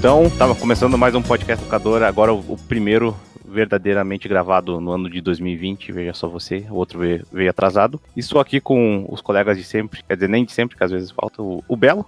Então, tava começando mais um podcast locador, agora o primeiro verdadeiramente gravado no ano de 2020, veja só você, o outro veio atrasado. E estou aqui com os colegas de sempre, quer dizer, nem de sempre, que às vezes falta, o Belo.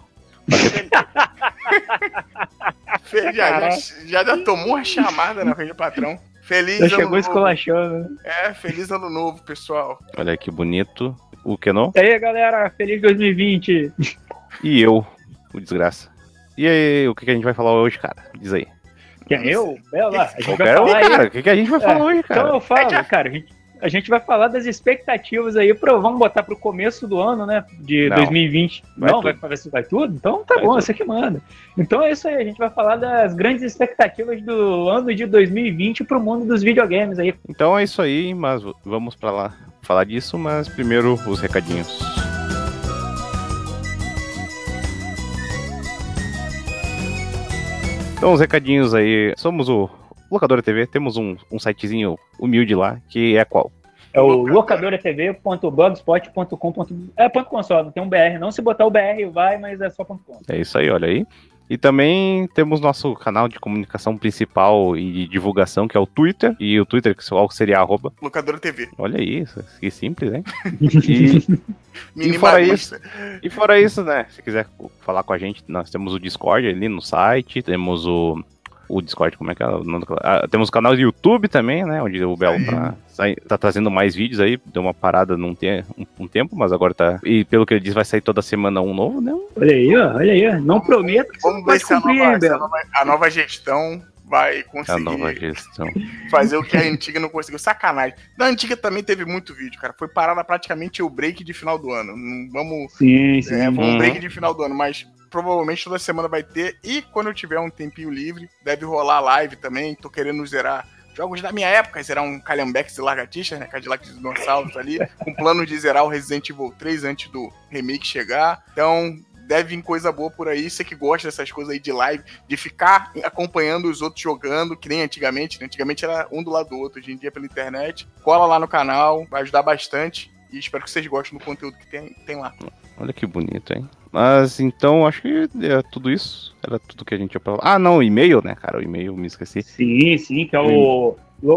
já tomou uma chamada na frente do patrão. Feliz já ano chegou novo. Esculachando, né? Feliz ano novo, pessoal. Olha que bonito. O Kenon. E aí, galera, feliz 2020. E eu, o desgraça. E aí, o que a gente vai falar hoje, cara? Diz aí. Quem é eu? Bela, a gente Eu vai quero, falar cara, aí. o que a gente vai falar hoje, cara? Então eu falo, cara, a gente vai falar das expectativas aí, vamos botar pro começo do ano, né, de 2020. Vai tudo? Então tá bom, você que manda. Então é isso aí, a gente vai falar das grandes expectativas do ano de 2020 pro mundo dos videogames aí. Então é isso aí, mas vamos pra lá falar disso, mas primeiro os recadinhos. Então, os recadinhos aí. Somos o Locadora TV, temos um sitezinho humilde lá, que é qual? É o locadoratv.blogspot.com.br. É .com só, não tem um BR. Não, se botar o BR vai, mas é só .com. É isso aí, olha aí. E também temos nosso canal de comunicação principal e de divulgação, que é o Twitter. E o Twitter, que seria @ Locadora TV. Olha isso, que simples, hein? E fora isso, né? Se quiser falar com a gente, nós temos o Discord ali no site, temos o Discord, como é que é? Temos o canal do YouTube também, né? Onde o Belo tá trazendo mais vídeos aí. Deu uma parada um tempo, mas agora tá. E pelo que ele diz, vai sair toda semana um novo, né? Olha aí. Não prometo que vamos ver se a nova gestão vai conseguir fazer o que a antiga não conseguiu. Sacanagem. Da antiga também teve muito vídeo, cara. Foi parada praticamente o break de final do ano. Vamos. Sim. Um break de final do ano, mas provavelmente toda semana vai ter. E quando eu tiver um tempinho livre, deve rolar live também. Tô querendo zerar jogos da minha época, zerar um Calhambex e Lagartixas, né? Cadillac de dinossauros ali. Com plano de zerar o Resident Evil 3 antes do remake chegar. Então, deve vir coisa boa por aí. Você que gosta dessas coisas aí de live, de ficar acompanhando os outros jogando, que nem antigamente, né? Antigamente era um do lado do outro, hoje em dia pela internet. Cola lá no canal, vai ajudar bastante. E espero que vocês gostem do conteúdo que tem lá. Olha que bonito, hein? Mas então, acho que é tudo isso. Era tudo que a gente ia falar. Ah, não, o e-mail, né, cara? O e-mail, me esqueci. Sim, que é o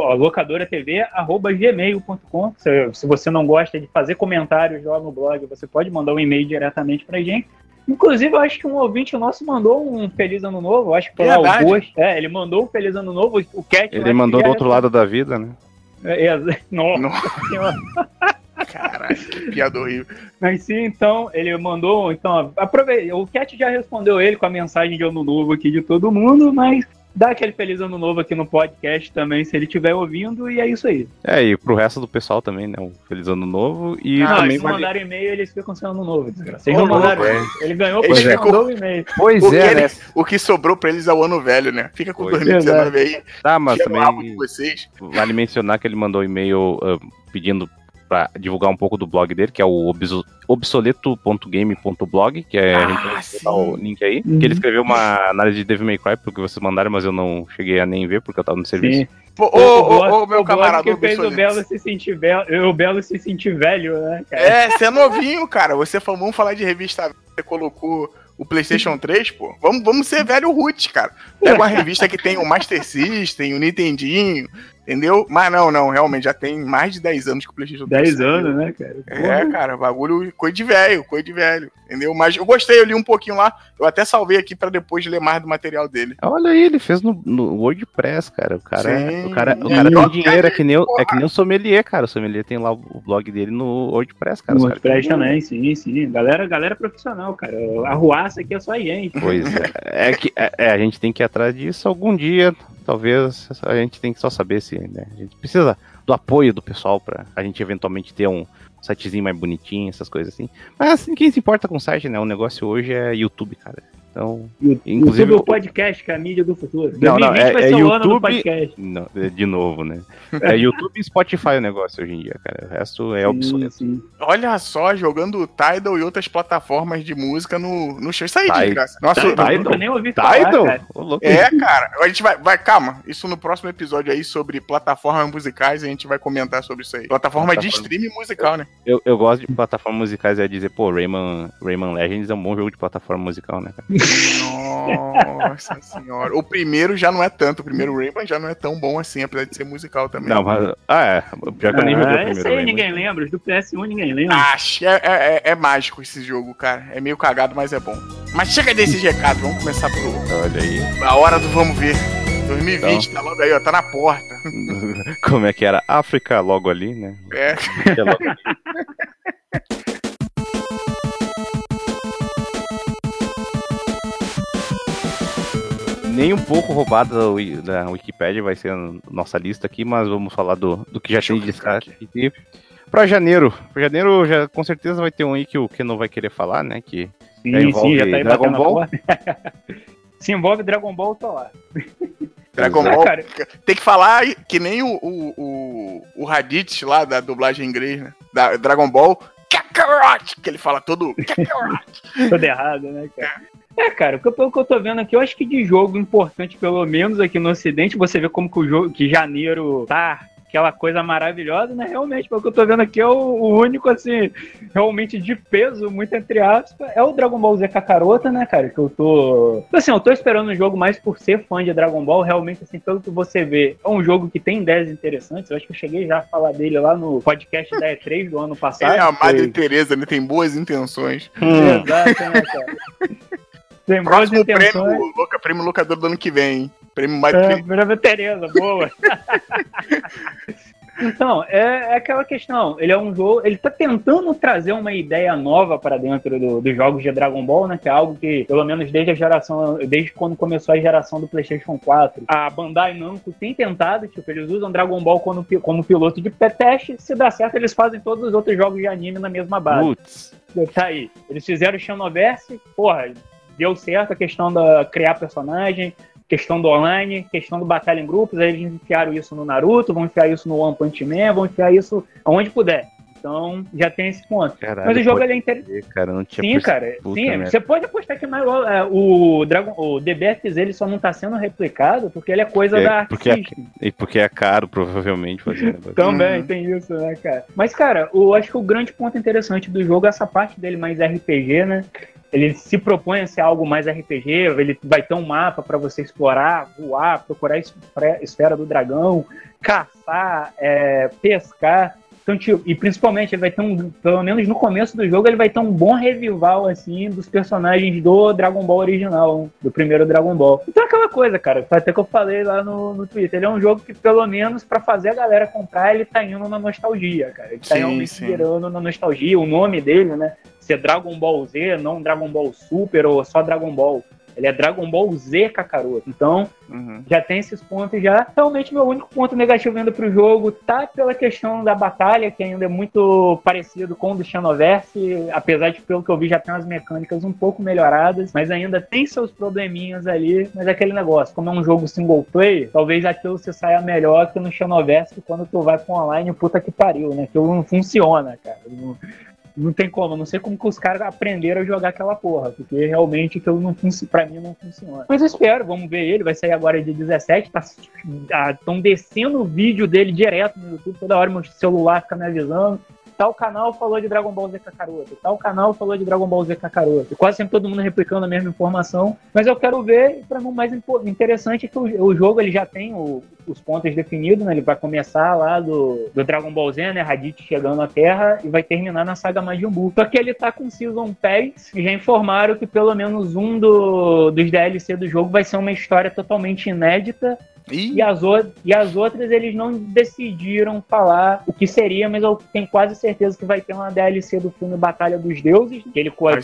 locadoratv@gmail.com. Se você não gosta de fazer comentários lá no blog, você pode mandar um e-mail diretamente pra gente. Inclusive, eu acho que um ouvinte nosso mandou um Feliz Ano Novo. Eu acho que foi lá o Boas. Ele mandou um Feliz Ano Novo. O Cat. Ele mandou do outro lado da vida, né? Nossa. Caralho, que piada horrível. Mas sim, então, ele mandou. Então, aproveita. O Cat já respondeu ele com a mensagem de Ano Novo aqui de todo mundo, mas dá aquele Feliz Ano Novo aqui no podcast também, se ele estiver ouvindo, e é isso aí. E pro resto do pessoal também, né? Um Feliz Ano Novo. E também se mandarem e-mail, eles ficam sem Ano Novo, desgraça. Vocês não mandaram. Ele ganhou porque ele mandou o e-mail. O que sobrou pra eles é o Ano Velho, né? Fica com 2019 aí. Tá, mas também vocês. Vale mencionar que ele mandou e-mail pedindo pra divulgar um pouco do blog dele, que é o obsoleto.game.blog, que a gente vai botar o link aí, que ele escreveu uma análise de Devil May Cry, porque vocês mandaram, mas eu não cheguei a nem ver, porque eu tava no serviço. Meu camarada que fez o Belo se sentir velho, né, cara? Você é novinho, cara. Vamos falar de revista, você colocou o PlayStation 3, pô. Vamos ser velho roots, cara. Pega uma revista que tem o Master System, o Nintendinho, entendeu? Mas não, realmente já tem mais de 10 anos que o PlayStation 3 10 anos, né, cara? Cara, bagulho, coisa de velho, entendeu? Mas eu gostei, eu li um pouquinho lá, eu até salvei aqui pra depois ler mais do material dele. Olha aí, ele fez no WordPress, cara. O cara tem dinheiro, é que nem o sommelier, cara. O sommelier tem lá o blog dele no WordPress, cara. No WordPress também, sim. Galera profissional, cara. A ruaça aqui é só aí, hein? Pois é. A gente tem que ir atrás disso algum dia. Talvez a gente tem que só saber se, né, a gente precisa do apoio do pessoal pra a gente eventualmente ter um sitezinho mais bonitinho, essas coisas assim. Mas assim, quem se importa com o site, né? O negócio hoje é YouTube, cara. Então, inclusive o podcast, que é a mídia do futuro. Não, vai ser o YouTube, ano do podcast. Não, de novo, né? É YouTube e Spotify o negócio hoje em dia, cara. O resto é obsoleto. Sim. Olha só, jogando Tidal e outras plataformas de música no show. Isso aí, desgraça. Nossa, eu nunca nem ouvi falar, cara. Cara. A gente vai, calma. Isso no próximo episódio aí sobre plataformas musicais, a gente vai comentar sobre isso aí. Plataforma de streaming musical, né? Eu gosto de plataformas musicais, dizer, pô, Rayman Legends é um bom jogo de plataforma musical, né, cara? Nossa senhora. O primeiro já não é tanto. O primeiro Rayman já não é tão bom assim, apesar de ser musical também. Não, mas... Já que eu nem joguei o primeiro esse aí Rayman. ninguém lembra. Os do PS1 ninguém lembra. Acho que é mágico esse jogo, cara. É meio cagado, mas é bom. Mas chega desses recados. Vamos começar Olha aí. a hora do vamos ver. 2020 então, tá logo aí, ó. Tá na porta. Como é que era? África logo ali, né? É. Logo ali. Nem um pouco roubada da Wikipédia vai ser a nossa lista aqui, mas vamos falar do que já tem de destaque aqui. Pra janeiro. Pra janeiro, já, com certeza vai ter um aí que o Ken não vai querer falar, né? Que sim, já tá aí Dragon Ball. Se envolve Dragon Ball, eu tô lá. Dragon Ball, cara. Tem que falar que nem o Raditz lá da dublagem em inglês, né? Da Dragon Ball, Kakarot, que ele fala todo Kakarot. Todo errado, né, cara? Cara, pelo que eu tô vendo aqui, eu acho que de jogo importante, pelo menos aqui no Ocidente, você vê como que janeiro tá aquela coisa maravilhosa, né? Realmente, pelo que eu tô vendo aqui, é o único, assim, realmente de peso, muito entre aspas, é o Dragon Ball Z Kakarot, né, cara? Que eu tô... Assim, eu tô esperando o jogo mais por ser fã de Dragon Ball, realmente, assim, pelo que você vê, é um jogo que tem ideias interessantes, eu acho que eu cheguei já a falar dele lá no podcast da E3 do ano passado. Ele é a Madre Teresa, né? Tem boas intenções. Exato, né, cara? Tem boas intenções. Prêmio locador do ano que vem, hein? Prêmio mais... Madre Teresa, boa. Então, é aquela questão, ele é um jogo, ele tá tentando trazer uma ideia nova para dentro dos jogos de Dragon Ball, né, que é algo que, pelo menos desde quando começou a geração do PlayStation 4, a Bandai Namco tem tentado, tipo, eles usam Dragon Ball como piloto de teste, se dá certo eles fazem todos os outros jogos de anime na mesma base. Putz. Tá aí, eles fizeram o Xenoverse, porra, deu certo a questão da criar personagem, questão do online, questão do batalha em grupos, aí eles enfiaram isso no Naruto, vão enfiar isso no One Punch Man, vão enfiar isso aonde puder. Então, já tem esse ponto. Caralho, mas o jogo ele é interessante. Cara, não tinha sim, cara. Sim, você pode apostar que o DBFZ ele só não tá sendo replicado porque ele é coisa da Arc System. Porque é caro, provavelmente, fazer negócio. Também tem isso, né, cara? Mas, cara, eu acho que o grande ponto interessante do jogo é essa parte dele mais RPG, né? Ele se propõe a ser algo mais RPG, ele vai ter um mapa para você explorar, voar, procurar a esfera do dragão, caçar, pescar. Então, tipo, e principalmente ele vai ter pelo menos no começo do jogo, ele vai ter um bom revival, assim, dos personagens do Dragon Ball original, do primeiro Dragon Ball. Então é aquela coisa, cara, até que eu falei lá no Twitter, ele é um jogo que, pelo menos, pra fazer a galera comprar, ele tá indo na nostalgia, cara. Ele tá realmente virando na nostalgia, o nome dele, né? Ser Dragon Ball Z, não Dragon Ball Super ou só Dragon Ball. Ele é Dragon Ball Z Kakaroto. Então, já tem esses pontos já. Realmente, meu único ponto negativo indo pro jogo tá pela questão da batalha, que ainda é muito parecido com o do Xenoverse, apesar de, pelo que eu vi, já tem umas mecânicas um pouco melhoradas, mas ainda tem seus probleminhas ali. Mas é aquele negócio, como é um jogo single player, talvez aquilo se saia melhor que no Xenoverse, que quando tu vai pro online, puta que pariu, né? Aquilo não funciona, cara. Não tem como, não sei como que os caras aprenderam a jogar aquela porra, porque realmente aquilo pra mim não funciona. Mas eu espero, vamos ver ele, vai sair agora dia 17, estão descendo o vídeo dele direto no YouTube, toda hora meu celular fica me avisando. Tal canal falou de Dragon Ball Z Kakaroto, tal canal falou de Dragon Ball Z Kakaroto. Quase sempre todo mundo replicando a mesma informação, mas eu quero ver, para mim o mais interessante é que o jogo ele já tem os pontos definidos, né? Ele vai começar lá do Dragon Ball Z, né? Raditz chegando à Terra e vai terminar na saga Majin Buu. Só que ele tá com Season Pass e já informaram que pelo menos um dos DLC do jogo vai ser uma história totalmente inédita. E as outras eles não decidiram falar o que seria, mas eu tenho quase certeza que vai ter uma DLC do filme Batalha dos Deuses, que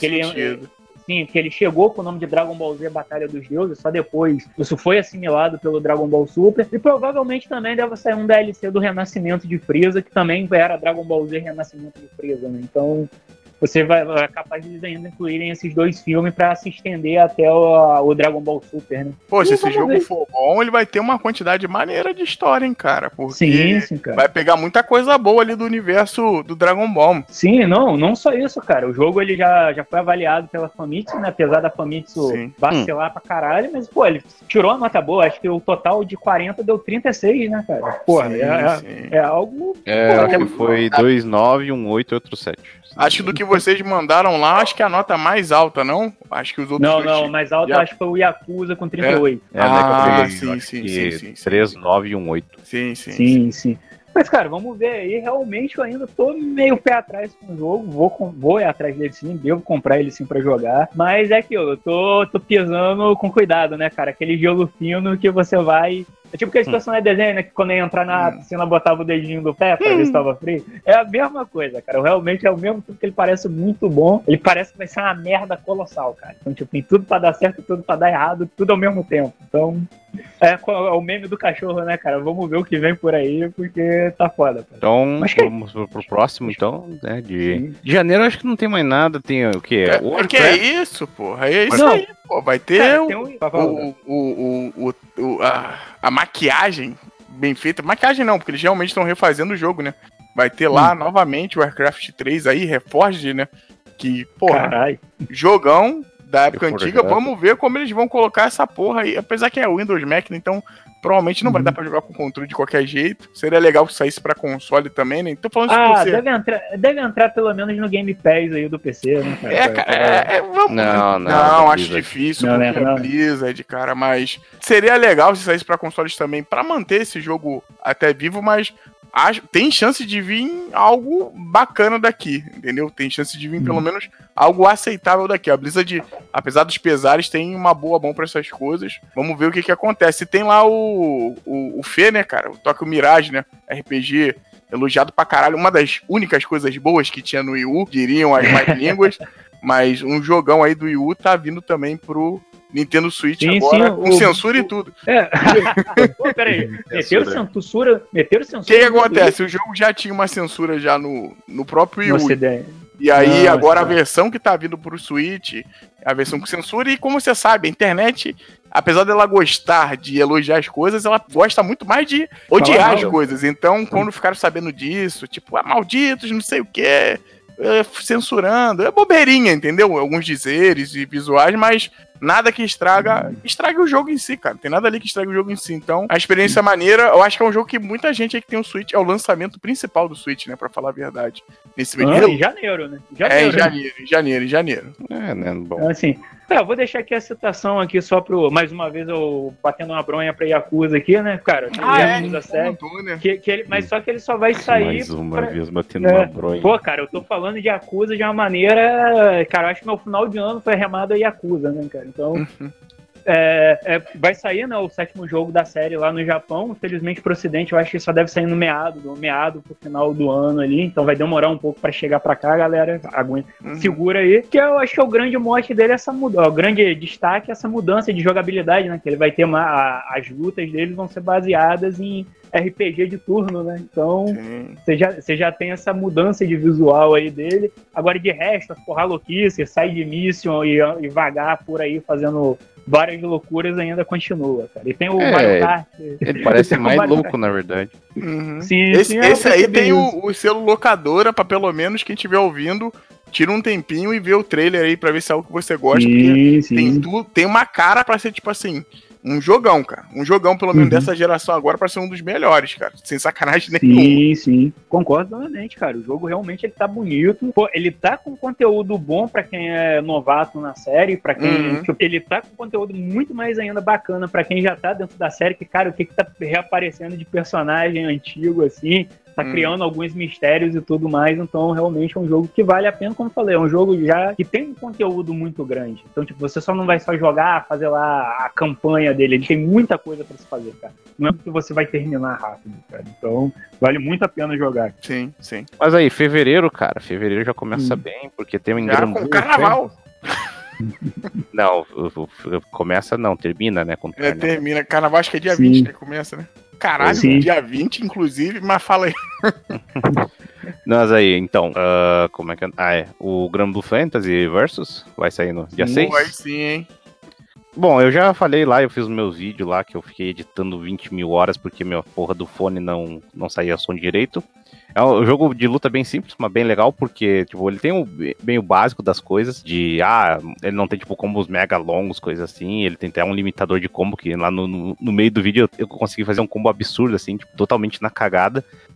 ele chegou com o nome de Dragon Ball Z Batalha dos Deuses, só depois isso foi assimilado pelo Dragon Ball Super, e provavelmente também deve sair um DLC do Renascimento de Frieza, que também era Dragon Ball Z Renascimento de Frieza, né? Então você é capaz de eles ainda incluírem esses dois filmes pra se estender até o Dragon Ball Super, né? Pô, se esse jogo for bom, ele vai ter uma quantidade maneira de história, hein, cara? Porque sim, cara. Vai pegar muita coisa boa ali do universo do Dragon Ball. Sim, não só isso, cara. O jogo ele já foi avaliado pela Famitsu, né? Apesar da Famitsu vacilar pra caralho, mas, pô, ele tirou a nota boa. Acho que o total de 40 deu 36, né, cara? Porra, é algo... acho que foi 2,9, 1,8 e outro 7. Acho que do que vocês mandaram lá, acho que é a nota mais alta, não? Acho que os outros Não, mais alta acho que foi o Yakuza com 38. Sim. 3, 9 e 8. Sim. Mas, cara, vamos ver aí. Realmente eu ainda tô meio pé atrás com o jogo. Vou ir atrás dele sim, devo comprar ele sim pra jogar. Mas é aquilo, eu tô pisando com cuidado, né, cara? Aquele gelo fino que você vai... É tipo aqueles personagens de desenho, né? Que quando ia entrar na piscina botava o dedinho do pé pra ver se tava frio. É a mesma coisa, cara. Realmente é o mesmo tempo que ele parece muito bom. Ele parece que vai ser uma merda colossal, cara. Então, tipo, tem tudo pra dar certo, tudo pra dar errado, tudo ao mesmo tempo. Então, é o meme do cachorro, né, cara? Vamos ver o que vem por aí, porque tá foda, cara. Então, vamos pro próximo, então, né? De janeiro acho que não tem mais nada. Tem o quê? Que é isso, porra. É isso aí, pô. Vai ter a maquiagem bem feita. Maquiagem não, porque eles realmente estão refazendo o jogo, né? Vai ter lá novamente o Warcraft 3 aí, Reforged, né? Que, porra, jogão da época antiga. Vamos ver como eles vão colocar essa porra aí. Apesar que é o Windows Mac, né? Então provavelmente não vai dar pra jogar com controle de qualquer jeito. Seria legal que saísse pra console também, né? Tô falando isso por você. Deve entrar pelo menos no Game Pass aí do PC, né, cara? Não, acho difícil, porque é Blizzard, cara, mas seria legal se saísse pra consoles também, pra manter esse jogo até vivo, mas tem chance de vir algo bacana daqui, entendeu? Tem chance de vir pelo menos algo aceitável daqui. A Blizzard, apesar dos pesares, tem uma boa mão pra essas coisas. Vamos ver o que acontece. Tem lá o Fê, né, cara? O Tokyo Mirage, né? RPG elogiado pra caralho. Uma das únicas coisas boas que tinha no Wii U, diriam as mais línguas. Mas um jogão aí do Wii U tá vindo também pro Nintendo Switch agora, com censura e tudo. Pô, peraí. Meteram censura. O que acontece? O jogo já tinha uma censura já no próprio Wii U. E aí, agora a versão que tá vindo pro Switch é a versão com censura. E como você sabe, a internet, apesar dela gostar de elogiar as coisas, ela gosta muito mais de odiar as coisas. Então, quando ficaram sabendo disso, tipo, malditos, não sei o que, censurando, é bobeirinha, entendeu? Alguns dizeres e visuais, mas nada que estrague o jogo em si, cara. Não tem nada ali que estrague o jogo em si. Então, a experiência maneira, eu acho que é um jogo que muita gente aí que tem um Switch, é o lançamento principal do Switch, né? Pra falar a verdade. Nesse mês. Em janeiro, né? Em janeiro. É, né? Bom. Então, assim, eu vou deixar aqui a citação aqui só pro... Mais uma vez eu batendo uma bronha pra Yakuza aqui, né, cara? Da série, né? Mas só que ele só vai sair... Mais uma vez batendo uma bronha. Pô, cara, eu tô falando de Yakuza de uma maneira... Cara, eu acho que meu final de ano foi remado a Yakuza, né, cara? Então... vai sair, né, o 7º jogo da série lá no Japão. Infelizmente pro ocidente eu acho que só deve sair no meado pro final do ano ali, então vai demorar um pouco pra chegar pra cá, galera. Aguenta, segura aí, que eu acho que é o grande mote dele, essa mudança, o grande destaque é essa mudança de jogabilidade, né, que ele vai ter as lutas dele vão ser baseadas em RPG de turno, né? Então você já tem essa mudança de visual aí dele. Agora, de resto, as porra louquice, side mission e vagar por aí fazendo várias loucuras ainda continua, cara. E tem o Mario Kart. Ele parece mais louco, na verdade. Sim, esse aí tem o selo locadora, pra pelo menos quem estiver ouvindo, tira um tempinho e vê o trailer aí pra ver se é algo que você gosta. Porque tem uma cara pra ser, tipo assim, um jogão, cara. Um jogão, pelo menos, dessa geração agora, pra ser um dos melhores, cara. Sem sacanagem nenhuma. Sim. Concordo totalmente, cara. O jogo realmente ele tá bonito. Pô, ele tá com conteúdo bom pra quem é novato na série, pra quem... Ele tá com conteúdo muito mais ainda bacana pra quem já tá dentro da série, que, cara, o que tá reaparecendo de personagem antigo, assim... Tá criando alguns mistérios e tudo mais, então realmente é um jogo que vale a pena, como eu falei, é um jogo já que tem um conteúdo muito grande. Então, tipo, você só não vai só jogar, fazer lá a campanha dele, ele tem muita coisa pra se fazer, cara. Não é porque você vai terminar rápido, cara. Então, vale muito a pena jogar. Sim. Mas aí, fevereiro já começa bem, porque tem um já com carnaval. Não, termina, né? Termina. Carnaval acho que é dia 20 que começa, né? Caralho, dia 20, inclusive, mas fala aí. Mas aí, então, como é que é? O Granblue Fantasy Versus vai sair no dia 6? Vai sim, hein? Bom, eu já falei lá, eu fiz os meus vídeos lá, que eu fiquei editando 20 mil horas porque minha porra do fone não saía som direito. É um jogo de luta bem simples, mas bem legal, porque, tipo, ele tem bem o básico das coisas, ele não tem, tipo, combos mega longos, coisas assim, ele tem até um limitador de combo, que lá no meio do vídeo eu consegui fazer um combo absurdo, assim, tipo, totalmente na cagada.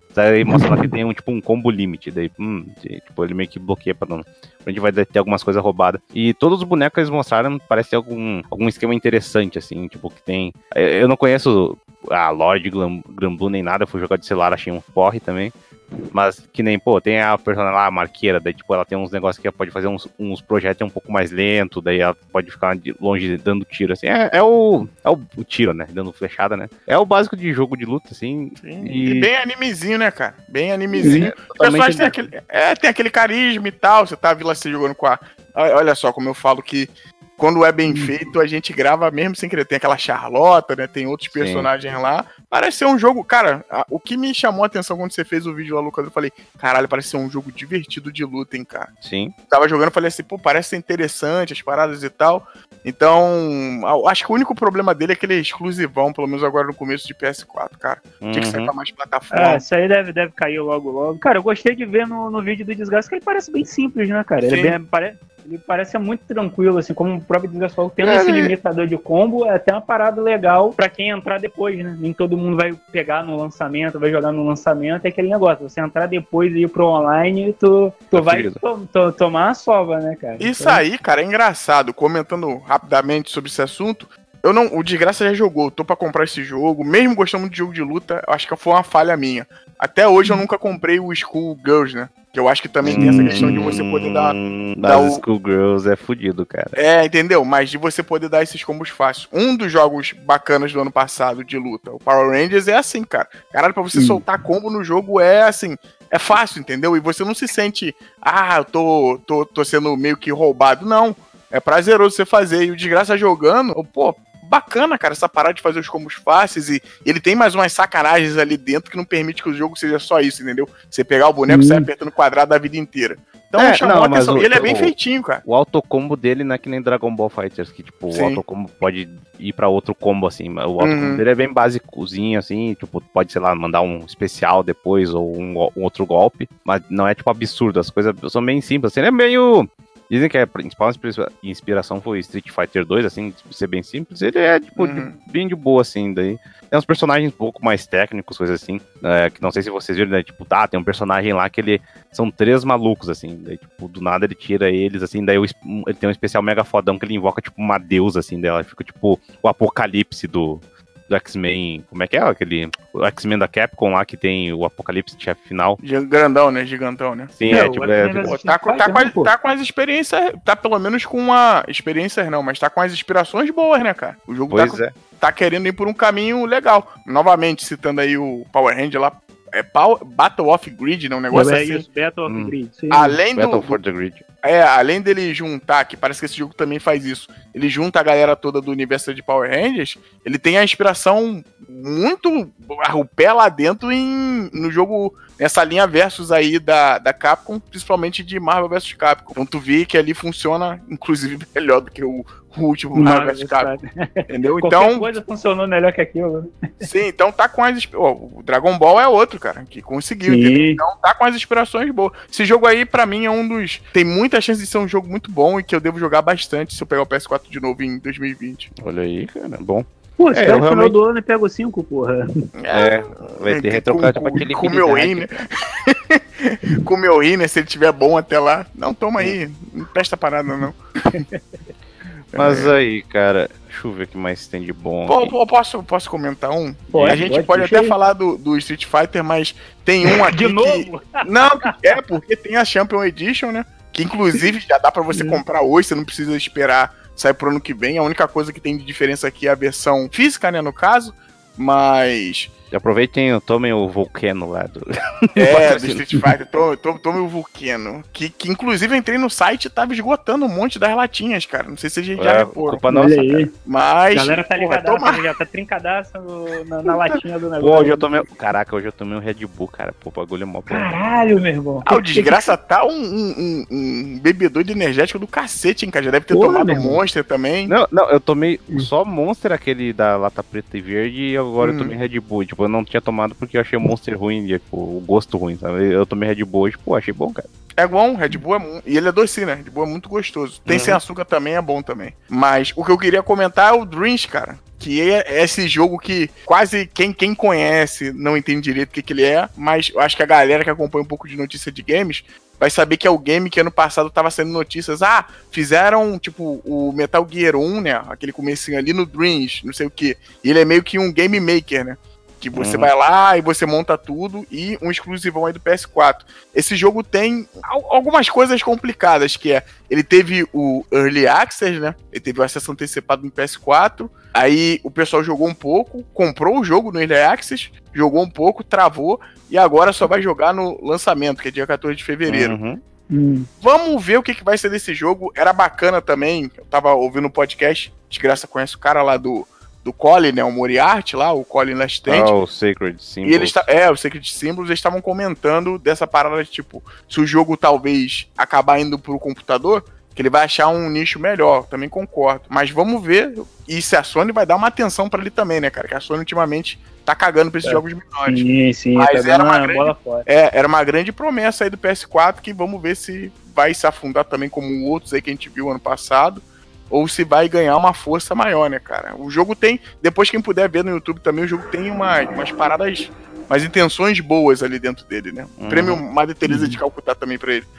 Daí mostra lá que tem um combo limite. Daí, tipo, ele meio que bloqueia pra não. A gente vai ter algumas coisas roubadas. E todos os bonecos que eles mostraram parece ter algum esquema interessante, assim, tipo, que tem. Eu não conheço a lore de Granblue nem nada, eu fui jogar de celular, achei um porre também. Mas que nem, pô, tem a personagem lá, a Marqueira, daí tipo, ela tem uns negócios que ela pode fazer uns projéteis um pouco mais lento, daí ela pode ficar de longe dando tiro, assim, é o tiro, né, dando flechada, né, é o básico de jogo de luta, assim. E bem animezinho, né, cara, bem animezinho. Os personagens tem aquele carisma e tal, você tá Vila C jogando com a... Olha só como eu falo que quando é bem feito, a gente grava mesmo sem querer. Tem aquela Charlotte, né? Tem outros personagens lá. Parece ser um jogo... Cara, o que me chamou a atenção quando você fez o vídeo lá, Lucas, eu falei, caralho, parece ser um jogo divertido de luta, hein, cara. Sim. Tava jogando, falei assim, pô, parece ser interessante as paradas e tal. Então, acho que o único problema dele é que ele é exclusivão, pelo menos agora no começo de PS4, cara. Tinha que sair pra mais plataforma. Isso aí deve cair logo. Cara, eu gostei de ver no vídeo do Desgaste que ele parece bem simples, né, cara? Ele parece muito tranquilo, assim, como o próprio Desgaste falou, tendo esse limitador de combo, é até uma parada legal pra quem entrar depois, né? Nem todo mundo vai pegar no lançamento, vai jogar no lançamento, é aquele negócio, você entrar depois e ir pro online, tu vai tomar a sova, né, cara? Isso aí, cara, é engraçado. Comentando rapidamente sobre esse assunto, o Desgraça já jogou, eu tô pra comprar esse jogo, mesmo gostando muito de jogo de luta, eu acho que foi uma falha minha. Até hoje eu nunca comprei o School Girls, né? Que eu acho que também tem essa questão de você poder dar das Schoolgirls é fudido, cara. Entendeu? Mas de você poder dar esses combos fáceis. Um dos jogos bacanas do ano passado de luta, o Power Rangers, é assim, cara. Caralho, pra você soltar combo no jogo é assim, é fácil, entendeu? E você não se sente, eu tô sendo meio que roubado. Não, é prazeroso você fazer. E o Desgraça jogando, pô, bacana, cara, essa parada de fazer os combos fáceis e ele tem mais umas sacanagens ali dentro que não permite que o jogo seja só isso, entendeu? Você pegar o boneco e sair apertando quadrado a vida inteira. Então chamou a atenção. Ele é bem feitinho, cara. O autocombo dele não é que nem Dragon Ball FighterZ, que tipo, o autocombo pode ir pra outro combo, assim. O autocombo dele é bem básicozinho, assim, tipo, pode, sei lá, mandar um especial depois ou um outro golpe, mas não é, tipo, absurdo. As coisas são bem simples, assim, ele é meio... Dizem que a principal inspiração foi Street Fighter 2, assim, ser bem simples. Ele é, tipo, bem de boa, assim, daí. Tem uns personagens um pouco mais técnicos, coisas assim, que não sei se vocês viram, né, tipo, tem um personagem lá que ele... São 3 malucos, assim, daí, tipo, do nada ele tira eles, assim, daí ele tem um especial mega fodão que ele invoca, tipo, uma deusa, assim, dela. Fica, tipo, o apocalipse do X-Men, como é que é? O X-Men da Capcom lá, que tem o Apocalipse chefe final. Grandão, né? Gigantão, né? Sim, tá com as experiências, tá pelo menos com a... Experiências não, mas tá com as inspirações boas, né, cara? O jogo tá querendo ir por um caminho legal. Novamente, citando aí o Power Ranger lá, Battle of Grid, né? Um negócio assim. Isso, Battle of Grid. Sim. Battle for the Grid. Além dele juntar, que parece que esse jogo também faz isso, ele junta a galera toda do universo de Power Rangers, ele tem a inspiração muito, o pé lá dentro no jogo, nessa linha versus aí da Capcom, principalmente de Marvel vs Capcom. Então tu vê que ali funciona, inclusive, melhor do que o último Marvel vs Capcom. Entendeu? Qualquer coisa funcionou melhor que aquilo. Sim, então tá com as... o Dragon Ball é outro, cara, que conseguiu, entendeu? Então tá com as inspirações boas. Esse jogo aí, pra mim, é um dos... Tem muita chance de ser um jogo muito bom e que eu devo jogar bastante se eu pegar o PS4 de novo em 2020. Olha aí, cara, bom. Pô, espera no final do ano e pego 5, porra. Vai ter retrocompatibilidade. Com o meu rim, né? Com o meu rim, né? Se ele tiver bom até lá. Não, toma aí. Não presta parada, não. Mas aí, cara, deixa eu ver o que mais tem de bom. Posso comentar um? A gente pode até falar do Street Fighter, mas tem um aqui. De novo? Não, porque tem a Champion Edition, né? Que inclusive já dá pra você comprar hoje, você não precisa esperar sair pro ano que vem. A única coisa que tem de diferença aqui é a versão física, né, no caso. Mas... Aproveitem e tomem o Vulcano lá do... do Street Fighter, tomem o Vulcano. Que inclusive eu entrei no site e tava esgotando um monte das latinhas, cara. Não sei se vocês já reparam. Culpa nossa, cara. Mas... A galera tá ligadaça, já tá trincadaça na latinha do negócio. Hoje eu tomei um Red Bull, cara. Pô, o bagulho é mó... Caralho, meu irmão. O Desgraça tá um bebedor de energético do cacete, hein, cara. Já deve ter tomado Monster também. Não, eu tomei só Monster, aquele da lata preta e verde, e agora eu tomei Red Bull. Tipo, eu não tinha tomado porque eu achei o Monster ruim, tipo, o gosto ruim, sabe? Eu tomei Red Bull hoje, pô, achei bom, cara. É bom, Red Bull e ele é doce, né? Red Bull é muito gostoso. Tem sem açúcar também, é bom também. Mas o que eu queria comentar é o Dreams, cara. que é esse jogo que quase quem conhece não entende direito o que ele é, mas eu acho que a galera que acompanha um pouco de notícia de games vai saber que é o game que ano passado tava sendo notícias. Fizeram, tipo, o Metal Gear 1, né? Aquele comecinho ali no Dreams, não sei o quê. E ele é meio que um game maker, né? Que você vai lá e você monta tudo e um exclusivão aí do PS4. Esse jogo tem algumas coisas complicadas, que é, ele teve o Early Access, né? Ele teve o acesso antecipado no PS4, aí o pessoal jogou um pouco, comprou o jogo no Early Access, jogou um pouco, travou, e agora só vai jogar no lançamento, que é dia 14 de fevereiro. Vamos ver o que vai ser desse jogo. Era bacana também, eu tava ouvindo um podcast, Desgraça conhece o cara lá do Colin, né, o Moriarty lá, o Colin Last Stand. O Sacred Symbols. E eles o Sacred Symbols, eles estavam comentando dessa parada de, tipo, se o jogo talvez acabar indo pro computador, que ele vai achar um nicho melhor, também concordo. Mas vamos ver, e se a Sony vai dar uma atenção pra ele também, né, cara, que a Sony ultimamente tá cagando pra esses jogos menores. Sim, mas tá era uma bola fora. era uma grande promessa aí do PS4, que vamos ver se vai se afundar também como outros aí que a gente viu ano passado, ou se vai ganhar uma força maior, né, cara? O jogo tem, depois quem puder ver no YouTube também, o jogo tem umas paradas, umas intenções boas ali dentro dele, né? Prêmio Madre Teresa de Calcutá também pra ele.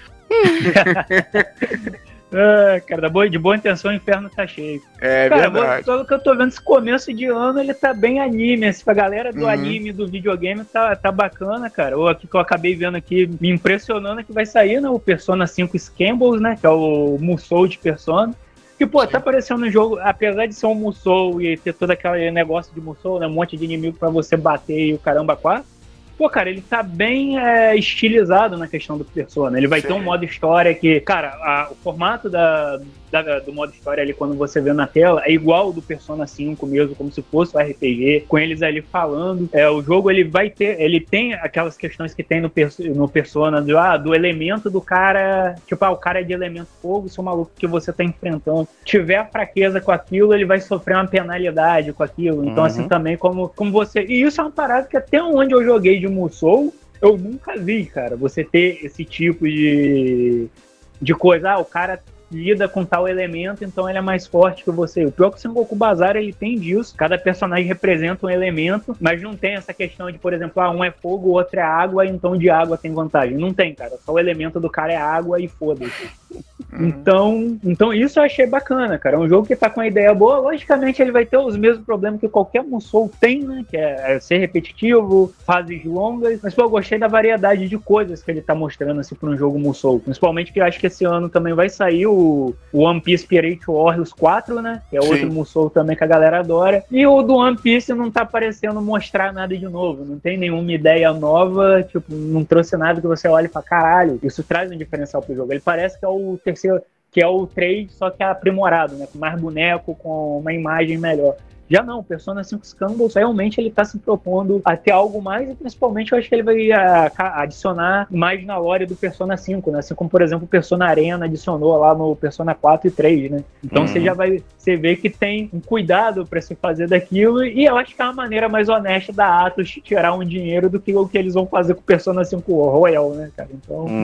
Cara, de boa intenção o inferno tá cheio. Cara, verdade. Pelo que eu tô vendo, esse começo de ano ele tá bem anime. A galera do anime, do videogame tá bacana, cara. O que eu acabei vendo aqui, me impressionando, é que vai sair, né, o Persona 5 Scambles, né, que é o Musou de Persona. Que, pô, tá parecendo um jogo, apesar de ser um Musou e ter todo aquele negócio de Musou, né, um monte de inimigo pra você bater e o caramba quatro. Pô, cara, ele tá bem estilizado na questão do Persona. Ele vai ter um modo história que, cara, o formato do modo história ali, quando você vê na tela, é igual ao do Persona 5 mesmo, como se fosse um RPG, com eles ali falando. O jogo, ele tem aquelas questões que tem no Persona, do elemento do cara, tipo, o cara é de elemento fogo, se o maluco que você tá enfrentando tiver fraqueza com aquilo, ele vai sofrer uma penalidade com aquilo. Então, assim, também como você... E isso é uma parada que até onde eu joguei de Musou, eu nunca vi, cara, você ter esse tipo de coisa. O cara lida com tal elemento, então ele é mais forte que você. O pior é que o Sengoku Basara, ele tem disso. Cada personagem representa um elemento, mas não tem essa questão de, por exemplo, um é fogo, o outro é água, então de água tem vantagem. Não tem, cara. Só o elemento do cara é água e foda-se. Então isso eu achei bacana, cara. É um jogo que tá com uma ideia boa. Logicamente ele vai ter os mesmos problemas que qualquer Musou tem, né? Que é ser repetitivo, fases longas. Mas, pô, eu gostei da variedade de coisas que ele tá mostrando, assim, pra um jogo Musou. Principalmente que eu acho que esse ano também vai sair o One Piece Pirate Warriors 4, né? Que é outro Musou também que a galera adora. E o do One Piece não tá parecendo mostrar nada de novo. Não tem nenhuma ideia nova. Tipo, não trouxe nada que você olhe e fala, caralho, isso traz um diferencial pro jogo. Ele parece que é o terceiro, que é o 3, só que é aprimorado, né? Com mais boneco, com uma imagem melhor. Já não, o Persona 5 Scambles realmente ele tá se propondo a ter algo mais, e principalmente eu acho que ele vai adicionar mais na lore do Persona 5, né? Assim como, por exemplo, o Persona Arena adicionou lá no Persona 4 e 3, né? Então você vê que tem um cuidado para se fazer daquilo, e eu acho que é uma maneira mais honesta da Atlus de tirar um dinheiro do que o que eles vão fazer com o Persona 5 Royal, né, cara?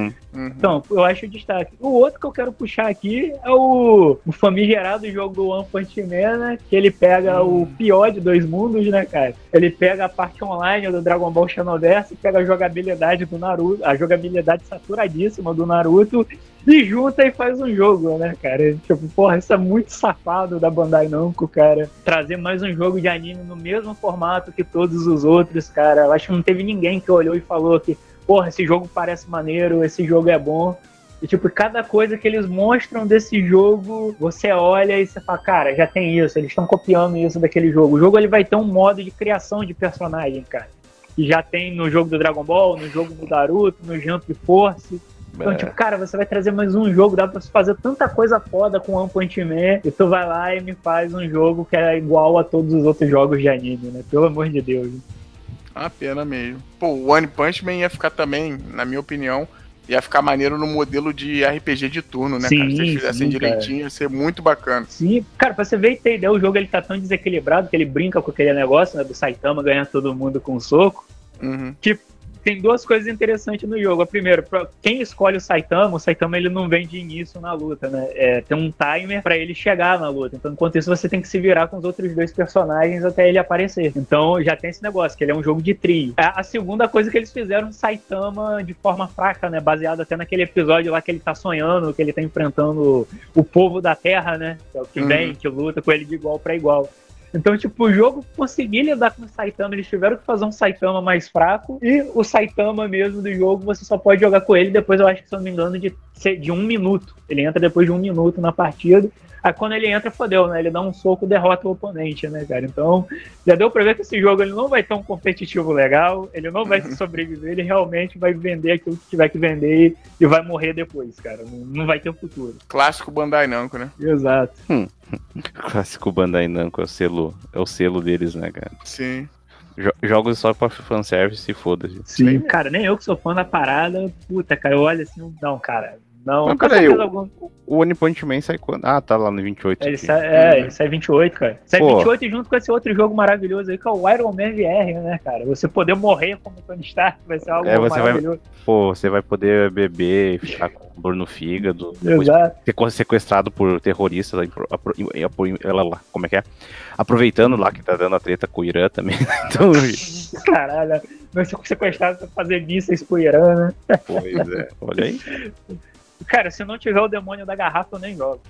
Então, eu acho o destaque. O outro que eu quero puxar aqui é o famigerado jogo do One Punch Man, né? Que ele pega o pior de dois mundos, né, cara? Ele pega a parte online do Dragon Ball Xenoverse, pega a jogabilidade do Naruto, a jogabilidade saturadíssima do Naruto, e junta e faz um jogo, né, cara? Tipo, porra, isso é muito safado da Bandai Namco, cara. Trazer mais um jogo de anime no mesmo formato que todos os outros, cara. Eu acho que não teve ninguém que olhou e falou que, porra, esse jogo parece maneiro, esse jogo é bom. E, tipo, cada coisa que eles mostram desse jogo, você olha e você fala, cara, já tem isso, eles estão copiando isso daquele jogo. O jogo, ele vai ter um modo de criação de personagem, cara. E já tem no jogo do Dragon Ball, no jogo do Naruto, no Jump Force. Então, tipo, cara, você vai trazer mais um jogo, dá pra você fazer tanta coisa foda com One Punch Man, e tu vai lá e me faz um jogo que é igual a todos os outros jogos de anime, né? Pelo amor de Deus. Uma pena mesmo. Pô, o One Punch Man ia ficar também, na minha opinião, ia ficar maneiro no modelo de RPG de turno, né, cara? Se eles fizessem direitinho, ia ser muito bacana. Sim, cara, pra você ver e ter ideia, o jogo ele tá tão desequilibrado que ele brinca com aquele negócio, né, do Saitama ganhar todo mundo com um soco. tem duas coisas interessantes no jogo. A primeira, quem escolhe o Saitama ele não vem de início na luta, né? Tem um timer pra ele chegar na luta. Então, enquanto isso, você tem que se virar com os outros dois personagens até ele aparecer. Então, já tem esse negócio, que ele é um jogo de trio. A segunda coisa que eles fizeram, Saitama de forma fraca, né? Baseado até naquele episódio lá que ele tá sonhando, que ele tá enfrentando o povo da Terra, né? Que é o que vem, que luta com ele de igual pra igual. Então, tipo, o jogo conseguiu lidar com o Saitama, eles tiveram que fazer um Saitama mais fraco, e o Saitama mesmo do jogo, você só pode jogar com ele depois, eu acho que, se eu não me engano, de 1 minuto. Ele entra depois de 1 minuto na partida. Aí quando ele entra, fodeu, né? Ele dá um soco, derrota o oponente, né, cara? Então, já deu pra ver que esse jogo ele não vai ter um competitivo legal, ele não vai sobreviver, ele realmente vai vender aquilo que tiver que vender e vai morrer depois, cara. Não vai ter futuro. Clássico Bandai Namco, né? Exato. Clássico Bandai Namco, é o selo deles, né, cara? Sim. Jogos só pra fanservice e foda-se. Sim, cara, nem eu que sou fã da parada, puta, cara, eu olho assim, não, cara... Não, mas peraí, o One Punch Man sai quando? Ah, tá lá no 28. Ele sai 28, cara. Sai 28 junto com esse outro jogo maravilhoso aí, que é o Iron Man VR, né, cara? Você poder morrer como Tony Stark vai ser algo maravilhoso. Você vai poder beber e ficar com dor no fígado. Exato. Ser sequestrado por terroristas. Como é que é? Aproveitando lá que tá dando a treta com o Irã também. Então... Caralho, vai ser sequestrado pra fazer mísseis pro Irã, né? Pois é, olha aí. Cara, se não tiver o demônio da garrafa, eu nem jogo.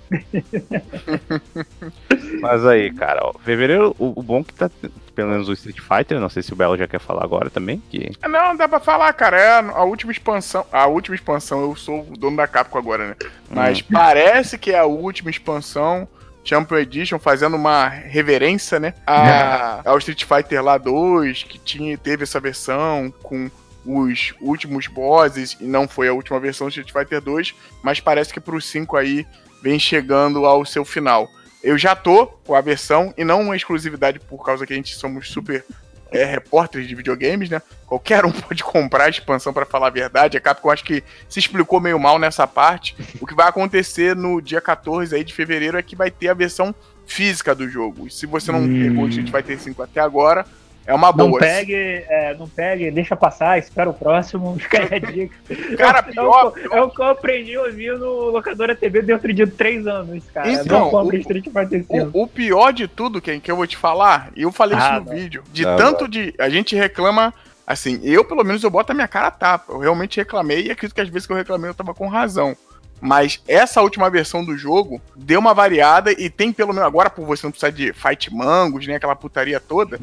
Mas aí, cara, ó, fevereiro, o bom que tá, pelo menos o Street Fighter, não sei se o Belo já quer falar agora também. Não, dá pra falar, cara, é a última expansão, eu sou o dono da Capcom agora, né? Mas parece que é a última expansão, Champion Edition, fazendo uma reverência, né, ao Street Fighter lá 2, que teve essa versão com os últimos bosses, e não foi a última versão do Street Fighter 2, mas parece que pro 5 aí vem chegando ao seu final. Eu já tô com a versão, e não uma exclusividade por causa que a gente somos super repórteres de videogames, né? Qualquer um pode comprar a expansão, pra falar a verdade. A Capcom acho que se explicou meio mal nessa parte. O que vai acontecer no dia 14 aí de fevereiro é que vai ter a versão física do jogo. E se você não pegou o Street Fighter 5 até agora, é uma boa. Não pegue, deixa passar, espera o próximo, fica aí a dica. Cara, pior. É o que eu aprendi ouvindo Locadora TV dentro de 3 anos, cara. Então, não compre Street Fighter 5. O pior de tudo, que eu vou te falar, e eu falei isso no vídeo, a gente reclama, assim, eu pelo menos eu boto a minha cara a tapa. Eu realmente reclamei, e acredito que às vezes que eu reclamei eu tava com razão. Mas essa última versão do jogo deu uma variada e tem pelo menos agora, por você não precisar de Fight Mangos, né, aquela putaria toda,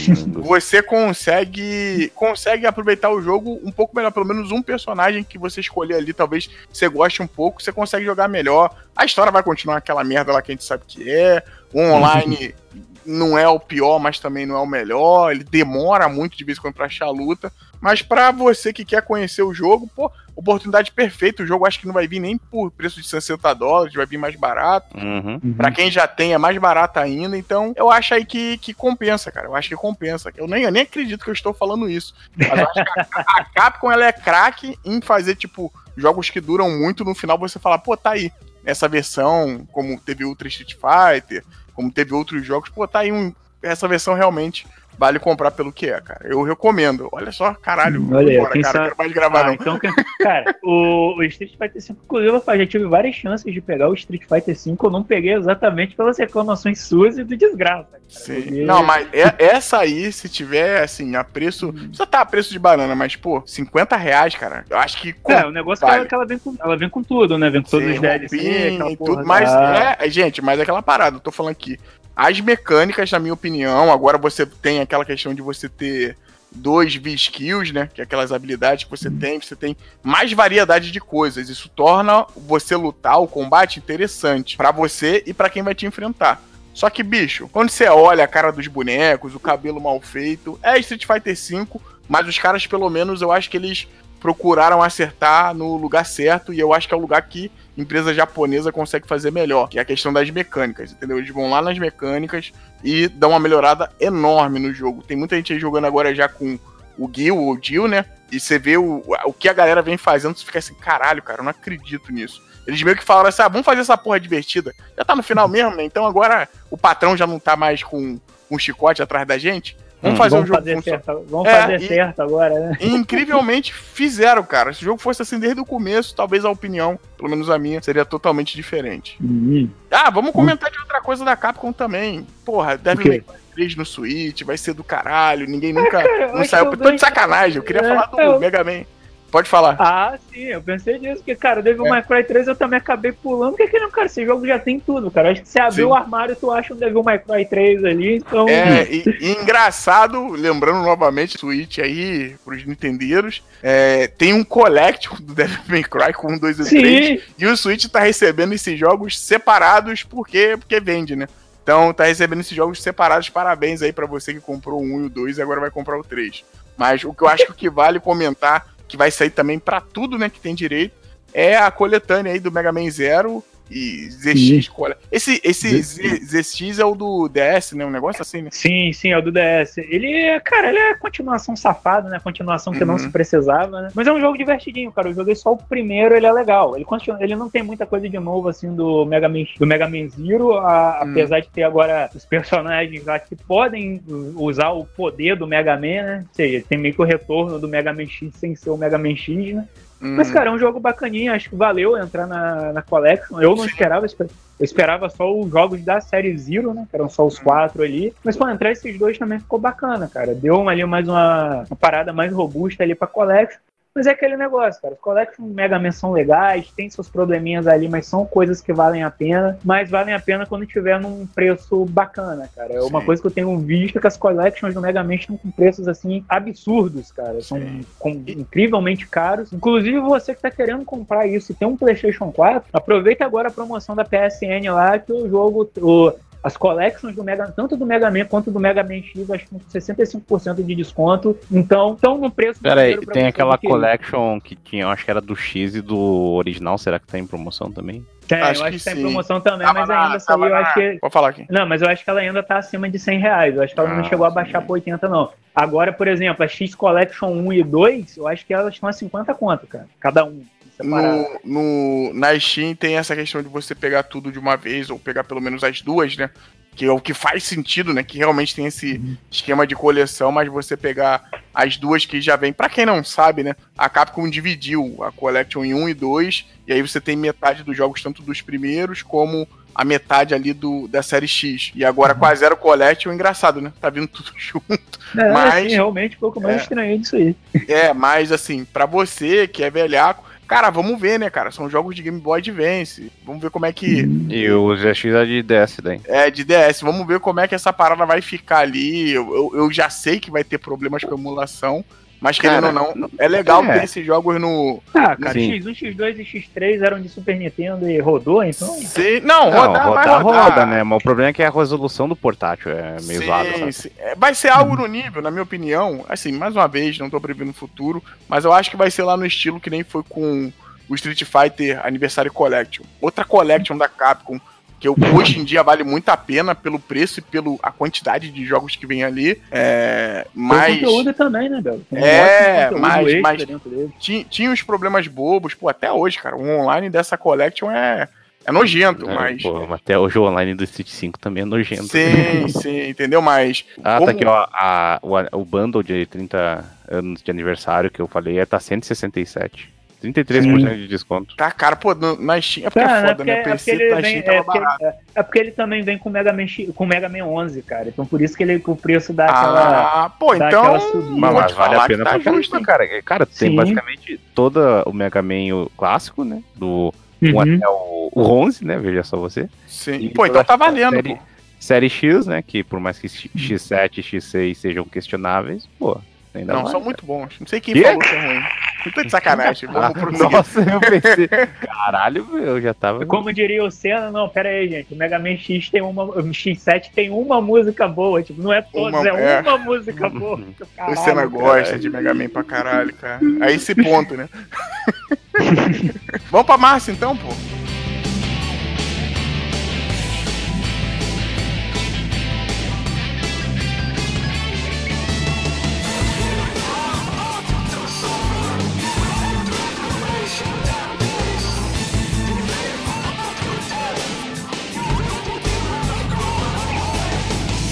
você consegue aproveitar o jogo um pouco melhor. Pelo menos um personagem que você escolher ali, talvez você goste um pouco, você consegue jogar melhor. A história vai continuar aquela merda lá que a gente sabe que é. O online não é o pior, mas também não é o melhor. Ele demora muito de vez em quando pra achar a luta. Mas pra você que quer conhecer o jogo, pô, oportunidade perfeita. O jogo acho que não vai vir nem por preço de $60, vai vir mais barato. Pra quem já tem, é mais barato ainda. Então, eu acho aí que compensa, cara. Eu acho que compensa. Eu nem acredito que eu estou falando isso. Mas eu acho que a Capcom, ela é craque em fazer, tipo, jogos que duram muito. No final você fala, pô, tá aí. Essa versão, como teve Ultra Street Fighter, como teve outros jogos, pô, tá aí essa versão realmente vale comprar pelo que é, cara. Eu recomendo. Olha só, caralho. Olha, cara, não quero mais gravar, não. Então, cara, o Street Fighter V, inclusive, eu já tive várias chances de pegar o Street Fighter V, eu não peguei exatamente pelas reclamações suas e do desgraça. Cara. Sim. Porque... Não, mas essa aí, se tiver, assim, a preço... Só tá a preço de banana, mas, pô, R$50, cara. Eu acho que... o negócio vale. É que ela vem com tudo, né? Vem com todos os DLC, e tudo, mas gente, mas é aquela parada, eu tô falando aqui. As mecânicas, na minha opinião, agora você tem aquela questão de você ter 2 V-Skills, né? Que é aquelas habilidades que você tem mais variedade de coisas. Isso torna você lutar, o combate, interessante pra você e pra quem vai te enfrentar. Só que, bicho, quando você olha a cara dos bonecos, o cabelo mal feito, é Street Fighter V, mas os caras, pelo menos, eu acho que eles procuraram acertar no lugar certo, e eu acho que é o lugar que empresa japonesa consegue fazer melhor, que é a questão das mecânicas, entendeu? Eles vão lá nas mecânicas e dão uma melhorada enorme no jogo. Tem muita gente aí jogando agora já com o Gil, ou Jill, né? E você vê o que a galera vem fazendo, você fica assim, caralho, cara, eu não acredito nisso. Eles meio que falaram assim, vamos fazer essa porra divertida. Já tá no final mesmo, né? Então agora o patrão já não tá mais com um chicote atrás da gente. Vamos fazer o jogo funcionar. Vamos fazer certo agora, né? E incrivelmente fizeram, cara. Se o jogo fosse assim desde o começo, talvez a opinião, pelo menos a minha, seria totalmente diferente. Vamos comentar de outra coisa da Capcom também. Porra, Devil May Cry 3 no Switch, vai ser do caralho. Ninguém nunca não saiu. Tô de sacanagem, eu queria falar do Mega Man. Pode falar. Sim, eu pensei nisso, porque, cara, Devil May Cry 3 eu também acabei pulando, porque não, cara, esse jogo já tem tudo, cara. Acho que se abrir o armário, tu acha um Devil May Cry 3 ali, então... E engraçado, lembrando novamente, Switch aí, pros nintendeiros, tem um collection do Devil May Cry com 1, 2 e 3, e o Switch tá recebendo esses jogos separados, porque vende, né? Então tá recebendo esses jogos separados, parabéns aí pra você que comprou o 1 e o 2 e agora vai comprar o 3. Mas o que eu acho que o que vale comentar, que vai sair também pra tudo, né, que tem direito, é a coletânea aí do Mega Man Zero e ZX. Esse ZX é o do DS, né? Um negócio assim, né? Sim, é o do DS. Ele é a continuação safada, né? Continuação que não se precisava, né? Mas é um jogo divertidinho, cara. Eu joguei só o primeiro, ele é legal. Ele não tem muita coisa de novo, assim, do Mega Man Zero, apesar de ter agora os personagens lá que podem usar o poder do Mega Man, né? Ou seja, tem meio que o retorno do Mega Man X sem ser o Mega Man X, né? Mas, cara, é um jogo bacaninho, acho que valeu entrar na Collection. Eu não esperava, eu esperava só os jogos da série Zero, né? Que eram só os 4 ali. Mas, pô, entrar esses 2 também ficou bacana, cara. Deu ali mais uma parada mais robusta ali pra Collection. Mas é aquele negócio, cara. Os Collection Mega Man são legais, tem seus probleminhas ali, mas são coisas que valem a pena. Mas valem a pena quando tiver num preço bacana, cara. É uma coisa que eu tenho visto, que as Collections do Mega Man estão com preços, assim, absurdos, cara. São incrivelmente caros. Inclusive, você que tá querendo comprar isso e tem um PlayStation 4, aproveita agora a promoção da PSN lá, que o jogo... As collections tanto do Mega Man quanto do Mega Man X, acho que com 65% de desconto. Então, estão no preço... Peraí, tem aquela collection que tinha, eu acho que era do X e do original, será que tá em promoção também? Tem, acho que tá em promoção também, mas ainda saiu, eu acho que... Vou falar aqui. Não, mas eu acho que ela ainda tá acima de R$100. Eu acho que ela não chegou a baixar pra 80, não. Agora, por exemplo, a X Collection 1 e 2, eu acho que elas estão a 50 conto, cara. Cada um. Na Steam tem essa questão de você pegar tudo de uma vez, ou pegar pelo menos as duas, né? Que é o que faz sentido, né? Que realmente tem esse esquema de coleção, mas você pegar as duas que já vem. Pra quem não sabe, né? A Capcom dividiu a Collection em 1 e 2, e aí você tem metade dos jogos, tanto dos primeiros, como a metade ali da série X. E agora com a Zero Collection, engraçado, né? Tá vindo tudo junto. Mas sim, realmente um pouco mais estranho disso aí. Mas assim, pra você que é velhaco, cara, vamos ver, né, cara? São jogos de Game Boy Advance. Vamos ver como é que... E o ZX é de DS daí. De DS. Vamos ver como é que essa parada vai ficar ali. Eu já sei que vai ter problemas com emulação, mas querendo ou não, é legal ter esses jogos no... Cara, X1, X2 e X3 eram de Super Nintendo e rodou, então... Roda, né? Mas o problema é que a resolução do portátil é meio zoada. Vai ser algo no nível, na minha opinião, assim, mais uma vez, não tô prevendo o futuro, mas eu acho que vai ser lá no estilo que nem foi com o Street Fighter Anniversary Collection. Outra Collection da Capcom, que hoje em dia vale muito a pena pelo preço e pela quantidade de jogos que vem ali. Mas... Tem conteúdo também, né, Bel? Mas tinha os problemas bobos. Pô, até hoje, cara, o online dessa Collection é nojento, mas... Pô, até hoje o online do Street 5 também é nojento. Sim, entendeu? Mas... Tá aqui, ó, o bundle de 30 anos de aniversário que eu falei tá 167. 33% de desconto. Tá, cara, pô, na Steam é porque é foda, né? O PC na Steam tava barato. É porque ele também vem com o Mega Man 11, cara. Então por isso que o preço dá aquela... então... Mas vale a pena pra justo, cara. Cara, tem basicamente todo o Mega Man o clássico, né? Do 1 até o 11, né? Veja só você. Sim. E então tá valendo, pô. Série X, né? Que por mais que X7 e X6 sejam questionáveis, pô... Não, são muito bons. Não sei quem falou que é ruim. Não tô de sacanagem. Vamos prosseguir. Nossa, eu pensei. Caralho, eu já tava. Como diria o Senna, não, pera aí, gente. O Mega Man X tem o X7 tem uma música boa. Tipo, não é todas, é uma música boa. Caralho, o Senna gosta de Mega Man pra caralho, cara. A esse ponto, né? Vamos pra Márcia então, pô.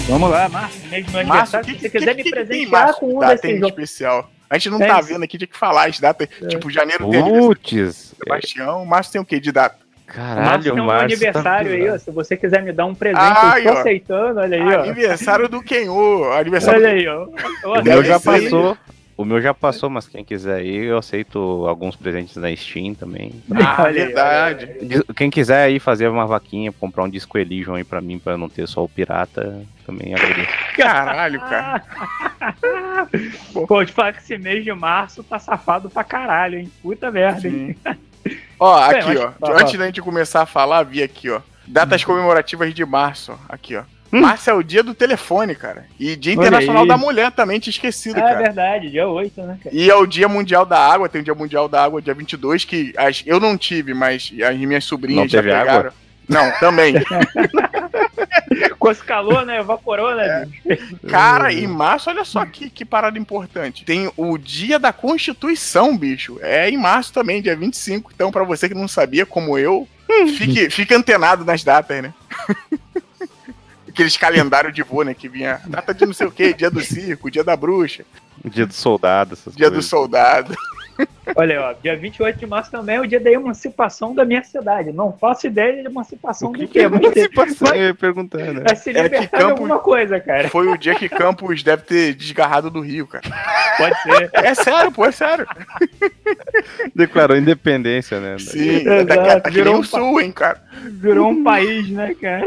Vamos lá, Márcio, mês do aniversário. Se você quiser me presentear com um data desses jogos especial. A gente não tá vendo aqui, tinha que falar as datas. Tipo, janeiro dele. Putz. Sebastião. O Márcio tem o quê de data? Caralho, o Márcio tem um aniversário aí, ó. Se você quiser me dar um presente, eu tô aceitando, olha aí, ó. Aniversário do Kenô. Aniversário olha aí, ó. O meu já passou. O meu já passou, mas quem quiser aí, eu aceito alguns presentes na Steam também. Verdade. Quem quiser aí fazer uma vaquinha, comprar um disco Elysium aí pra mim, pra não ter só o pirata, também agradeço. Caralho, cara. Pô, te falar que esse mês de março tá safado pra caralho, hein? Puta merda, hein? Ó, aqui, ó. Antes da gente começar a falar, vi aqui, ó. Datas comemorativas de março. Aqui, ó. Março é o dia do telefone, cara. E Dia Internacional da Mulher também, tinha esquecido, cara. É verdade, dia 8, né, cara? E é o Dia Mundial da Água, tem o Dia Mundial da Água, dia 22, que eu não tive, mas as minhas sobrinhas não teve já pegaram. Água? Não, também. Com esse calor, né? Evaporou, né? Cara, em março, olha só que parada importante. Tem o Dia da Constituição, bicho. É em março também, dia 25. Então, pra você que não sabia, como eu, fique antenado nas datas, né? Aqueles calendários de vô, né? Que vinha data de não sei o quê, dia do circo, dia da bruxa. Dia do soldado, essas dia coisas. Do soldado. Olha, ó, dia 28 de março também é o dia da emancipação da minha cidade. Não faço ideia de emancipação do quê. Mas emancipação? Eu ia perguntar, né? Vai se libertar de alguma coisa, cara. Foi o dia que Campos deve ter desgarrado do Rio, cara. Pode ser. É sério, pô, é sério. Declarou independência, né? Sim, daqui virou sul, hein, cara. Virou um país, né, cara?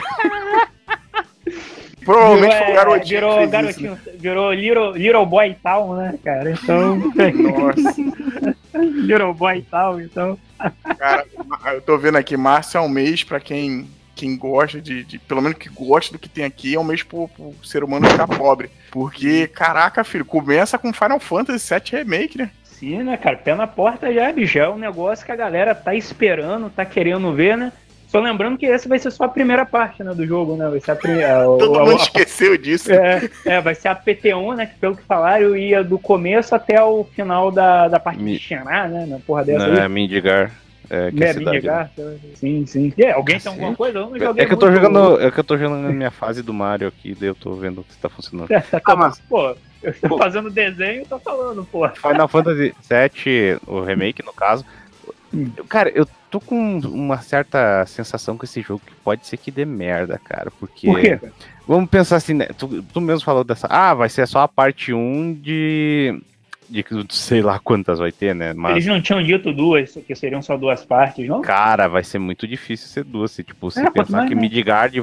Provavelmente foi o garotinho. Virou garotinho, isso, né? Virou Little Boy Town, né, cara? Então. Nossa. Little Boy Town, então. Cara, eu tô vendo aqui, março é um mês pra quem gosta pelo menos que gosta do que tem aqui, é um mês pro ser humano ficar pobre. Porque, caraca, filho, começa com Final Fantasy VII Remake, né? Sim, né, cara? Pé na porta já, bicho. É um negócio que a galera tá esperando, tá querendo ver, né? Só lembrando que essa vai ser só a primeira parte, né, do jogo, né? Vai ser Todo mundo esqueceu disso. Vai ser a PT1, né? Que pelo que falaram, ia do começo até o final da parte de Xená, né? Na porra dessa aí. Mindigar. Mindigar, né? Sim. Alguém tem alguma coisa? Eu não joguei é que eu tô jogando na minha fase do Mario aqui, daí eu tô vendo o que tá funcionando. Mas, pô, eu tô fazendo desenho e tô falando, pô. Final Fantasy VII, o remake, no caso. Cara, eu tô com uma certa sensação com esse jogo que pode ser que dê merda, cara. Porque. Por quê? Vamos pensar assim, né? Tu mesmo falou dessa. Vai ser só a parte 1 de sei lá quantas vai ter, né? Mas... Eles não tinham dito duas, que seriam só duas partes, não? Cara, vai ser muito difícil ser duas. Se pensar que Midgard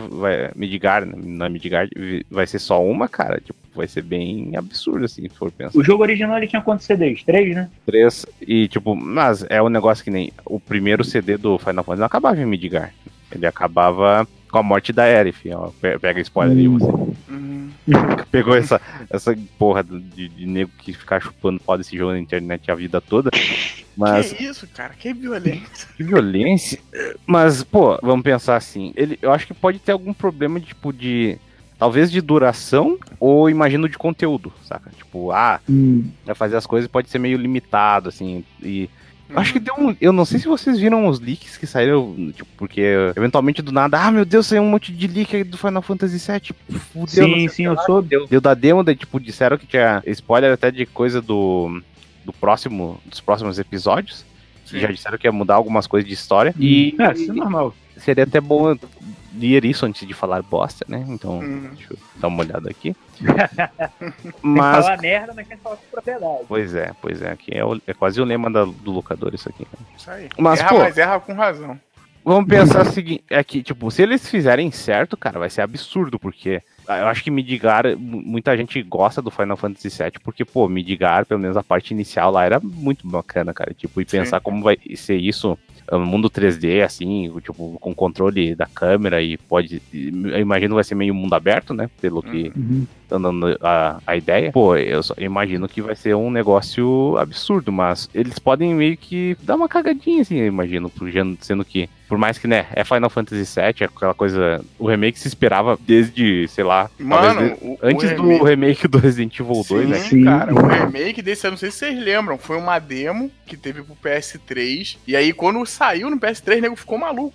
vai ser só uma, cara, tipo, vai ser bem absurdo, assim, se for pensar. O jogo original ele tinha quantos CDs? 3, né? 3, e tipo, mas é um negócio que nem o primeiro CD do Final Fantasy não acabava em Midgard. Ele acabava com a morte da Aerith, ó. Pega spoiler aí, você. Pegou essa porra de nego que ficar chupando pau desse jogo na internet a vida toda. Mas... Que isso, cara? Que violência. Que violência. Mas, pô, vamos pensar assim. Eu acho que pode ter algum problema, tipo, talvez de duração ou, imagino, de conteúdo, saca? Tipo, vai fazer as coisas pode ser meio limitado, assim, e... Acho que eu não sei se vocês viram os leaks que saíram, tipo, porque eventualmente do nada, meu Deus, saiu um monte de leak aí do Final Fantasy VII. Fudeu, sim, eu soube. Deu da demo, daí, tipo, disseram que tinha spoiler até de coisa dos próximos episódios. Já disseram que ia mudar algumas coisas de história. Isso é normal. Seria até bom ler isso antes de falar bosta, né? Então, deixa eu dar uma olhada aqui. Mas... Tem que falar merda, mas tem que falar com propriedade. Pois é. Aqui é quase o lema do locador isso aqui. Né? Isso aí. Mas, mas erra com razão. Vamos pensar o seguinte, é que, tipo, se eles fizerem certo, cara, vai ser absurdo, porque eu acho que Midgar, muita gente gosta do Final Fantasy VII, porque, pô, Midgar, pelo menos a parte inicial lá, era muito bacana, cara, tipo, e pensar como vai ser isso, mundo 3D, assim, tipo, com controle da câmera e eu imagino vai ser meio mundo aberto, né, pelo que tá dando a ideia. Pô, eu imagino que vai ser um negócio absurdo, mas eles podem meio que dar uma cagadinha, assim, eu imagino, sendo que, por mais que, né, é Final Fantasy VII, é aquela coisa, o remake se esperava desde, sei lá, antes do remake do Resident Evil 2, né? Sim, cara, o remake desse, eu não sei se vocês lembram, foi uma demo que teve pro PS3, e aí quando saiu no PS3, o nego ficou maluco, né?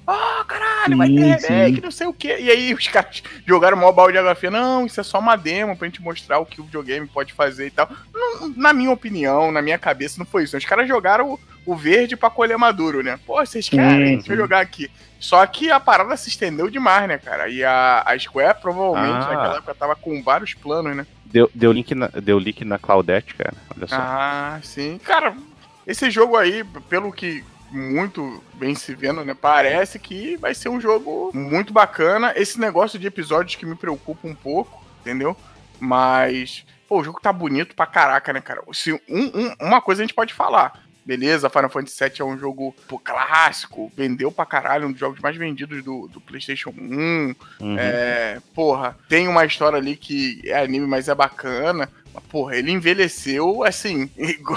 Caralho, vai ter remake, não sei o quê. E aí os caras jogaram o maior balde de água fria. Não, isso é só uma demo pra gente mostrar o que o videogame pode fazer e tal. Não, na minha opinião, na minha cabeça, não foi isso. Os caras jogaram o verde pra colher maduro, né? Pô, vocês querem? Deixa eu jogar aqui. Só que a parada se estendeu demais, né, cara? E a Square provavelmente naquela época tava com vários planos, né? Deu link na Claudette, cara. Olha só. Sim. Cara, esse jogo aí, pelo que muito bem se vendo, né? Parece que vai ser um jogo muito bacana. Esse negócio de episódios que me preocupa um pouco, entendeu? Mas, pô, o jogo tá bonito pra caraca, né, cara? Se uma coisa a gente pode falar. Beleza, Final Fantasy VII é um jogo clássico, vendeu pra caralho, um dos jogos mais vendidos do PlayStation 1. Porra, tem uma história ali que é anime, mas é bacana. Mas, porra, ele envelheceu, assim...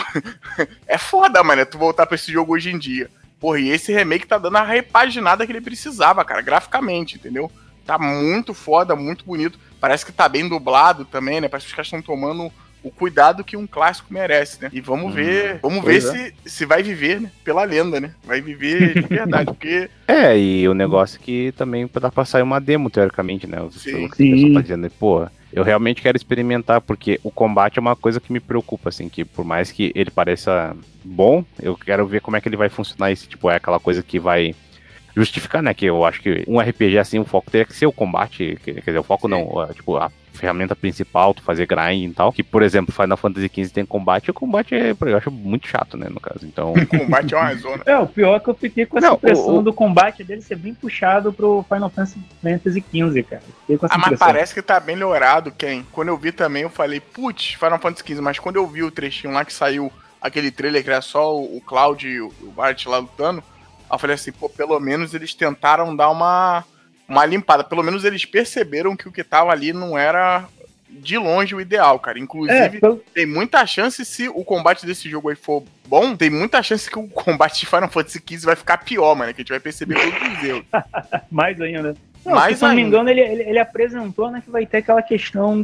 é foda, mano, tu voltar pra esse jogo hoje em dia. Porra, e esse remake tá dando a repaginada que ele precisava, cara, graficamente, entendeu? Tá muito foda, muito bonito. Parece que tá bem dublado também, né? Parece que os caras estão tomando o cuidado que um clássico merece, né? E vamos ver se vai viver, né? Pela lenda, né? Vai viver de verdade, porque... E o negócio que também dá pra sair uma demo, teoricamente, né? Sim. O pessoal tá dizendo, pô, eu realmente quero experimentar, porque o combate é uma coisa que me preocupa, assim, que por mais que ele pareça bom, eu quero ver como é que ele vai funcionar, esse tipo, é aquela coisa que vai justificar, né, que eu acho que um RPG assim, o foco teria que ser o combate, quer dizer, o foco não, tipo, a ferramenta principal, tu fazer grind e tal, que, por exemplo, Final Fantasy XV tem combate, e o combate eu acho muito chato, né, no caso, então... O combate é uma zona. O pior é que eu fiquei com essa impressão do combate dele ser bem puxado pro Final Fantasy XV, cara. Mas parece que tá bem melhorado, Ken. Quando eu vi também, eu falei, putz, Final Fantasy XV, mas quando eu vi o trechinho lá que saiu, aquele trailer que era só o Cloud e o Bart lá lutando, eu falei assim, pô, pelo menos eles tentaram dar uma limpada. Pelo menos eles perceberam que o que tava ali não era de longe o ideal, cara. Inclusive, tem muita chance, se o combate desse jogo aí for bom, tem muita chance que o combate de Final Fantasy XV vai ficar pior, mano. Que a gente vai perceber todos os erros. Mais ainda. Se não me engano, ele apresentou, né, que vai ter aquela questão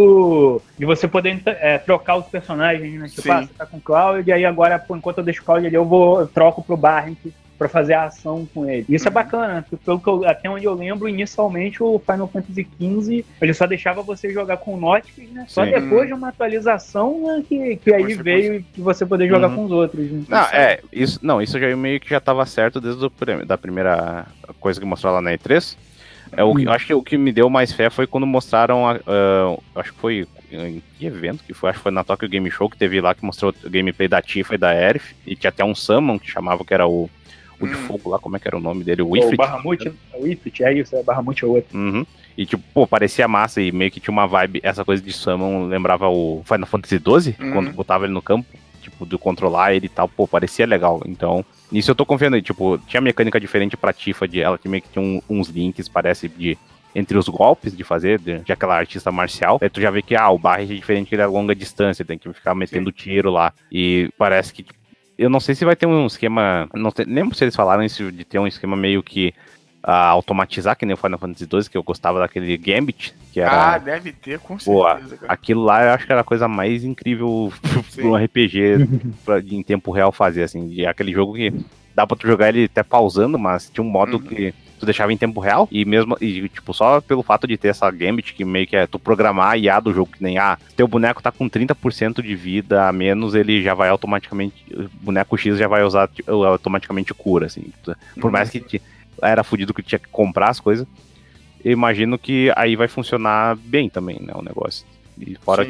de você poder trocar os personagens, né? Tipo, você tá com o Cloud, e aí agora, por enquanto eu deixo o Cloud ali, eu troco pro Barret pra fazer a ação com ele. Isso é bacana, né? Porque até onde eu lembro, inicialmente o Final Fantasy XV, ele só deixava você jogar com o Nautilus, né? Só depois de uma atualização, né, que aí veio de você poder jogar com os outros. Né? Isso já meio que já tava certo desde da primeira coisa que mostrou lá na E3. Eu acho que o que me deu mais fé foi quando mostraram, acho que foi em que evento que foi? Acho que foi na Tokyo Game Show que teve lá, que mostrou o gameplay da Tifa e da Aerith, e tinha até um Summon que chamava, que era o de fogo lá, como é que era o nome dele? O Ifrit. O Bahamut, o Ifrit, é isso, Bahamut é o outro. E tipo, pô, parecia massa e meio que tinha uma vibe, essa coisa de Summon lembrava o Final Fantasy XII, quando botava ele no campo, tipo, de controlar ele e tal, pô, parecia legal. Então, nisso eu tô confiando aí, tipo, tinha mecânica diferente pra Tifa, ela que meio que tinha uns links, parece, entre os golpes de fazer, de aquela artista marcial. Aí tu já vê que, o Barret é diferente, que ele é a longa distância, tem que ficar metendo tiro lá. E parece que, tipo, eu não sei se vai ter um esquema, lembro se eles falaram isso, de ter um esquema meio que automatizar, que nem o Final Fantasy XII, que eu gostava daquele Gambit, que era... deve ter, com certeza, cara. Aquilo lá eu acho que era a coisa mais incrível para um RPG em tempo real fazer, assim, de aquele jogo que dá pra tu jogar ele até pausando, mas tinha um modo que tu deixava em tempo real, e tipo, só pelo fato de ter essa Gambit, que meio que é tu programar a IA do jogo, que nem, teu boneco tá com 30% de vida a menos, ele já vai automaticamente, o boneco X já vai usar automaticamente cura, assim, por mais que era fudido que tinha que comprar as coisas, eu imagino que aí vai funcionar bem também, né, o negócio. E fora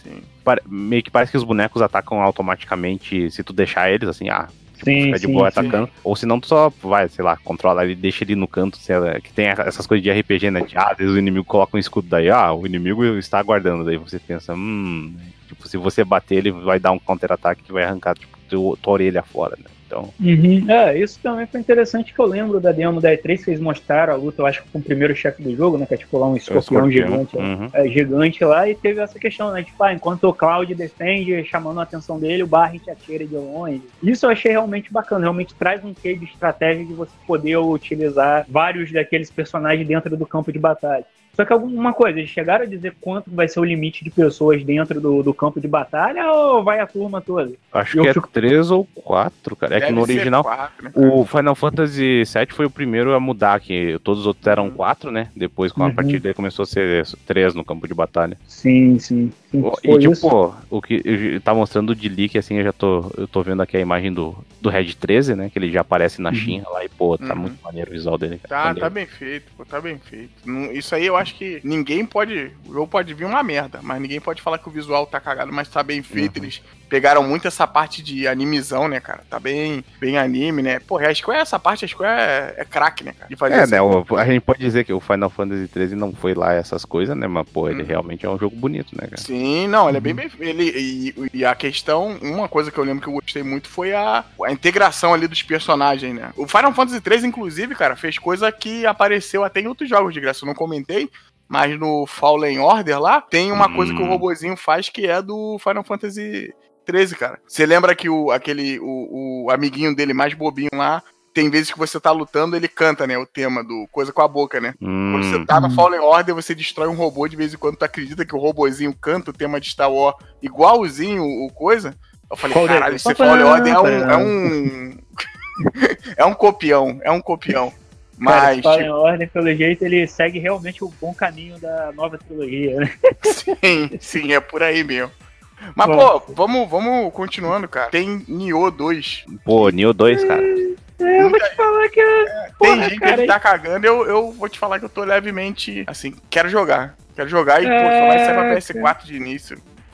meio que parece que os bonecos atacam automaticamente, se tu deixar eles, assim, fica de boa atacando. Ou se não, tu só vai, sei lá, controla ele, deixa ele no canto, que tem essas coisas de RPG, né? Às vezes o inimigo coloca um escudo, daí, o inimigo está aguardando, daí você pensa, tipo, se você bater, ele vai dar um counter-ataque que vai arrancar, tipo, tua orelha fora, né? Então... isso também foi interessante, que eu lembro da demo da E3 que eles mostraram a luta, eu acho que com o primeiro chefe do jogo, né, que é tipo lá um escorpião gigante, gigante lá, e teve essa questão, né, tipo, enquanto o Cloud defende, chamando a atenção dele, o Barret atira de longe. Isso eu achei realmente bacana, realmente traz um quê de estratégia de você poder utilizar vários daqueles personagens dentro do campo de batalha. Só que alguma coisa, eles chegaram a dizer quanto vai ser o limite de pessoas dentro do campo de batalha ou vai a turma toda? Acho que é 3 ou 4, cara. É que no original, 4, né, o Final Fantasy VII foi o primeiro a mudar, que todos os outros eram 4, né? Depois, com a partir daí, começou a ser 3 no campo de batalha. Sim. E tipo, o que tá mostrando de leak, assim, eu tô vendo aqui a imagem do Red 13, né? Que ele já aparece na Shinra lá e, pô, tá muito maneiro o visual dele. Tá bem feito, pô, tá bem feito. Isso aí eu acho que ninguém pode. O jogo pode vir uma merda, mas ninguém pode falar que o visual tá cagado, mas tá bem feito. Eles pegaram muito essa parte de animizão, né, cara? Tá bem anime, né? Porra, a Square, essa parte, a Square é craque, né, cara? De fazer né? A gente pode dizer que o Final Fantasy XIII não foi lá essas coisas, né? Mas, pô, ele realmente é um jogo bonito, né, cara? Sim, não, ele é bem e a questão, uma coisa que eu lembro que eu gostei muito foi a integração ali dos personagens, né? O Final Fantasy XIII, inclusive, cara, fez coisa que apareceu até em outros jogos de graça. Eu não comentei, mas no Fallen Order lá, tem uma coisa que o robozinho faz que é do Final Fantasy XIII, cara. Você lembra que o amiguinho dele mais bobinho lá, tem vezes que você tá lutando, ele canta, né, o tema do Coisa com a Boca, né? Quando você tá no Fallen Order, você destrói um robô, de vez em quando tu acredita que o robozinho canta o tema de Star Wars igualzinho o Coisa. Eu falei, caralho, esse Fallen Order é um... é um copião. Mas, cara, Fallen Order, pelo jeito, ele segue realmente o bom caminho da nova trilogia, né? Sim, é por aí mesmo. Mas, pô, vamos continuando, cara. Tem Nioh 2. Pô, Nioh 2, cara. Eu vou te falar que tem gente que tá cagando, eu vou te falar que eu tô levemente, assim, quero jogar e, pô, só vai sair pra PS4 de início.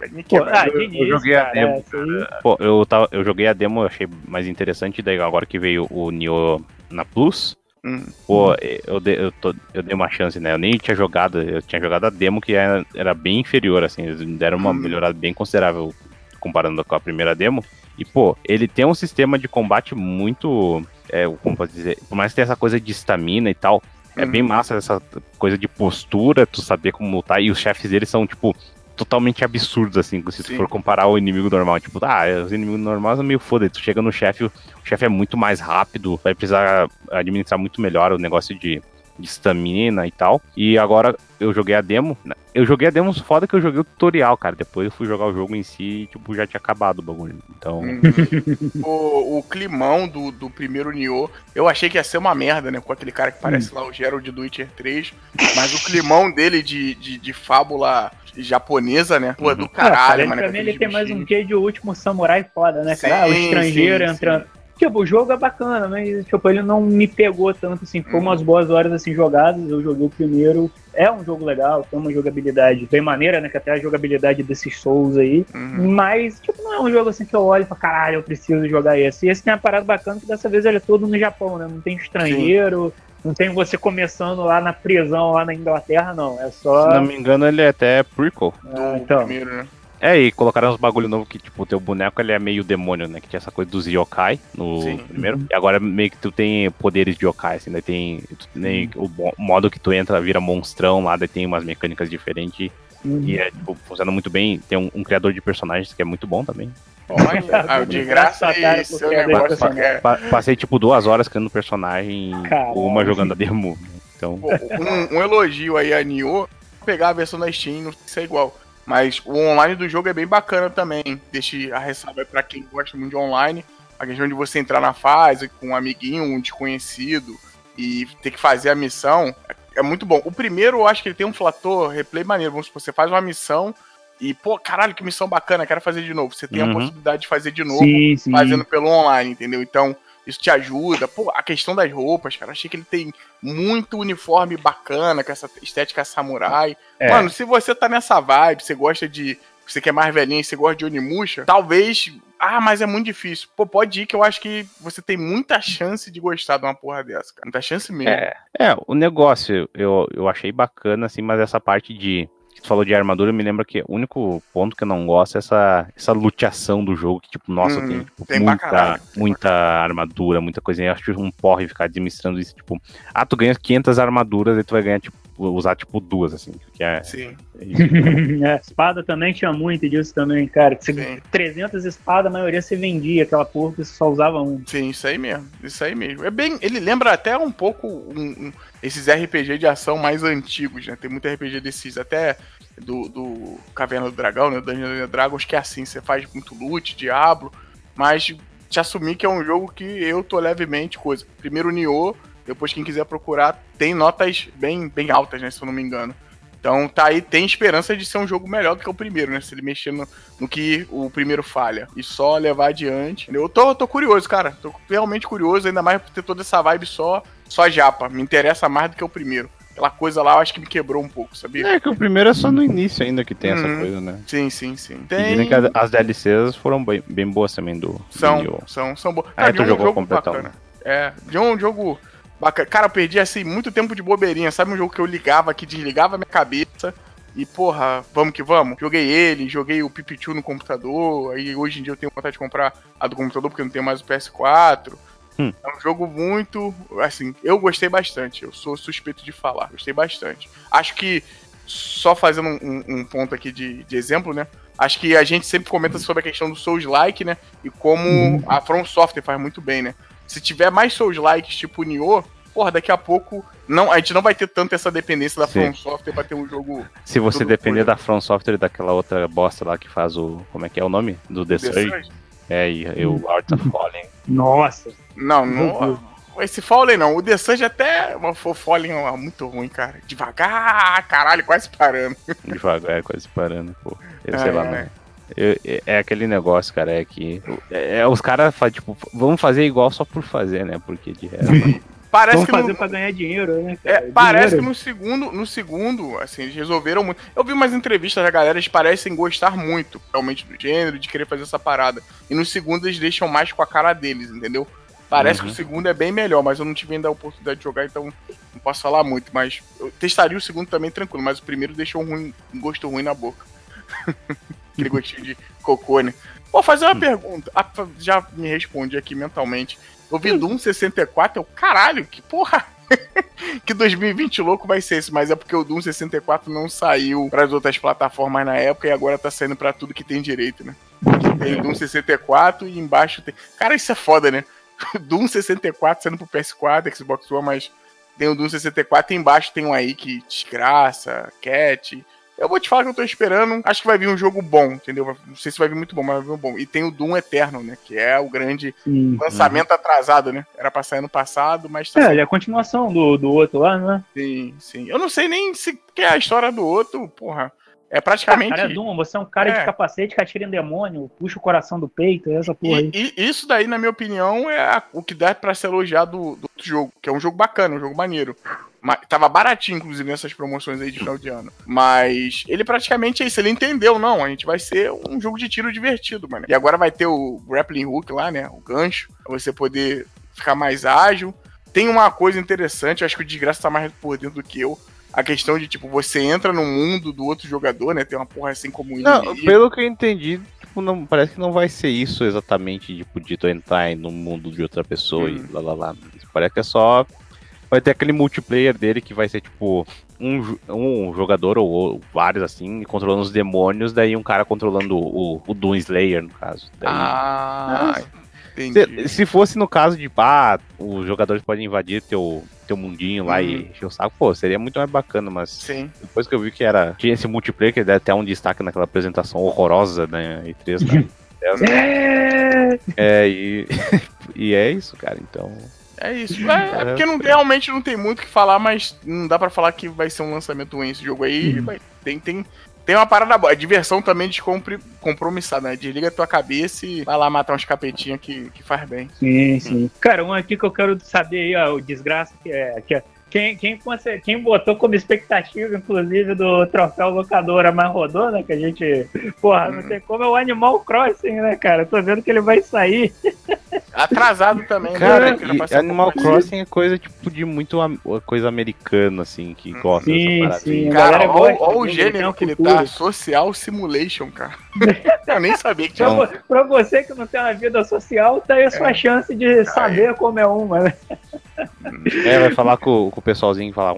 Eu joguei a demo, cara. Pô, eu joguei a demo, eu achei mais interessante, daí agora que veio o Nioh na Plus, pô, eu dei uma chance, né? Eu nem tinha jogado, eu tinha jogado a demo que era bem inferior, assim, eles deram uma melhorada bem considerável comparando com a primeira demo. E, pô, ele tem um sistema de combate muito, como pode dizer, por mais que tenha essa coisa de estamina e tal, é bem massa essa coisa de postura, tu saber como lutar, e os chefes deles são, tipo, totalmente absurdos, assim, se tu for comparar o inimigo normal. Tipo, os inimigos normais são meio foda. Tu chega no chefe, o chefe é muito mais rápido, vai precisar administrar muito melhor o negócio de estamina e tal. E agora eu joguei a demo. Eu joguei a demo foda que eu joguei o tutorial, cara. Depois eu fui jogar o jogo em si e, tipo, já tinha acabado o bagulho. Então. O climão do primeiro Nioh, eu achei que ia ser uma merda, né? Com aquele cara que parece lá o Geralt do Witcher 3. Mas o climão dele de fábula japonesa, né? Pô, é do caralho, mano. Pra mim ele tem mais um quê de último samurai foda, né, cara? O estrangeiro entrando. Tipo, o jogo é bacana, mas tipo, ele não me pegou tanto, assim, foi umas boas horas, assim, jogadas, eu joguei o primeiro, é um jogo legal, tem uma jogabilidade bem maneira, né, que até a jogabilidade desses Souls aí, mas, tipo, não é um jogo, assim, que eu olho e falo, caralho, eu preciso jogar esse. E esse tem uma parada bacana que dessa vez ele é todo no Japão, né, não tem estrangeiro, não tem você começando lá na prisão, lá na Inglaterra, não, é só... Se não me engano, ele é até prequel. Então... primeiro, né? E colocaram uns bagulho novo que, tipo, o teu boneco ele é meio demônio, né? Que tinha essa coisa dos yokai no primeiro. E agora meio que tu tem poderes de yokai, assim, daí tem o modo que tu entra vira monstrão lá, daí tem umas mecânicas diferentes. E tipo, funciona muito bem. Tem um criador de personagens que é muito bom também. Olha, de graça e seu negócio. Passei, tipo, 2 horas criando personagem e uma jogando a demo. Então... um elogio aí a Nioh, pegar a versão da Steam, não sei se é igual. Mas o online do jogo é bem bacana também. Deixa a ressalva pra quem gosta muito de online. A questão de você entrar na fase com um amiguinho, um desconhecido, e ter que fazer a missão é muito bom. O primeiro, eu acho que ele tem um fator replay maneiro. Vamos supor, você faz uma missão e, pô, caralho, que missão bacana, quero fazer de novo. Você tem a possibilidade de fazer de novo, fazendo pelo online, entendeu? Então, isso te ajuda. Pô, a questão das roupas, cara, achei que ele tem muito uniforme bacana, com essa estética samurai. Mano, se você tá nessa vibe, você gosta de... Você que é mais velhinho e você gosta de Onimusha, talvez... mas é muito difícil. Pô, pode ir que eu acho que você tem muita chance de gostar de uma porra dessa, cara. Muita chance mesmo. O negócio eu achei bacana, assim, mas essa parte de... Tu falou de armadura, me lembra que o único ponto que eu não gosto é essa luteação do jogo, que tipo, nossa, tem muita armadura, muita coisinha. Eu acho um porre ficar administrando isso, tipo, tu ganha 500 armaduras e tu vai ganhar, tipo, usar, tipo, duas, assim, que é... Sim. Espada também tinha muito disso também, cara. 300 espadas, a maioria se vendia, aquela porra que você só usava um. Sim, isso aí mesmo. É bem, ele lembra até um pouco esses RPG de ação mais antigos, né? Tem muito RPG desses, até do Caverna do Dragão, né? Dungeons and Dragons, que é assim, você faz muito loot, Diablo, mas te assumir que é um jogo que eu tô levemente coisa. Primeiro Nioh, depois quem quiser procurar, tem notas bem altas, né? Se eu não me engano. Então tá aí, tem esperança de ser um jogo melhor do que o primeiro, né? Se ele mexer no que o primeiro falha. E só levar adiante. Eu tô curioso, cara. Tô realmente curioso, ainda mais por ter toda essa vibe só japa. Me interessa mais do que o primeiro. Aquela coisa lá, eu acho que me quebrou um pouco, sabia? É que o primeiro é só no início ainda que tem essa coisa, né? Sim. E dizem que as DLCs foram bem boas também do Nioh. São boas. Aí tu jogou completão, bacana. É, de um jogo bacana. Cara, eu perdi, assim, muito tempo de bobeirinha. Sabe um jogo que eu ligava, que desligava a minha cabeça e, porra, vamos que vamos? Joguei o Pipichu no computador, aí hoje em dia eu tenho vontade de comprar a do computador porque eu não tenho mais o PS4. É um jogo muito, assim, eu gostei bastante, eu sou suspeito de falar, gostei bastante. Acho que, só fazendo um ponto aqui de exemplo, né, acho que a gente sempre comenta sobre a questão do Souls-like, né, e como a From Software faz muito bem, né. Se tiver mais Souls-likes tipo Nioh, porra, daqui a pouco a gente não vai ter tanto essa dependência da From Software pra ter um jogo... Se você depender da From Software e daquela outra bosta lá que faz o... Como é que é o nome? Do The Surge? É, e o Art of Fallen. Nossa! Não. Esse Fallen não. O The Surge até... O Fallen é muito ruim, cara. Devagar, caralho, quase parando. Devagar, quase parando, pô. Sei lá, né? É aquele negócio, cara, é que... os caras fazem, tipo, vamos fazer igual só por fazer, né? Porque de resto... Vamos fazer pra ganhar dinheiro, né, cara? Parece que no segundo, assim, eles resolveram muito. Eu vi umas entrevistas da galera, eles parecem gostar muito, realmente, do gênero, de querer fazer essa parada. E no segundo eles deixam mais com a cara deles, entendeu? Parece que o segundo é bem melhor, mas eu não tive ainda a oportunidade de jogar, então não posso falar muito. Mas eu testaria o segundo também tranquilo, mas o primeiro deixou um gosto ruim na boca. Aquele gostinho de cocô, né? Vou fazer uma pergunta. Já me respondi aqui mentalmente. Eu vi Doom 64, caralho, que porra! Que 2020 louco vai ser esse, mas é porque o Doom 64 não saiu para as outras plataformas na época e agora tá saindo para tudo que tem direito, né? Tem o Doom 64 e embaixo tem... Cara, isso é foda, né? Doom 64 saindo pro PS4, Xbox One, mas tem o Doom 64 e embaixo tem um aí que desgraça, Cat... Eu vou te falar que eu tô esperando. Acho que vai vir um jogo bom, entendeu? Não sei se vai vir muito bom, mas vai vir um bom. E tem o Doom Eterno, né? Que é o grande lançamento atrasado, né? Era pra sair ano passado, mas tá ele é a continuação do outro lá, né? Sim. Eu não sei nem se que é a história do outro, porra. É praticamente... Cara, é Doom, você é um cara de capacete que atira em demônio, puxa o coração do peito, essa porra aí. E isso daí, na minha opinião, é o que dá pra se elogiar do outro jogo, que é um jogo bacana, um jogo maneiro. Tava baratinho, inclusive, nessas promoções aí de final de ano. Mas ele praticamente é isso, ele entendeu, não, a gente vai ser um jogo de tiro divertido, mano. E agora vai ter o grappling hook lá, né, o gancho, pra você poder ficar mais ágil. Tem uma coisa interessante, acho que o Desgraça tá mais por dentro do que eu. A questão de, tipo, você entra no mundo do outro jogador, né? Tem uma porra assim como um inimigo. Não, pelo que eu entendi, tipo, não, parece que não vai ser isso exatamente, tipo, de tu entrar no mundo de outra pessoa e lá. Parece que é só... Vai ter aquele multiplayer dele que vai ser, tipo, um jogador ou vários, assim, controlando os demônios, daí um cara controlando o Doom Slayer, no caso. Daí... entendi. Se fosse no caso de, os jogadores podem invadir teu mundinho lá e encher o saco, pô, seria muito mais bacana, mas depois que eu vi que tinha esse multiplayer, que deve ter um destaque naquela apresentação horrorosa, né, E3, e é isso, cara, então... É isso, é porque realmente não tem muito o que falar, mas não dá pra falar que vai ser um lançamento ruim esse jogo aí, tem uma parada boa, a diversão também descompromissada, né? Desliga a tua cabeça e vai lá matar uns capetinhos que faz bem. Sim. Cara, um aqui que eu quero saber aí, ó, o Desgraça, quem botou como expectativa, inclusive, do troféu locadora mais rodona, que a gente, porra, não tem como, é o Animal Crossing, né, cara? Eu tô vendo que ele vai sair. Atrasado também, cara, né? Animal Crossing é coisa, tipo, de muito coisa americana, assim, que gosta dessa parada. Sim, cara, olha o gênero que ele tá, Social Simulation, cara. Eu nem sabia que tinha. Pra você que não tem uma vida social, tá aí a sua chance de saber como é uma, né? Vai falar com o pessoalzinho e falar.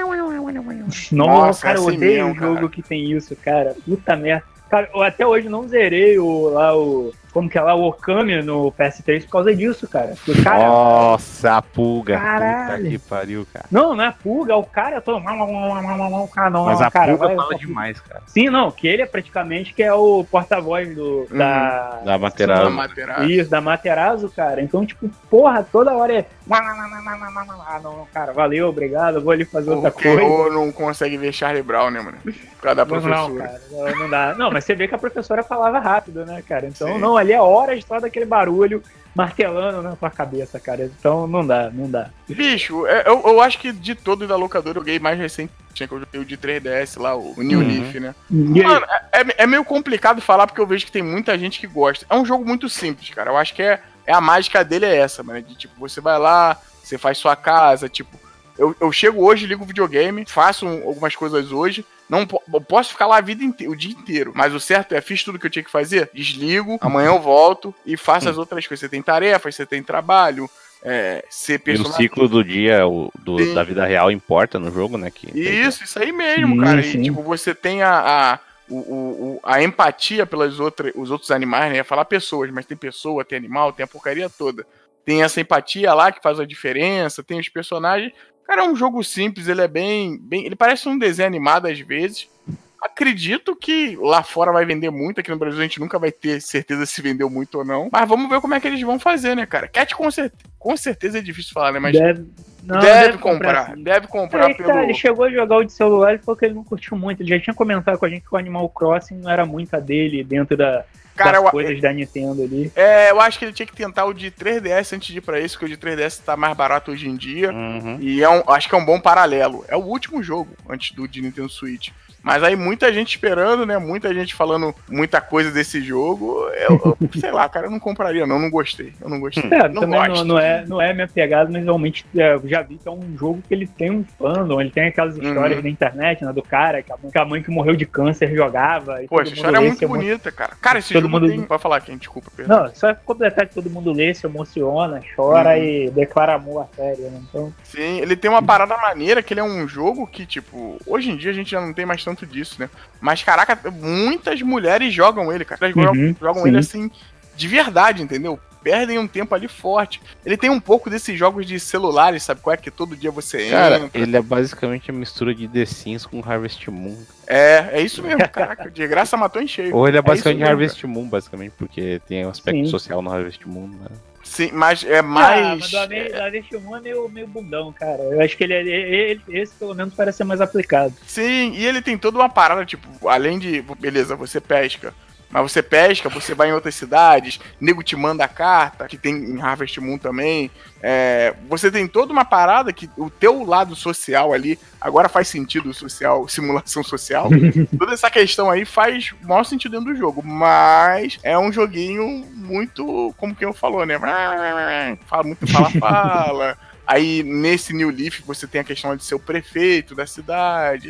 Nossa, cara, eu assim odeio mesmo, o jogo cara. que tem isso, cara. Puta merda. Cara, eu até hoje não zerei o. Como que é lá, o Okami no PS3 por causa disso, cara. Porque, cara, Nossa, a pulga. Puta caralho. que pariu, cara. Não é pulga, é o cara todo. Cara, não, Mas a cara, pulga vai, fala demais, cara. Sim, não, que ele é praticamente que é o porta-voz da Da Materazo. Da Materazo. Isso, da Materazo, cara. Então, tipo, porra, toda hora é. Não, cara, valeu, obrigado, eu vou ali fazer outra coisa. Ou não consegue ver Charlie Brown, né, mano? Por causa da professora. Não, cara, não dá. Não, mas você vê que a professora falava rápido, né, cara? Então, sim. Não, ali é horas só daquele barulho martelando na tua cabeça, cara. Então, não dá. Bicho, eu acho que de todo da locadora eu joguei mais recente. Que eu joguei o de 3DS lá, o New Leaf, né? Mano, é meio complicado falar porque eu vejo que tem muita gente que gosta. É um jogo muito simples, cara. Eu acho que a mágica dele é essa, mano. De tipo, você vai lá, você faz sua casa, tipo. Eu chego hoje, ligo o videogame, faço algumas coisas hoje. Eu posso ficar lá o dia inteiro. Mas o certo é, fiz tudo que eu tinha que fazer, desligo, amanhã eu volto e faço as outras coisas. Você tem tarefas, você tem trabalho. Ser personagem. E o ciclo do dia da vida real importa no jogo, né? Isso aí mesmo, cara. Sim. E tipo, você tem a empatia pelos outros animais, né? Ia falar pessoas, mas tem pessoa, tem animal, tem a porcaria toda. Tem essa empatia lá que faz a diferença, tem os personagens. Cara, é um jogo simples, ele é bem. Ele parece um desenho animado às vezes. Acredito que lá fora vai vender muito, aqui no Brasil a gente nunca vai ter certeza se vendeu muito ou não. Mas vamos ver como é que eles vão fazer, né, cara? Cat com certeza é difícil falar, né? Mas deve comprar. Deve comprar pelo... Tá, ele chegou a jogar o de celular e falou que ele não curtiu muito. Ele já tinha comentado com a gente que o Animal Crossing não era muito a dele dentro das coisas da Nintendo ali. Eu acho que ele tinha que tentar o de 3DS antes de ir pra isso, porque o de 3DS tá mais barato hoje em dia. E acho que é um bom paralelo. É o último jogo antes do de Nintendo Switch. Mas aí muita gente esperando, né? Muita gente falando muita coisa desse jogo. Eu sei lá, cara, eu não compraria, não gostei. Eu não gostei. Não é minha pegada, mas realmente eu já vi que é um jogo que ele tem um fandom, ele tem aquelas histórias na internet, né? Do cara, que a mãe que morreu de câncer jogava. Pô, essa história é muito bonita, cara. Cara, esse jogo tem... Pode falar quem, desculpa, perdão. Não, só completar que todo mundo lê, se emociona, chora e declara amor à série, né? Então... Sim, ele tem uma parada maneira, que ele é um jogo que, tipo, hoje em dia a gente já não tem mais tanto disso, né? Mas, caraca, muitas mulheres jogam ele, cara. Jogam ele assim, de verdade, entendeu? Perdem um tempo ali forte. Ele tem um pouco desses jogos de celulares, sabe qual é? Que todo dia você entra. Ele é basicamente a mistura de The Sims com Harvest Moon. É isso mesmo, caraca. De graça matou em cheio. Ou ele é basicamente Harvest Moon, basicamente, porque tem um aspecto social no Harvest Moon, né? Sim, mas é mais... mas o Harvest Moon é meio bundão, cara. Eu acho que esse pelo menos parece ser mais aplicado. Sim, e ele tem toda uma parada, tipo, além de... Beleza, você pesca. Mas você pesca, você vai em outras cidades, nego te manda a carta, que tem em Harvest Moon também. Você tem toda uma parada que o teu lado social ali, agora faz sentido social, simulação social. Toda essa questão aí faz o maior sentido dentro do jogo, mas é um joguinho muito, como quem falou, né? Fala muito fala. Aí nesse New Leaf você tem a questão de ser o prefeito da cidade.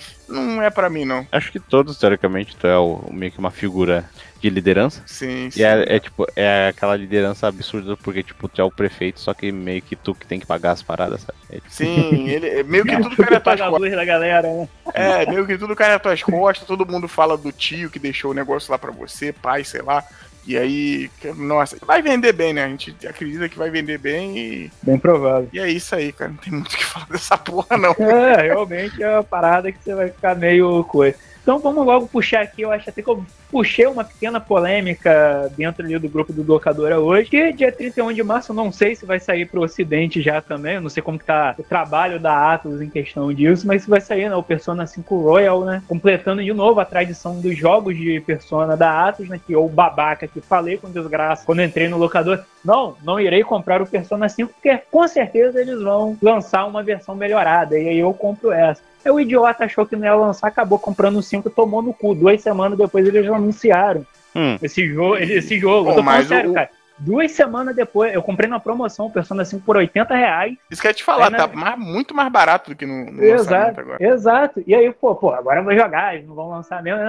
Não é pra mim, não. Acho que todos, teoricamente, tu é meio que uma figura de liderança. Sim. E tipo, é aquela liderança absurda, porque, tipo, tu é o prefeito, só que meio que tu que tem que pagar as paradas, sabe? Sim, ele meio que tudo cai nas tuas costas. Da galera, né? Meio que tudo cai nas tuas costas, todo mundo fala do tio que deixou o negócio lá pra você, pai, sei lá. E aí, nossa, vai vender bem, né? A gente acredita que vai vender bem e... Bem provável. E é isso aí, cara. Não tem muito o que falar dessa porra, não. Realmente é uma parada que você vai ficar meio coisa. Então vamos logo puxar aqui, eu acho até que eu puxei uma pequena polêmica dentro ali do grupo do Locadora hoje, que dia 31 de março, eu não sei se vai sair pro Ocidente já também, eu não sei como que tá o trabalho da Atlus em questão disso, mas vai sair, né, o Persona 5 Royal, né, completando de novo a tradição dos jogos de Persona da Atlus, né, que eu babaca que falei com desgraça quando entrei no locador, não irei comprar o Persona 5, porque com certeza eles vão lançar uma versão melhorada, e aí eu compro essa. Aí o idiota achou que não ia lançar, acabou comprando o 5 e tomou no cu. 2 semanas depois eles já anunciaram esse jogo. Pô, eu tô falando sério, cara. 2 semanas depois, eu comprei na promoção o Persona 5 por R$80. Isso que eu ia te falar, tá muito mais barato do que no lançamento agora. Exato. E aí, pô, agora eu vou jogar, eles não vão lançar mesmo.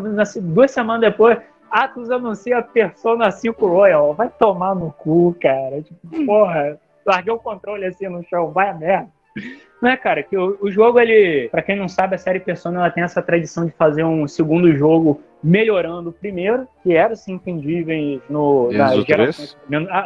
2 semanas depois, Atlus anuncia Persona 5 Royal. Vai tomar no cu, cara. Tipo, porra... Larguei o controle assim no chão, vai a merda. Não é, cara, que o jogo, ele, pra quem não sabe, a série Persona, ela tem essa tradição de fazer um segundo jogo melhorando o primeiro, que era assim entendíveis nas gerações.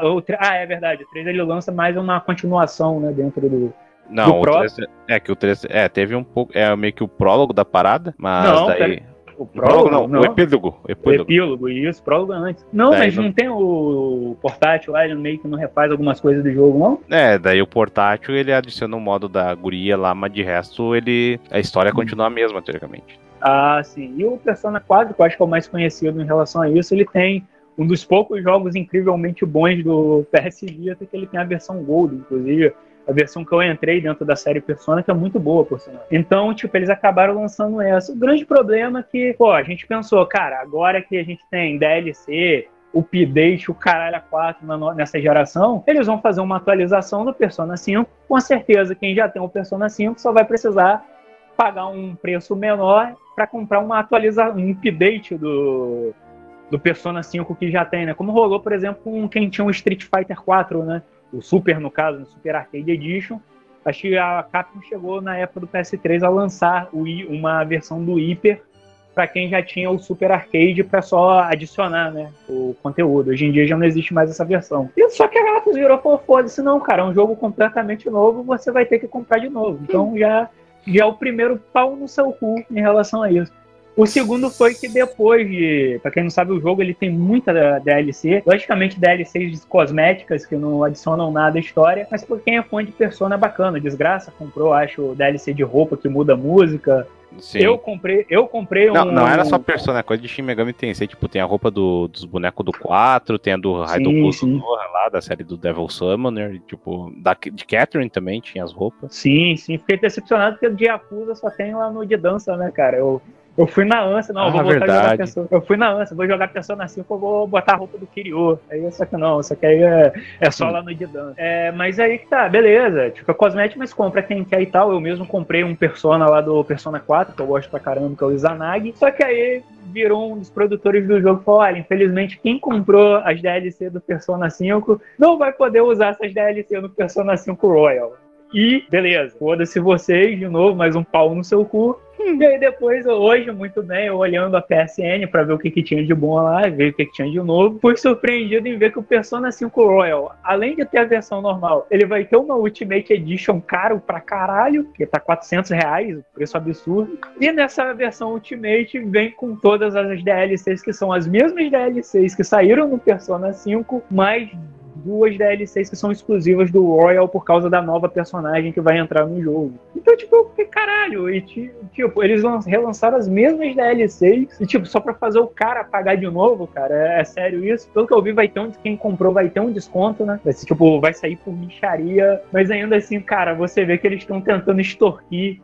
É verdade, o 3 ele lança mais uma continuação, né, dentro do Não, o próprio. 3, que o 3 teve um pouco, meio que o prólogo da parada, mas não, daí... O prólogo não. O epílogo. O epílogo, isso, prólogo antes. Não, daí mas não tem o portátil lá, ele meio que não refaz algumas coisas do jogo, não? Daí o portátil, ele adiciona um modo da guria lá, mas de resto, a história continua a mesma, teoricamente. Ah, sim. E o Persona 4, que eu acho que é o mais conhecido em relação a isso, ele tem um dos poucos jogos incrivelmente bons do PS Vita, que ele tem a versão Gold, inclusive. A versão que eu entrei dentro da série Persona, que é muito boa, por sinal. Então, tipo, eles acabaram lançando essa. O grande problema é que, pô, a gente pensou, cara, agora que a gente tem DLC, update, o caralho a 4 nessa geração, eles vão fazer uma atualização do Persona 5. Com certeza, quem já tem o Persona 5 só vai precisar pagar um preço menor para comprar uma atualização, um update do Persona 5 que já tem, né? Como rolou, por exemplo, com quem tinha o Street Fighter 4, né? O Super, no caso, no Super Arcade Edition. Acho que a Capcom chegou na época do PS3 a lançar uma versão do Hyper para quem já tinha o Super Arcade para só adicionar, né, o conteúdo. Hoje em dia já não existe mais essa versão. E só que a Capcom virou e falou, foda-se, não, cara, é um jogo completamente novo, você vai ter que comprar de novo. Então já é o primeiro pau no seu cu em relação a isso. O segundo foi que depois de... Pra quem não sabe, o jogo ele tem muita DLC. Logicamente, DLCs cosméticas que não adicionam nada à história. Mas por quem é fã de Persona é bacana. Desgraça comprou, acho, DLC de roupa que muda a música. Sim. Eu comprei Não era só Persona, é coisa de Shin Megami Tensei. Tipo, tem a roupa dos bonecos do 4, tem a do Raido Kuzunoha lá, da série do Devil Summoner. Tipo, de Catherine também tinha as roupas. Sim. Fiquei decepcionado porque o de Yakuza só tem lá no de dança, né, cara? Eu fui na ânsia, não, vou voltar a jogar Persona. Eu fui na ânsia, vou jogar Persona 5, eu vou botar a roupa do Kiryu. Aí só que não, isso aqui aí é só lá no de dança. Mas aí que tá, beleza. Tipo, é cosmético, mas compra quem quer e tal. Eu mesmo comprei um Persona lá do Persona 4, que eu gosto pra caramba, que é o Izanagi. Só que aí virou um dos produtores do jogo e falou, olha, infelizmente quem comprou as DLC do Persona 5 não vai poder usar essas DLC no Persona 5 Royal. E, beleza, foda-se vocês, de novo, mais um pau no seu cu. E aí depois, hoje, muito bem, eu olhando a PSN pra ver o que tinha de bom lá, ver o que tinha de novo, fui surpreendido em ver que o Persona 5 Royal, além de ter a versão normal, ele vai ter uma Ultimate Edition caro pra caralho, que tá R$400, preço absurdo. E nessa versão Ultimate vem com todas as DLCs que são as mesmas DLCs que saíram no Persona 5, mais 2 DLCs que são exclusivas do Royal por causa da nova personagem que vai entrar no jogo. Então, tipo, eu fiquei caralho. E, tipo, eles relançaram as mesmas DLCs e, tipo, só pra fazer o cara pagar de novo, cara. É sério isso? Pelo que eu vi, quem comprou vai ter um desconto, né? Vai ser, tipo, vai sair por micharia. Mas ainda assim, cara, você vê que eles estão tentando extorquir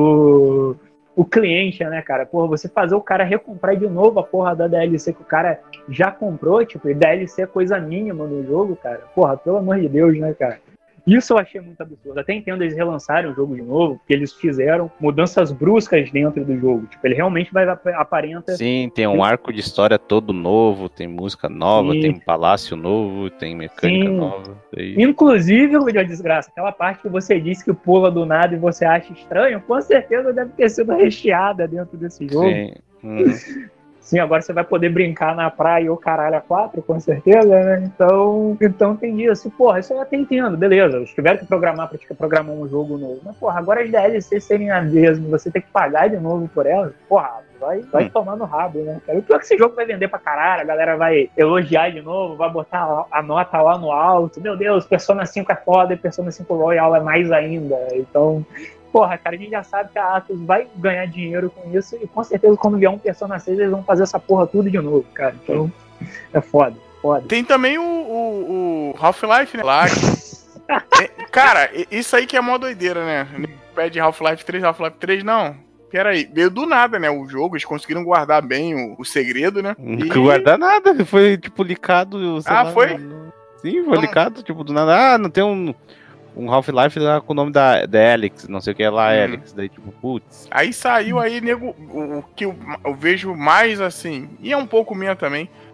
o cliente, né, cara? Porra, você fazer o cara recomprar de novo a porra da DLC que o cara já comprou, tipo, e DLC é coisa mínima no jogo, cara. Porra, pelo amor de Deus, né, cara? Isso eu achei muito absurdo. Até entendo eles relançarem o jogo de novo, porque eles fizeram mudanças bruscas dentro do jogo. Tipo, ele realmente aparenta... Sim, tem um arco de história todo novo, tem música nova, tem um palácio novo, tem mecânica nova. Inclusive, a desgraça, aquela parte que você disse que pula do nada e você acha estranho, com certeza deve ter sido recheada dentro desse jogo. Sim. Sim, agora você vai poder brincar na praia ou caralho a 4, com certeza, né? Então tem isso. Porra, isso eu até entendo, beleza. Eles tiveram que programar um jogo novo. Mas, porra, agora as DLCs serem a mesma, você tem que pagar de novo por elas, porra, vai tomar no rabo, né, cara? O pior é que esse jogo vai vender pra caralho, a galera vai elogiar de novo, vai botar a nota lá no alto. Meu Deus, Persona 5 é foda e Persona 5 Royal é mais ainda. Então... Porra, cara, a gente já sabe que a Atlus vai ganhar dinheiro com isso e com certeza quando vier um Persona 6 eles vão fazer essa porra tudo de novo, cara. Então, é foda. Tem também o Half-Life, né? Lá, cara, isso aí que é mó doideira, né? Pede Half-Life 3, não. Peraí, veio do nada, né? O jogo, eles conseguiram guardar bem o segredo, né? Não guardar nada, foi tipo licado. Foi? Sim, foi licado, tipo, do nada. Não tem um Half-Life lá com o nome da Alex, não sei o que é lá, Alex. Daí, tipo, putz. Aí saiu aí, nego, o que eu vejo mais assim, e é um pouco minha também,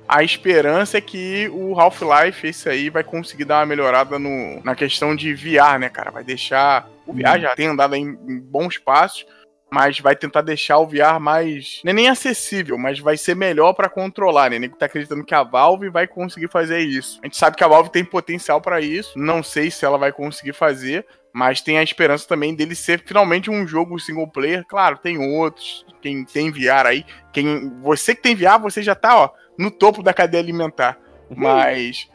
A esperança é que o Half-Life, esse aí, vai conseguir dar uma melhorada na questão de VR, né, cara? Vai deixar... O VR já tem andado em bons passos, mas vai tentar deixar o VR mais... Não é nem acessível, mas vai ser melhor pra controlar, né? Nego tá acreditando que a Valve vai conseguir fazer isso. A gente sabe que a Valve tem potencial pra isso, não sei se ela vai conseguir fazer, mas tem a esperança também dele ser finalmente um jogo single player. Claro, tem outros, quem tem VR aí, você que tem VR, você já tá, ó, no topo da cadeia alimentar. Mas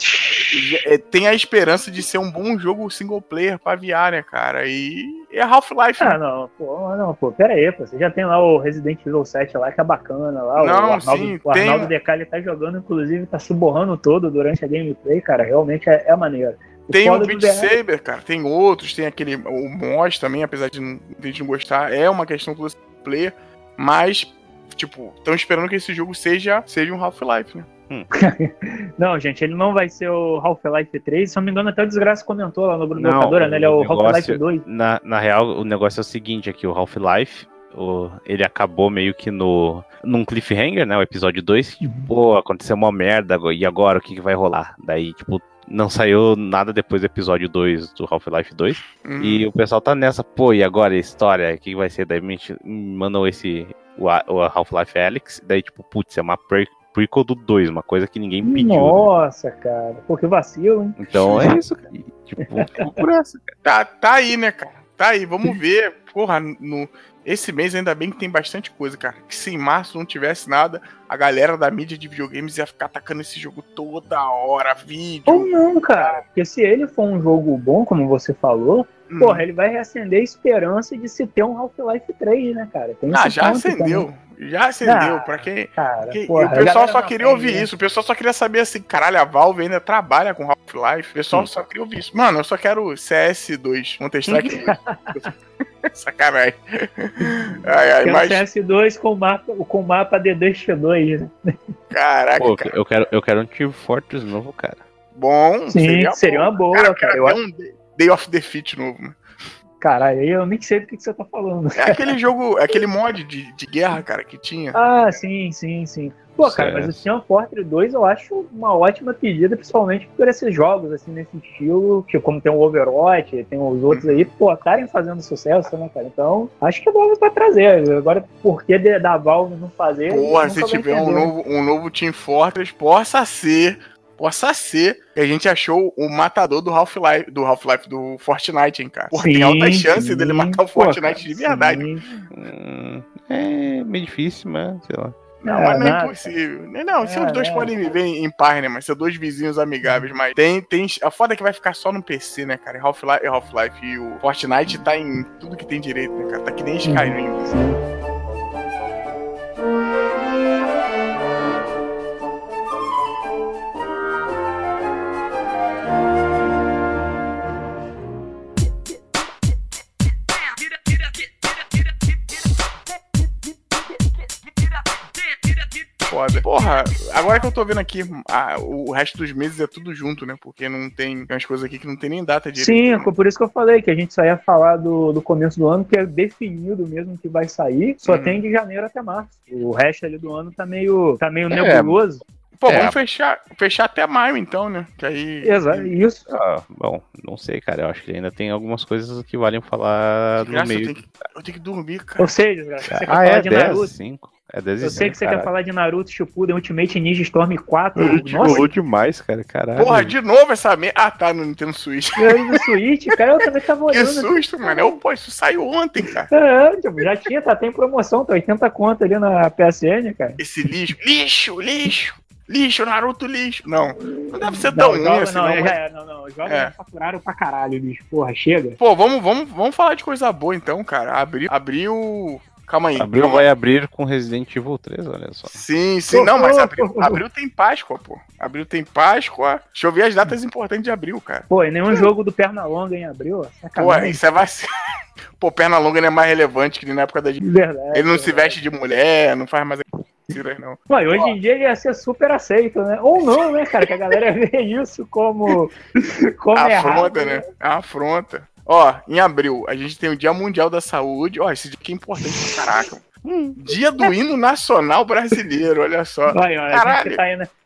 tem a esperança de ser um bom jogo single player pra VR, né, cara? E é Half-Life. Ah, não, pera aí, pô. Você já tem lá o Resident Evil 7 lá, que é bacana lá. Não, o Arnaldo DK, ele tá jogando, inclusive, tá se borrando todo durante a gameplay, cara. Realmente é maneiro. Tem o Beat Saber, cara. Tem outros, tem aquele... O Moss também, apesar de a gente não gostar, é uma questão do single player, mas, tipo, estão esperando que esse jogo seja um Half-Life, né? Não, gente, ele não vai ser o Half-Life 3. Se eu não me engano, até o Desgraça comentou lá no grupo da locadora, né? Ele é o Half-Life 2. Na real, o negócio é o seguinte aqui, o Half-Life, ele acabou meio que num cliffhanger, né? O episódio 2, tipo, pô, aconteceu uma merda, e agora o que vai rolar? Daí, tipo, não saiu nada depois do episódio 2 do Half-Life 2. E o pessoal tá nessa, pô, e agora a história? O que vai ser? Daí me mandou o Half-Life Alyx, daí tipo, putz, é uma prequel do 2, uma coisa que ninguém pediu. Nossa, né? Cara, pô, que vacilo, hein? Então é isso, cara. Tipo, por essa, cara. Tá aí, né, cara? Tá aí, vamos ver. Porra, esse mês ainda bem que tem bastante coisa, cara. Que se em março não tivesse nada, a galera da mídia de videogames ia ficar atacando esse jogo toda hora, vídeo. Ou não, cara. Porque se ele for um jogo bom, como você falou, porra, ele vai reacender a esperança de se ter um Half-Life 3, né, cara? Tem já acendeu. Também. Já acendeu, pra quem... Cara, porra, o pessoal só queria ouvir isso, o pessoal só queria saber assim, caralho, a Valve ainda trabalha com Half-Life, o pessoal só queria ouvir isso. Mano, eu só quero CS2, Counter-Strike 2. Sacanagem. Mas... CS2 com o mapa D2X2, né? Caraca, pô, cara. Eu quero um Team Fortress novo, cara. Bom, sim, seria uma boa, cara. Eu um Day of Defeat novo, né? Caralho, eu nem sei do que você tá falando. É aquele jogo, aquele mod de guerra, cara, que tinha. Ah, sim. Pô, cara, mas o Team Fortress 2 eu acho uma ótima pedida, principalmente por esses jogos, assim, nesse estilo, que como tem o Overwatch, tem os outros aí, pô, estarem fazendo sucesso, né, cara? Então, acho que a Valve vai trazer. Agora, por que da Valve não fazer? Porra, se tiver um novo Team Fortress, possa ser que a gente achou o matador do Half-Life, do Fortnite, hein, cara. Porra, tem alta chance dele matar o Fortnite de verdade. É meio difícil, mas sei lá. Não, mas não é impossível. Não, se os dois podem viver em paz, né? Mas ser dois vizinhos amigáveis. Mas tem. A foda é que vai ficar só no PC, né, cara? Half-Life e o Fortnite tá em tudo que tem direito, né, cara? Tá que nem Skyrim. Foda. Porra, agora que eu tô vendo aqui, o resto dos meses é tudo junto, né? Porque não tem umas coisas aqui que não tem nem data direito. Sim, né? Por isso que eu falei que a gente só ia falar do começo do ano, que é definido mesmo que vai sair, só tem de janeiro até março. O resto ali do ano tá meio nebuloso. Pô, vamos fechar até maio então, né? Que aí... Exato, isso. Bom, não sei, cara. Eu acho que ainda tem algumas coisas que valem falar no meio. Eu tenho que dormir, cara. Ou seja, você quer falar de 10, Naruto? 5. É 10 eu sei que você quer falar de Naruto Shippuden Ultimate Ninja Storm 4. Nossa, demais, cara. Caralho. Porra, de novo essa merda. Ah, tá, no Nintendo Switch. No Switch, cara, eu também tava olhando. Que susto, mano. Pô, isso saiu ontem, cara. Tipo, já tinha, tá em promoção, tá 80 conto ali na PSN, cara. Esse lixo, Naruto lixo. Não deve ser tão ruim assim, não. Os jogos já faturaram pra caralho, bicho. Porra, chega. Pô, vamos falar de coisa boa então, cara. Abriu... Calma aí. Vai abrir com Resident Evil 3, olha só. Sim. Não, mas abril tem Páscoa, pô. Abril tem Páscoa. Deixa eu ver as datas importantes de abril, cara. Pô, e nenhum jogo do Pernalonga em abril, sacanagem. Pô, isso é vacilo. Pô, Pernalonga não é mais relevante que na época da gente. Verdade. Ele não se veste de mulher, não faz mais não. Pô, e hoje em dia ele ia ser super aceito, né? Ou não, né, cara? Que a galera vê isso como afronta, errado, né? É uma afronta. Ó, em abril, a gente tem o Dia Mundial da Saúde. Ó, esse dia aqui é importante pra caraca. Dia do Hino Nacional Brasileiro, olha só. Caralho.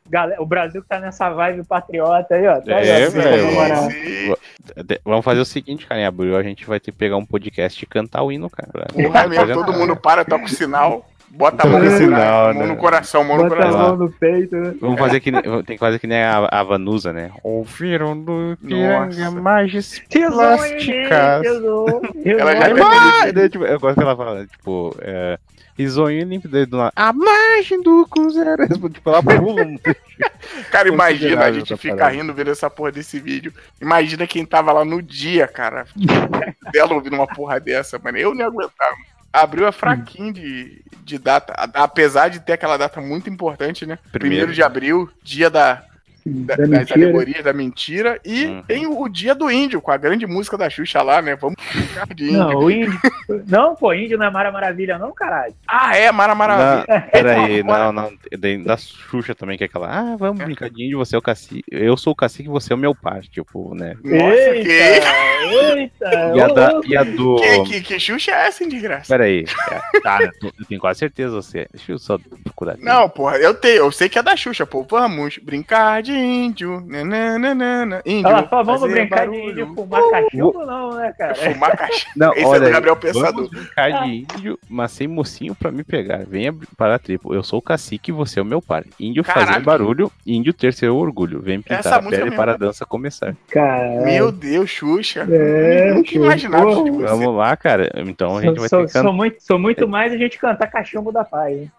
O Brasil que tá nessa vibe patriota aí, ó. Tá velho. Vamos fazer o seguinte, cara. Em abril a gente vai ter que pegar um podcast e cantar o hino, cara. Porra, mesmo, todo mundo para, toca o sinal. Bota a mão no sinal, mão no coração, mão no coração. Bota a mão no peito, né? Vamos fazer que tem que fazer que nem a Vanusa, né? Ouviram do Piranga imagens plásticas. Ela já eu gosto que ela fala, tipo, risonho limpo do lado. A margem do Cruzeiro. Tipo, ela pula. Cara, imagina a gente ficar rindo vendo essa porra desse vídeo. Imagina quem tava lá no dia, cara. Dela ouvindo uma porra dessa, mano. Eu nem aguentava. Abril é fraquinho de data, apesar de ter aquela data muito importante, né? 1º de abril, dia das alegorias da mentira, e tem o dia do índio, com a grande música da Xuxa lá, né? Vamos brincar de índio. Não, o índio. Não, pô, índio não é Mara Maravilha, não, caralho. Ah, é, Mara Maravilha. Peraí, não. Da Xuxa também, que é aquela. Vamos brincar de índio, você é o cacique. Eu sou o cacique, você é o meu pai, tipo, né? Nossa, Eita! E a do. Que Xuxa é essa, de graça? Peraí. Tá, eu tenho quase certeza você. Deixa eu só procurar aqui. Não, porra, eu sei que é da Xuxa, pô. Vamos brincar de índio. Índio. Ela só vamos brincar de índio, fumar cachorro, não, né, cara? Fumar cachorro. Não, esse olha, é do Gabriel Pensador. Vamos brincar de índio, mas sem mocinho pra me pegar. Venha para a tribo. Eu sou o cacique e você é o meu par. Índio fazer barulho, índio ter seu orgulho. Vem pintar a pele para a dança começar. Caralho. Meu Deus, Xuxa. Nunca Xuxa, imaginava isso de você. Vamos lá, cara. Então a gente vai ter que cantar. Sou muito mais a gente cantar Cachumbo da Paz, hein?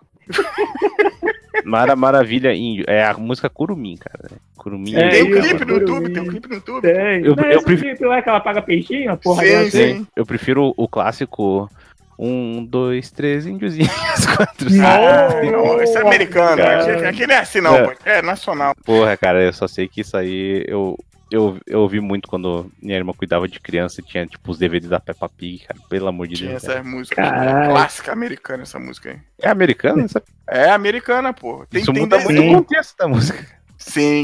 Maravilha Índio. É a música Curumim, cara. Curumim. Tem um clipe no YouTube, Eu prefiro. Clipe lá que ela paga peixinho, porra. Sim. Eu prefiro o clássico 1, 2, 3 índiozinhos, 4, 5. Não, isso é americano. Aqui não é assim, não, pô. É nacional. Porra, cara, eu só sei que isso aí eu ouvi muito quando minha irmã cuidava de criança e tinha, tipo, os DVDs da Peppa Pig, cara. Pelo amor de Deus. Tinha essa música. Clássica americana, essa música aí. É americana? É americana, pô. Isso muda muito o contexto da música. Sim.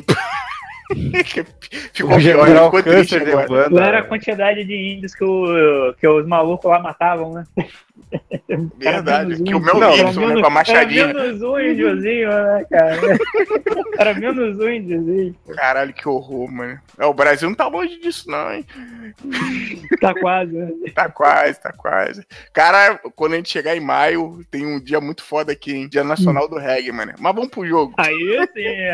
Ficou pior, ficou triste agora. Não era a quantidade de índios que os malucos lá matavam, né? Verdade, que o meu Gibson, né, com a machadinha. Era menos um índiozinho, né, cara? Era menos um índiozinho. Caralho, que horror, mano. O Brasil não tá longe disso, não, hein? Tá quase, né? Tá quase. Cara, quando a gente chegar em maio, tem um dia muito foda aqui, hein? Dia Nacional do Reggae, mano. Mas vamos pro jogo. Aí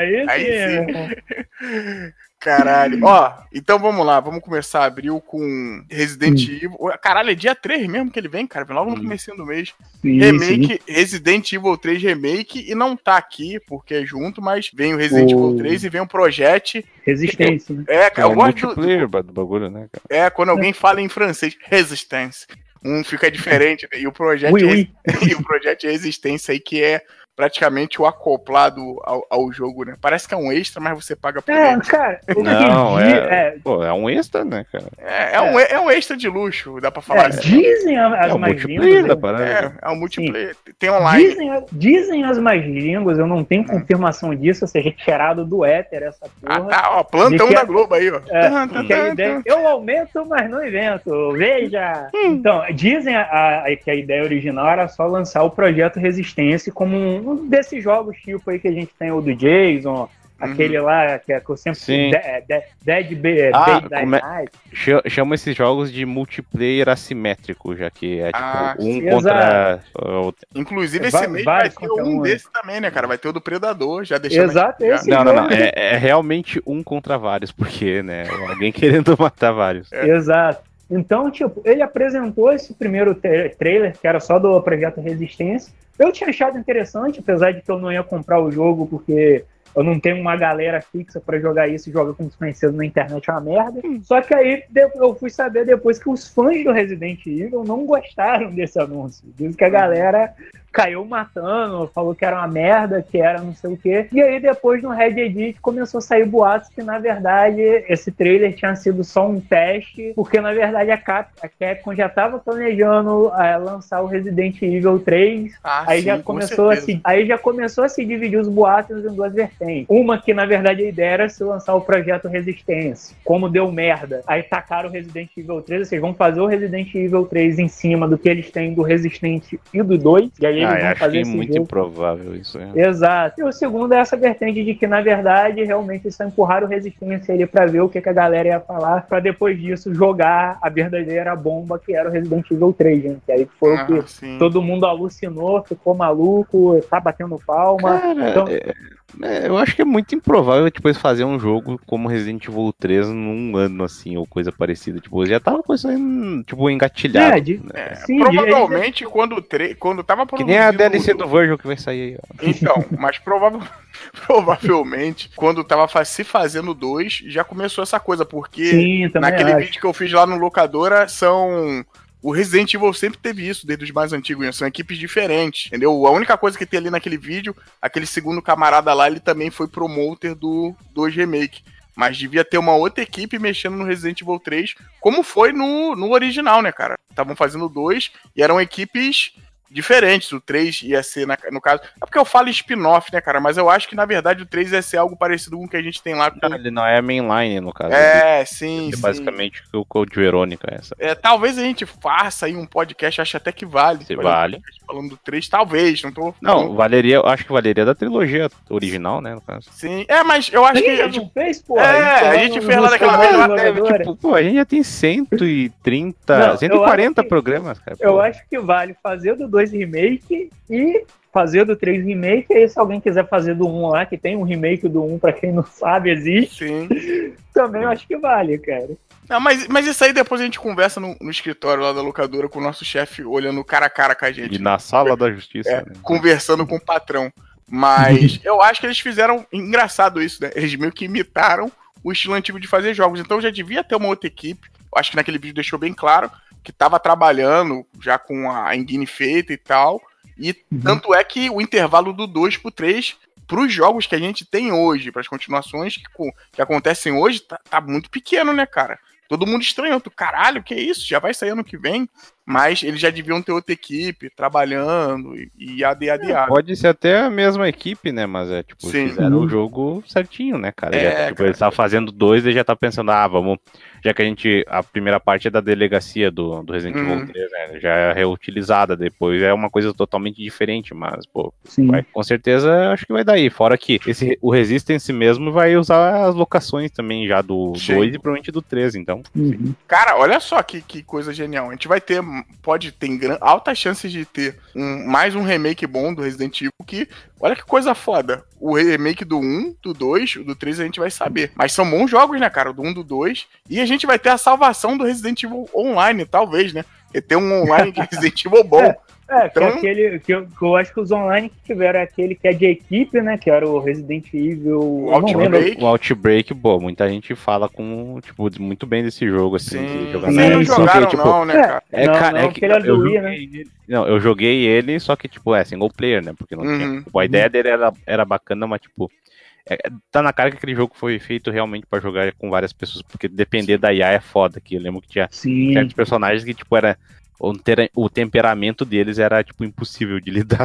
sim. Caralho. Ó, então vamos lá. Vamos começar abril com Resident Evil. Caralho, é dia 3 mesmo que ele vem, cara. Vem logo no comecinho do mês. Remake, Resident Evil 3 Remake. E não tá aqui, porque é junto, mas vem o Resident Evil 3 e vem o Project Resistência, né? eu gosto multiplayer do bagulho, né, cara? quando alguém fala em francês, Resistance. Fica diferente, né? E o Project e o Project Resistência aí, que é praticamente o acoplado ao jogo, né? Parece que é um extra, mas você paga por ele. Cara, é um extra, né, cara? É um extra de luxo, dá pra falar assim. Dizem as mais línguas. É um multiplayer. Tem online. Dizem as mais línguas, eu não tenho confirmação disso, ou seja, retirado do éter essa porra. Ó, plantão da Globo aí, ó. Que a ideia, eu aumento, mas não invento. Veja! Então, dizem que a ideia original era só lançar o projeto Resistência como um desses jogos tipo aí que a gente tem, o do Jason, aquele lá que eu sempre... Dead by Night. Chama esses jogos de multiplayer assimétrico, já que é tipo contra... Inclusive esse mês vai ter um desse também, né, cara? Vai ter o do Predador, já deixando... Exato, esse Não. É realmente um contra vários, porque, né, alguém querendo matar vários. Exato. Então, tipo, ele apresentou esse primeiro trailer, que era só do projeto Resistência. Eu tinha achado interessante, apesar de que eu não ia comprar o jogo, porque eu não tenho uma galera fixa pra jogar isso e joga com desconhecido na internet, é uma merda. Só que aí eu fui saber depois que os fãs do Resident Evil não gostaram desse anúncio. Diz que a galera caiu matando, falou que era uma merda, que era não sei o quê. E aí depois no Reddit começou a sair boatos que na verdade esse trailer tinha sido só um teste, porque na verdade a Capcom já estava planejando lançar o Resident Evil 3. Aí já começou a se dividir os boatos em duas vertentes. Resistência. Uma que, na verdade, a ideia era se lançar o projeto Resistência. Como deu merda. Aí tacaram o Resident Evil 3, vocês vão fazer o Resident Evil 3 em cima do que eles têm do Resistente e do 2. E aí eles vão fazer esse muito jogo. Improvável isso. Exato. E o segundo é essa vertente de que, na verdade, realmente eles só empurraram o Resistência ali pra ver o que a galera ia falar, pra depois disso jogar a verdadeira bomba que era o Resident Evil 3, gente. Que aí foi o que todo mundo alucinou, ficou maluco, tá batendo palma. Cara, então... eu acho que é muito improvável depois fazer um jogo como Resident Evil 3 num ano assim, ou coisa parecida. Tipo, já tava coisa tipo, engatilhado. Provavelmente quando tava produzindo... Que nem a DLC do Virgil que vai sair aí, ó. Então, mas provavelmente quando tava se fazendo 2, já começou essa coisa, porque naquele vídeo que eu fiz lá no Locadora o Resident Evil sempre teve isso, desde os mais antigos, né? São equipes diferentes, entendeu? A única coisa que tem ali naquele vídeo, aquele segundo camarada lá, ele também foi promoter do 2 Remake. Mas devia ter uma outra equipe mexendo no Resident Evil 3, como foi no original, né, cara? Estavam fazendo 2 e eram equipes diferentes. O 3 ia ser, no caso... É porque eu falo spin-off, né, cara? Mas eu acho que, na verdade, o 3 ia ser algo parecido com o que a gente tem lá. Não, ele não é mainline, no caso. Sim. Basicamente o Code Verônica. Talvez a gente faça aí um podcast, acho até que vale. Vale. Falando do 3, talvez, não tô... Não, acho que valeria da trilogia original, né, no caso. Sim, mas eu acho que... A gente fez, pô. A gente fez lá daquela vez. Tipo, a gente já tem 140 programas, cara. Eu acho que vale fazer do 2 Remake e fazer do 3 Remake, e aí se alguém quiser fazer do 1 lá, que tem um remake do 1, pra quem não sabe, existe. Sim. Também eu acho que vale, cara. Não, mas isso aí depois a gente conversa no escritório lá da locadora com o nosso chefe olhando cara a cara com a gente. E na sala da justiça. Né? Conversando com o patrão. Mas eu acho que eles fizeram... Engraçado isso, né? Eles meio que imitaram o estilo antigo de fazer jogos. Então já devia ter uma outra equipe. Eu acho que naquele vídeo deixou bem claro que tava trabalhando já com a engine feita e tal. E tanto é que o intervalo do 2 pro 3, pros jogos que a gente tem hoje, pras continuações que acontecem hoje, tá muito pequeno, né, cara? Todo mundo estranhou. Caralho, que isso? Já vai sair ano que vem? Mas eles já deviam ter outra equipe trabalhando e adiado. Pode ser até a mesma equipe, né? Mas fizeram o jogo certinho, né, cara? Eles estavam fazendo 2 e já tá pensando, vamos... Já que a primeira parte é da delegacia do Resident Evil 3, né? Já é reutilizada, depois é uma coisa totalmente diferente, mas, com certeza acho que vai daí. Fora que o Resistance mesmo vai usar as locações também já do 2 e provavelmente do 3, então. Cara, olha só que coisa genial. A gente vai ter, pode ter altas chances de ter mais um remake bom do Resident Evil, que, olha que coisa foda. O remake do 1, do 2, do 3 a gente vai saber. Mas são bons jogos, né, cara? Do 1, do 2. E a gente vai ter a salvação do Resident Evil Online, talvez, né? E ter um online de Resident Evil bom. Então... que eu acho que os online que tiveram aquele que é de equipe, né? Que era o Resident Evil... O Outbreak, muita gente fala muito bem desse jogo, assim. Vocês não jogaram não, né, cara? Porque ele é do Wii, né? Não, eu joguei ele, só que, single player, né? Porque não tinha... A ideia dele era bacana, mas, tá na cara que aquele jogo foi feito realmente pra jogar com várias pessoas, porque depender da IA é foda, que eu lembro que tinha certos personagens que, era... O temperamento deles era, impossível de lidar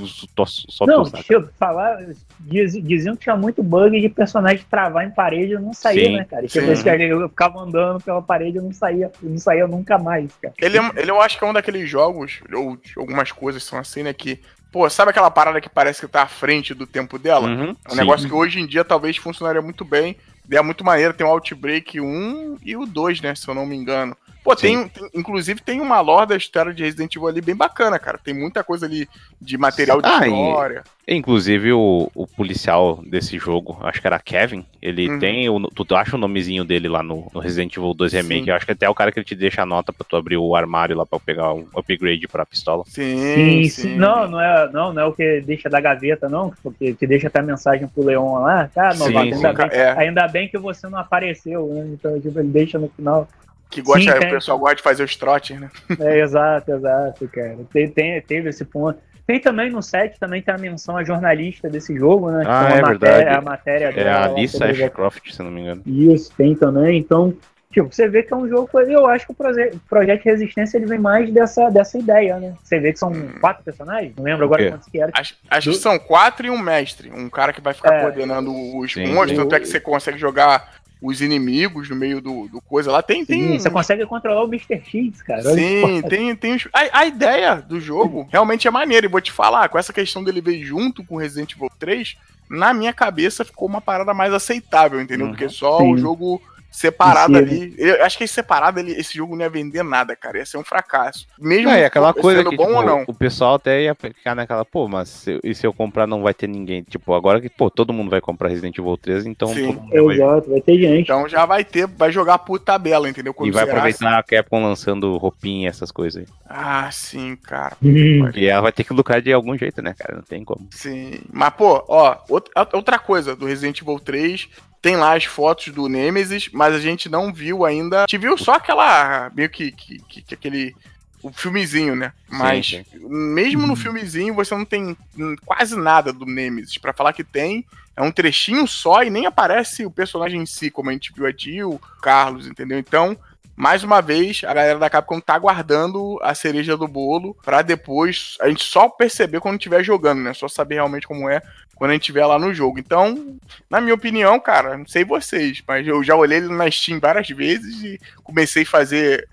deixa eu falar, diziam que tinha muito bug de personagem travar em parede e não saía, né, cara? Eu ficava andando pela parede e não saía nunca mais, cara. Ele eu acho que é um daqueles jogos, ou algumas coisas são assim, né, que... sabe aquela parada que parece que tá à frente do tempo dela? É um negócio que hoje em dia talvez funcionaria muito bem, é muito maneiro, tem o Outbreak 1 e o 2, né, se eu não me engano. Inclusive tem uma lore da história de Resident Evil ali bem bacana, cara. Tem muita coisa ali de material de história. Inclusive o policial desse jogo, acho que era Kevin, ele tem, tu acha o nomezinho dele lá no Resident Evil 2 Remake, eu acho que até é o cara que ele te deixa a nota pra tu abrir o armário lá pra pegar um upgrade pra pistola. Sim. Não é o que deixa da gaveta, não, porque te deixa até a mensagem pro Leon lá, ainda bem que você não apareceu, né? Então ele deixa no final. Que o pessoal gosta de fazer os trotes, né? Exato, cara. Teve esse ponto. Tem também no set, também tem a menção à jornalista desse jogo, né? É verdade. A matéria dela. É a Alissa Ashcroft, se não me engano. Isso, tem também. Então, Tipo, você vê que é um jogo. Eu acho que o Projeto Resistência ele vem mais dessa ideia, né? Você vê que são 4 personagens, não lembro agora quantos que era. Acho que são 4 e um mestre. Um cara que vai ficar coordenando os monstros, tanto é que você consegue jogar os inimigos no meio do coisa lá. Tem. Você consegue controlar o Mr. X, cara. Sim, tem os. A ideia do jogo realmente é maneira. E vou te falar, com essa questão dele vir junto com Resident Evil 3, na minha cabeça ficou uma parada mais aceitável, entendeu? Do que só o jogo separado ali. Eu acho que separado esse jogo não ia vender nada, cara. Ia ser um fracasso. Mesmo é aquela coisa que, bom tipo, ou não. O pessoal até ia ficar naquela, pô, mas e se eu comprar não vai ter ninguém? Tipo, agora que, pô, todo mundo vai comprar Resident Evil 3, então todo mundo vai ter gente. Então já vai jogar por tabela, entendeu? Quando e vai aproveitar a Capcom lançando roupinha, essas coisas aí. Ah, sim, cara. E ela vai ter que lucrar de algum jeito, né, cara? Não tem como. Sim. Mas, pô, ó, outra coisa do Resident Evil 3... Tem lá as fotos do Nemesis, mas a gente não viu ainda. A gente viu só aquela. Meio que aquele. O filmezinho, né? Mas sim. Mesmo no filmezinho você não tem quase nada do Nemesis. Pra falar que tem, é um trechinho só e nem aparece o personagem em si, como a gente viu a Jill, o Carlos, entendeu? Então, mais uma vez, a galera da Capcom tá guardando a cereja do bolo pra depois a gente só perceber quando estiver jogando, né? Só saber realmente como é quando a gente estiver lá no jogo. Então, na minha opinião, cara, não sei vocês, mas eu já olhei ele na Steam várias vezes e comecei a fazer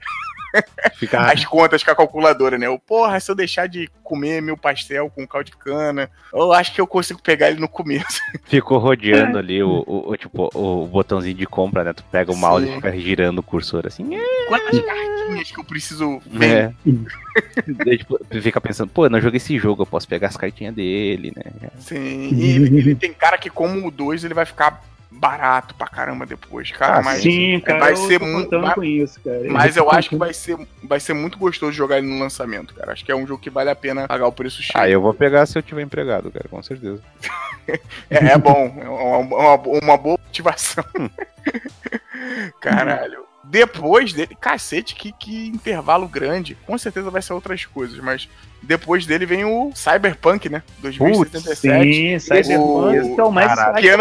as contas com a calculadora, né? Porra, se eu deixar de comer meu pastel com caldo de cana, eu acho que eu consigo pegar ele no começo. Ficou rodeando ali o botãozinho de compra, né? Tu pega o mouse e fica girando o cursor assim. Quantas cartinhas que eu preciso ver? Daí, tipo, fica pensando, pô, eu não joguei esse jogo, eu posso pegar as cartinhas dele, né? Sim, e ele tem cara que como o 2 ele vai ficar barato pra caramba depois, cara. Mas sim, cara, vai ser muito. Com isso, cara. Mas eu acho que vai ser muito gostoso jogar ele no lançamento, cara. Acho que é um jogo que vale a pena pagar o preço cheio. Eu vou pegar se eu tiver empregado, cara, com certeza. É bom, é uma boa motivação. Caralho. Depois dele, cacete, que intervalo grande. Com certeza vai ser outras coisas, mas depois dele vem o Cyberpunk, né? 2077. Sim, Cyberpunk, que é o mais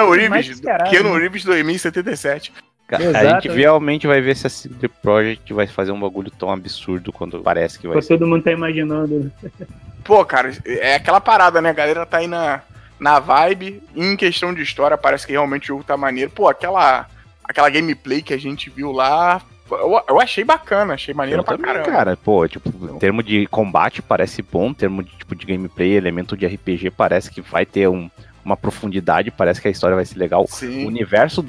Keanu Reeves 2077. A gente realmente vai ver se a CD Projekt vai fazer um bagulho tão absurdo quanto parece que vai ser. Todo mundo tá imaginando. Pô, cara, é aquela parada, né? A galera tá aí na vibe. Em questão de história, parece que realmente o jogo tá maneiro. Pô, aquela gameplay que a gente viu lá, eu achei bacana, achei maneiro pra caramba. Cara, pô, tipo, em termos de combate parece bom, em termos de tipo de gameplay, elemento de RPG, parece que vai ter uma profundidade, parece que a história vai ser legal. Sim. O universo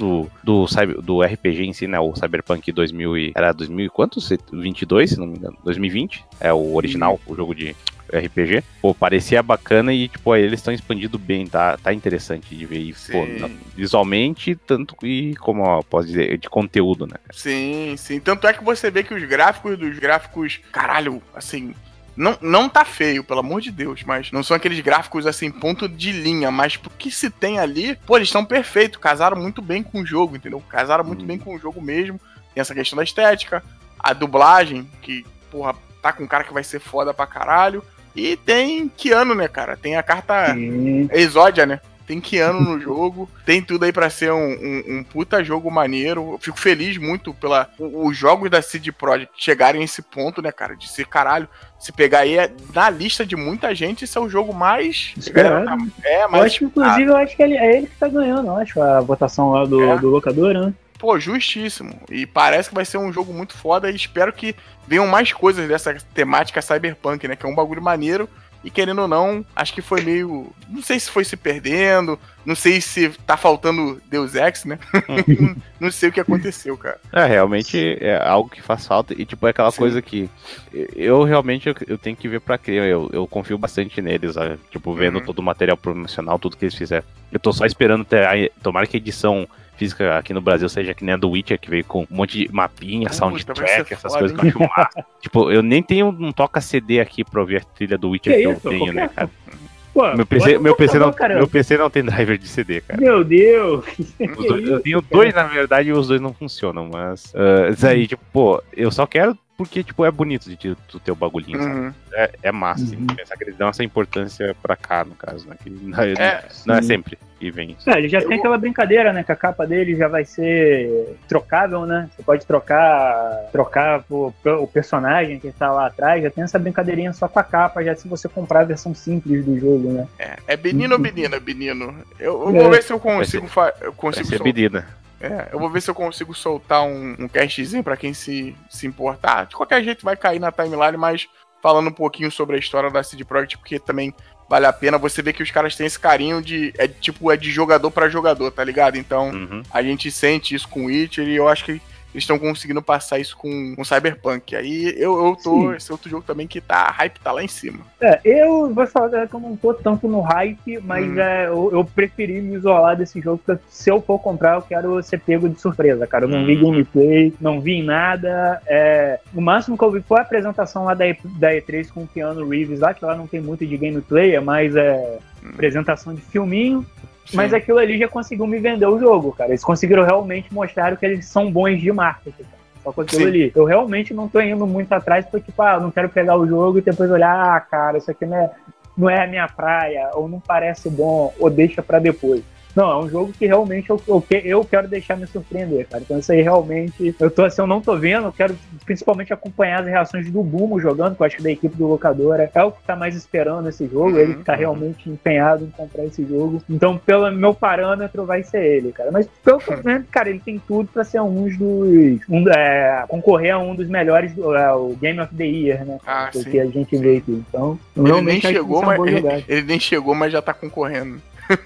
do RPG em si, né, o Cyberpunk 2000 era 2000 e quantos? 22, se não me engano, 2020, é o original, o jogo de RPG, pô, parecia bacana e, tipo, aí eles estão expandindo bem, tá interessante de ver, pô, visualmente, tanto e, como eu posso dizer, de conteúdo, né? Sim, tanto é que você vê que os gráficos, caralho, assim, não tá feio, pelo amor de Deus, mas não são aqueles gráficos, assim, ponto de linha, mas o que se tem ali, pô, eles estão perfeitos, casaram muito bem com o jogo, entendeu? Casaram muito bem com o jogo mesmo, tem essa questão da estética, a dublagem, que, porra, tá com um cara que vai ser foda pra caralho. E tem Keanu, né, cara? Tem a carta Exódia, né? Tem Keanu no jogo. Tem tudo aí pra ser um puta jogo maneiro. Eu fico feliz muito os jogos da CD Projekt chegarem a esse ponto, né, cara? De ser, caralho, se pegar aí na lista de muita gente, esse é o jogo mais... Esperado. Mais... Eu acho que, inclusive, eu acho que é ele que tá ganhando, eu acho, a votação lá do locador, né? Pô, justíssimo. E parece que vai ser um jogo muito foda e espero que venham mais coisas dessa temática cyberpunk, né? Que é um bagulho maneiro e, querendo ou não, acho que foi meio... Não sei se foi se perdendo, não sei se tá faltando Deus Ex, né? Não sei o que aconteceu, cara. Realmente é algo que faz falta e, tipo, é aquela coisa que eu realmente eu tenho que ver pra crer. Eu confio bastante neles, sabe? Tipo, vendo todo o material promocional, tudo que eles fizeram. Eu tô só esperando tomara que a edição física aqui no Brasil seja que nem a do Witcher, que veio com um monte de mapinha, soundtrack, essas coisas que eu acho massa. Tipo, eu nem tenho um toca-CD aqui pra ouvir a trilha do Witcher que eu tenho, né, cara? Pô, meu PC não tem driver de CD, cara. Meu Deus! Eu tenho dois, na verdade, e os dois não funcionam, mas... isso aí, tipo, pô, eu só quero porque, tipo, é bonito de tu ter o bagulhinho, sabe? É massa, assim, pensar que eles dão essa importância pra cá, no caso, né? Que não é sempre que vem isso. Ele já tem aquela brincadeira, né? Que a capa dele já vai ser trocável, né? Você pode trocar o personagem que tá lá atrás, já tem essa brincadeirinha só com a capa, já se você comprar a versão simples do jogo, né? É Benino ou Benina? Benino. Eu vou ver se eu consigo Benina. Eu vou ver se eu consigo soltar um castzinho pra quem se importar. De qualquer jeito vai cair na timeline, mas falando um pouquinho sobre a história da CD Projekt, porque também vale a pena. Você vê que os caras têm esse carinho de jogador pra jogador, tá ligado? Então, a gente sente isso com o Witcher e eu acho que eles estão conseguindo passar isso com Cyberpunk. Aí eu tô... Esse outro jogo também que a hype tá lá em cima. Eu vou falar que eu não tô tanto no hype, mas eu preferi me isolar desse jogo, porque se eu for comprar, eu quero ser pego de surpresa, cara. Eu não vi gameplay, não vi nada. O máximo que eu vi foi a apresentação lá da E3 com o Keanu Reeves lá, que lá não tem muito de gameplay, é mais apresentação de filminho. Sim. Mas aquilo ali já conseguiu me vender o jogo, cara. Eles conseguiram realmente mostrar que eles são bons de marketing, cara. Só com aquilo ali. Eu realmente não tô indo muito atrás porque, tipo, eu não quero pegar o jogo e depois olhar, cara, isso aqui não é a minha praia, ou não parece bom, ou deixa pra depois. Não, é um jogo que realmente eu quero deixar me surpreender, cara. Então isso aí realmente, eu não tô vendo, eu quero principalmente acompanhar as reações do Bumo jogando, que eu acho que da equipe do Locadora é o que tá mais esperando esse jogo, ele que tá realmente empenhado em comprar esse jogo. Então, pelo meu parâmetro, vai ser ele, cara. Mas pelo que eu vendo, cara, ele tem tudo pra ser concorrer a um dos melhores, o Game of the Year, né? Que a gente vê aqui. Então, ele nem chegou, mas já tá concorrendo.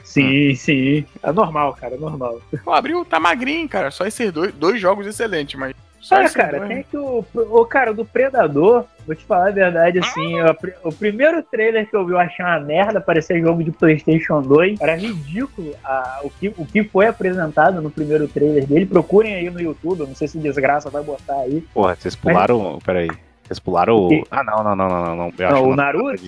Sim. É normal, cara, é normal. O Abril tá magrinho, cara. Só esses dois jogos excelentes, mas... cara, tem que cara, do Predador, vou te falar a verdade, assim, o primeiro trailer que eu vi eu achei uma merda, parecia jogo de PlayStation 2, era ridículo o que foi apresentado no primeiro trailer dele. Procurem aí no YouTube, não sei se Desgraça vai botar aí. Porra, vocês pularam, peraí. Vocês pularam o... não. O Naruto?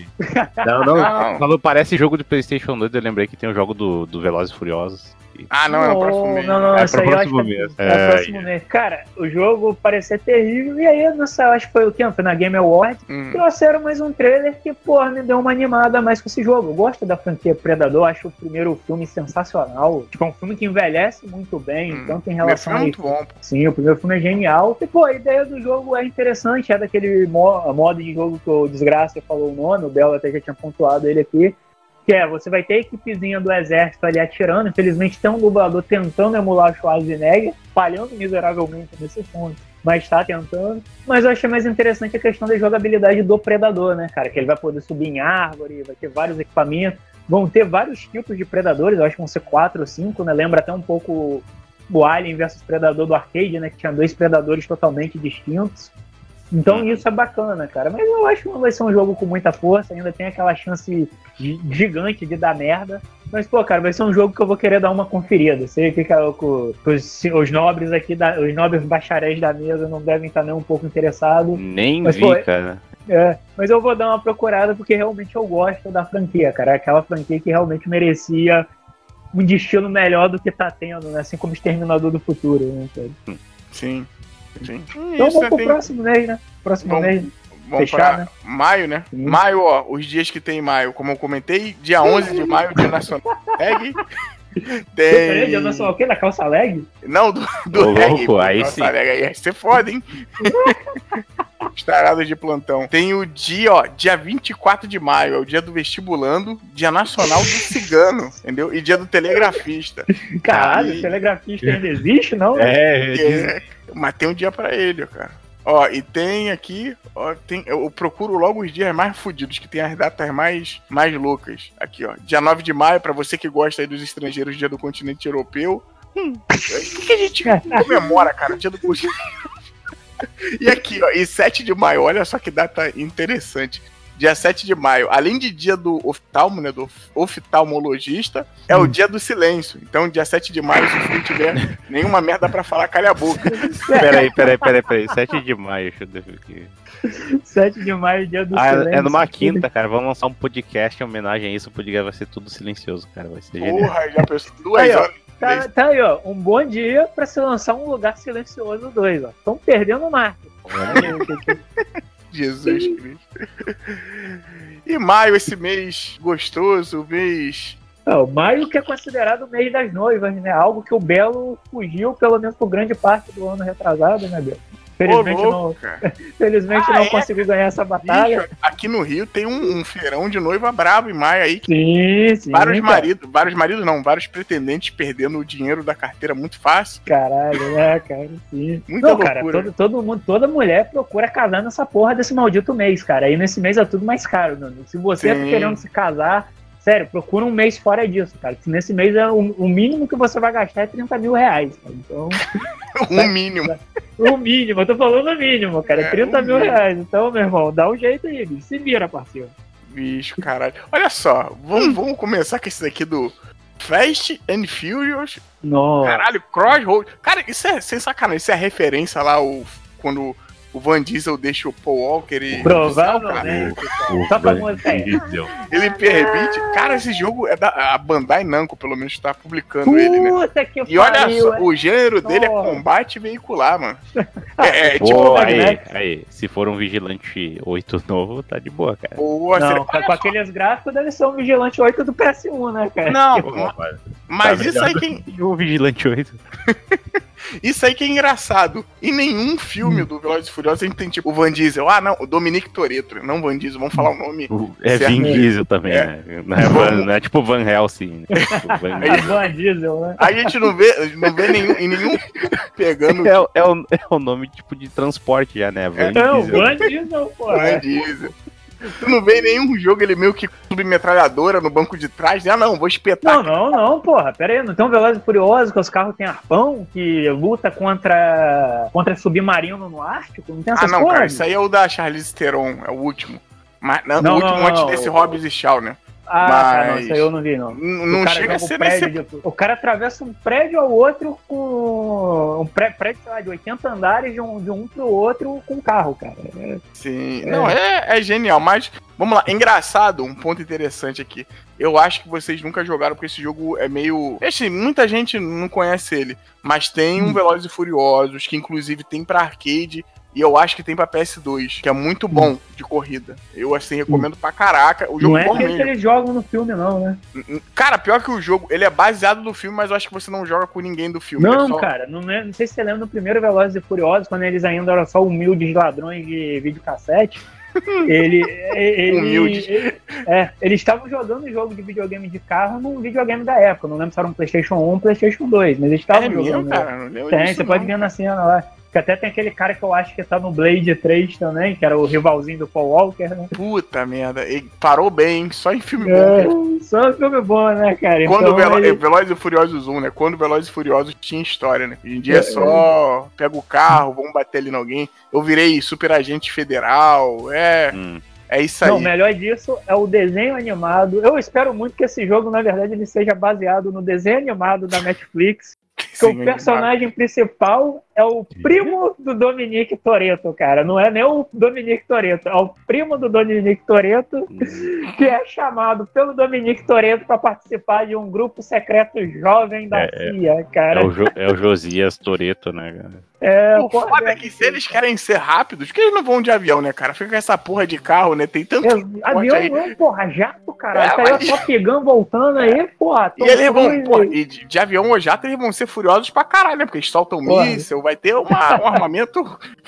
Não. Falou, parece jogo de PlayStation 2, eu lembrei que tem o jogo do Velozes e Furiosos. É o próximo mês. Não, isso aí eu acho que é o próximo mês. Cara, o jogo parecia terrível, e aí, não sei, eu acho que foi o quê? Foi na Game Awards, trouxeram mais um trailer que, me deu uma animada mais com esse jogo. Eu gosto da franquia Predador, acho o primeiro filme sensacional. Tipo, é um filme que envelhece muito bem, tanto em relação a... muito bom. Sim, o primeiro filme é genial. E, a ideia do jogo é interessante, é daquele modo de jogo que o Desgraça falou o nome, o Belo até já tinha pontuado ele aqui, que você vai ter a equipezinha do exército ali atirando. Infelizmente tem um dublador tentando emular o Schwarzenegger, falhando miseravelmente nesse ponto, mas está tentando. Mas eu achei mais interessante a questão da jogabilidade do Predador, né, cara? Que ele vai poder subir em árvore, vai ter vários equipamentos, vão ter vários tipos de predadores, eu acho que vão ser 4 ou 5, né? Lembra até um pouco o Alien vs Predador do arcade, né? Que tinha 2 predadores totalmente distintos. Então isso é bacana, cara. Mas eu acho que não vai ser um jogo com muita força. Ainda tem aquela chance gigante de dar merda. Mas, cara, vai ser um jogo que eu vou querer dar uma conferida. Sei que os nobres aqui, os nobres bacharéis da mesa não devem estar nem um pouco interessados. Cara. Mas eu vou dar uma procurada porque realmente eu gosto da franquia, cara. É aquela franquia que realmente merecia um destino melhor do que tá tendo, né? Assim como Exterminador do Futuro, né, cara? Sim. Então vamos pro próximo mês, né? Vamos fechar, pra maio, né? Sim. Maio, os dias que tem em maio, como eu comentei, dia 11 de maio, dia nacional leg. Tem... Dia nacional o quê? Da calça leg? Não, do leg. Louco, aí sim. Aí você foda, hein? Estarados de plantão. Tem o dia, dia 24 de maio, é o dia do vestibulando, dia nacional do cigano, entendeu? E dia do telegrafista. Caralho, o telegrafista ainda existe, não? Mas tem um dia pra ele, cara. E tem aqui, eu procuro logo os dias mais fodidos, que tem as datas mais loucas. Aqui, dia 9 de maio, pra você que gosta aí dos estrangeiros, dia do continente europeu. O que a gente comemora, cara? Dia do continente. E aqui, e 7 de maio, olha só que data interessante. Dia 7 de maio, além de dia do oftalmo, né, do oftalmologista, é o dia do silêncio. Então, dia 7 de maio, se não tiver nenhuma merda pra falar, calha a boca. Peraí. 7 de maio, deixa eu ver aqui. 7 de maio, dia do silêncio. É numa quinta, cara. Vamos lançar um podcast em homenagem a isso. O podcast vai ser tudo silencioso, cara. Vai ser genial. Porra, já pensou 2 horas. Tá aí, um bom dia pra se lançar Um Lugar Silencioso 2, Estão perdendo o marketing. Jesus Cristo. E maio, esse mês gostoso, mês... Não, maio que é considerado o mês das noivas, né? Algo que o Belo fugiu, pelo menos por grande parte do ano retrasado, né, Belo? Felizmente não conseguiu ganhar essa batalha. Bicho, aqui no Rio tem um feirão de noiva brabo em maio aí. Sim, vários maridos não, vários pretendentes perdendo o dinheiro da carteira muito fácil. Caralho, né, cara? Sim. Muita loucura. Cara, todo mundo, toda mulher procura casar nessa porra desse maldito mês, cara. Aí nesse mês é tudo mais caro, mano. Se você tá querendo se casar, sério, procura um mês fora disso, cara. Que nesse mês o mínimo que você vai gastar é 30 mil reais, cara. Então. O mínimo. O mínimo, eu tô falando o mínimo, cara. 30 mil reais. Então, meu irmão, dá um jeito aí, bicho. Se vira, parceiro. Bicho, caralho. Olha só, vamos começar com esse daqui do Fast and Furious. Nossa. Caralho, Crossroad. Cara, isso é sem sacanagem. Isso é referência lá quando o Van Diesel deixa o Paul Walker e... Provavelmente, cara. Ele permite... Cara, esse jogo é da Bandai Namco, pelo menos, tá publicando ele, né? E olha só, o gênero dele é combate veicular, mano. Tipo... Aí, se for um Vigilante 8 novo, tá de boa, cara. Não, com aqueles gráficos deve ser um Vigilante 8 do PS1, né, cara? Não, mas isso aí quem... O Vigilante 8... Isso aí que é engraçado. Em nenhum filme do Velozes e Furiosos a gente tem tipo o Van Diesel. Ah, não, o Dominic Toretto. Não Van Diesel, vamos falar o nome. É Vin Diesel também, né? Não é tipo Van Helsing. Né? Van Diesel, né? A gente não vê nenhum pegando. É o nome tipo de transporte já, né? Van Diesel, pô. Van Diesel. Tu não vê em nenhum jogo ele meio que submetralhadora no banco de trás, né? Ah, não, vou espetar. Não, porra, pera aí, não tem um Velozes e Furiosos que os carros têm arpão, que luta contra submarino no Ártico? Não tem essas coisas? Cara, isso aí é o da Charlize Theron, é o último. Mas, o último antes desse Hobbs e Shaw, né? Tá, não, isso aí eu não vi, não. Não chega a ser nesse... O cara atravessa um prédio ao outro com... Um prédio, sei lá, de 80 andares de um pro outro com um carro, cara. Sim, não, é genial, mas... Vamos lá, engraçado, um ponto interessante aqui. Eu acho que vocês nunca jogaram, porque esse jogo é meio... Assim, muita gente não conhece ele, mas tem um Velozes e Furiosos, que inclusive tem pra arcade... E eu acho que tem pra PS2, que é muito bom de corrida. Eu, assim, recomendo pra caraca. O jogo não é aquele que eles jogam no filme, não, né? Cara, pior que o jogo, ele é baseado no filme, mas eu acho que você não joga com ninguém do filme. Não, cara, não sei se você lembra do primeiro Velozes e Furiosos, quando eles ainda eram só humildes ladrões de videocassete. Eles estavam jogando um jogo de videogame de carro num videogame da época. Não lembro se era um PlayStation 1 ou um PlayStation 2, mas eles estavam jogando. Cara, não lembro disso, você pode ver na cena lá. Que até tem aquele cara que eu acho que tá no Blade 3 também, que era o rivalzinho do Paul Walker, né? Puta merda, ele parou bem, só em filme bom. Só em filme bom, né, cara? Quando então, Velozes e Furiosos 1, né? Quando Velozes e Furiosos tinha história, né? Hoje em dia é só pega o carro, vamos bater ali em alguém. Eu virei super agente federal, É isso aí. Não, o melhor disso é o desenho animado. Eu espero muito que esse jogo, na verdade, ele seja baseado no desenho animado da Netflix. Que o personagem principal é o primo do Dominic Toretto, cara. Não é nem o Dominic Toretto, é o primo do Dominic Toretto, que é chamado pelo Dominic Toretto para participar de um grupo secreto jovem da CIA, cara. É o Josias Toretto, né, cara? O foda é que se eles querem ser rápidos, porque eles não vão de avião, né, cara? Fica com essa porra de carro, né? Tem tanto. Avião aí. Não, porra, jato, cara. Tá aí só pegando, voltando aí, porra. E eles vão, porra, e de avião ou jato, eles vão ser furiosos pra caralho, né? Porque eles soltam míssil, vai ter um armamento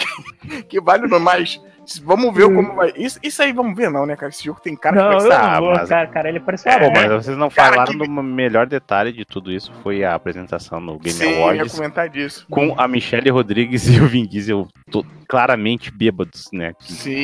que vale mais. Vamos ver como vai. Isso aí vamos ver, não, né, cara? Esse jogo tem cara que vai ser. Cara, ele parece uma mas vocês não falaram do melhor detalhe de tudo isso, foi a apresentação no Game Awards. Eu ia comentar disso. Com a Michelle Rodrigues e o Vin Diesel claramente bêbados, né? Sim.